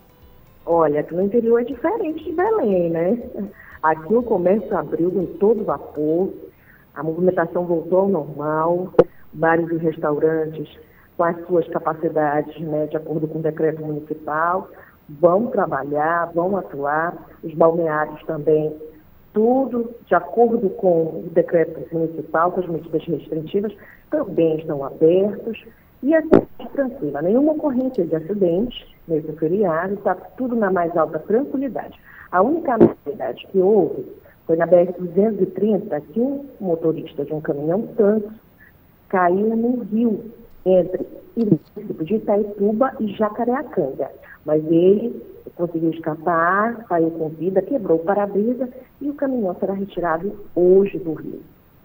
Olha, aqui no interior é diferente de Belém, né? Aqui o comércio abriu em todo vapor, a movimentação voltou ao normal, bares e restaurantes com as suas capacidades, né, de acordo com o decreto municipal, vão trabalhar, vão atuar, os balneários também, tudo de acordo com o decreto municipal, com as medidas restritivas, também estão abertos e a cidade tranquila. Nenhuma ocorrência de acidentes nesse feriado, está tudo na mais alta tranquilidade. A única novidade que houve foi na BR-230, que um motorista de um caminhão-tanque caiu no rio entre o município de Itaituba e Jacareacanga. Mas ele conseguiu escapar, saiu com vida, quebrou o para-brisa e o caminhão será retirado hoje do rio.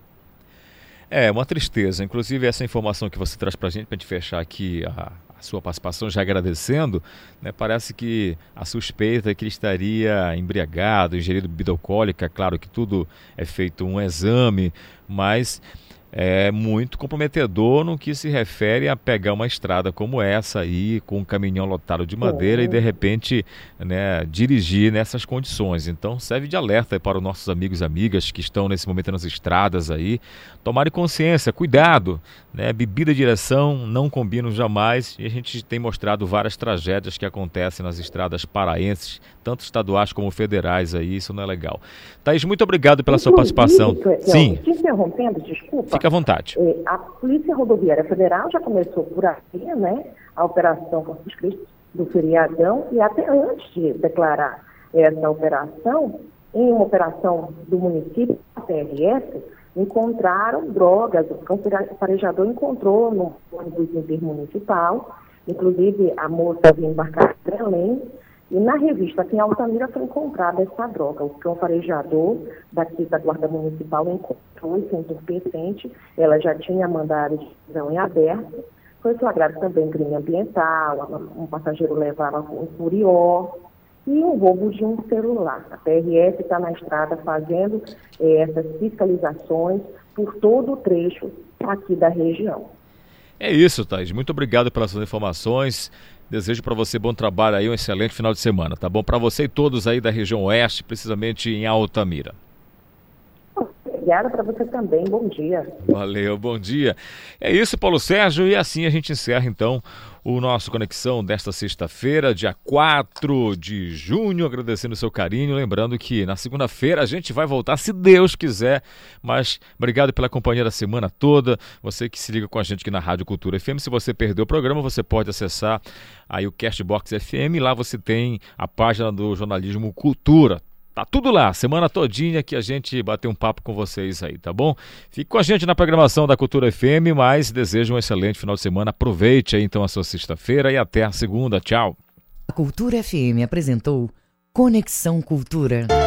É uma tristeza. Inclusive essa informação que você traz para a gente fechar aqui a sua participação, já agradecendo, né, parece que a suspeita é que ele estaria embriagado, ingerido bebida alcoólica. Claro que tudo é feito um exame, mas é muito comprometedor no que se refere a pegar uma estrada como essa aí, com um caminhão lotado de madeira e de repente, né, dirigir nessas condições. Então serve de alerta para os nossos amigos e amigas que estão nesse momento nas estradas aí, tomarem consciência, cuidado, né? Bebida e direção não combinam jamais, e a gente tem mostrado várias tragédias que acontecem nas estradas paraenses, tanto estaduais como federais aí, isso não é legal. Thaís, muito obrigado pela sua participação. Sim. Te interrompendo, desculpa. Fique à vontade. A Polícia Rodoviária Federal já começou por aqui, né, a Operação Corpus Christi do feriadão, e até antes de declarar essa operação, em uma operação do município, a PRF, encontraram drogas, o farejador encontrou no ônibus intermunicipal, inclusive a moça havia embarcado em Belém, e na revista aqui em Altamira foi encontrada essa droga. O cão farejador daqui da Guarda Municipal encontrou esse entorpecente, ela já tinha mandado de prisão em aberto, foi flagrado também crime ambiental, um passageiro levava um furió e um roubo de um celular. A PRF está na estrada fazendo essas fiscalizações por todo o trecho aqui da região. É isso, Thaís. Muito obrigado pelas suas informações. Desejo para você bom trabalho aí, um excelente final de semana, tá bom? Para você e todos aí da região oeste, precisamente em Altamira. Obrigada para você também, bom dia. Valeu, bom dia. É isso, Paulo Sérgio, e assim a gente encerra então o nosso Conexão desta sexta-feira, dia 4 de junho, agradecendo o seu carinho, lembrando que na segunda-feira a gente vai voltar, se Deus quiser, mas obrigado pela companhia da semana toda, você que se liga com a gente aqui na Rádio Cultura FM, se você perdeu o programa, você pode acessar aí o Castbox FM, lá você tem a página do Jornalismo Cultura. Tá tudo lá, semana todinha que a gente bateu um papo com vocês aí, tá bom? Fique com a gente na programação da Cultura FM, mas desejo um excelente final de semana. Aproveite aí então a sua sexta-feira e até a segunda. Tchau. A Cultura FM apresentou Conexão Cultura.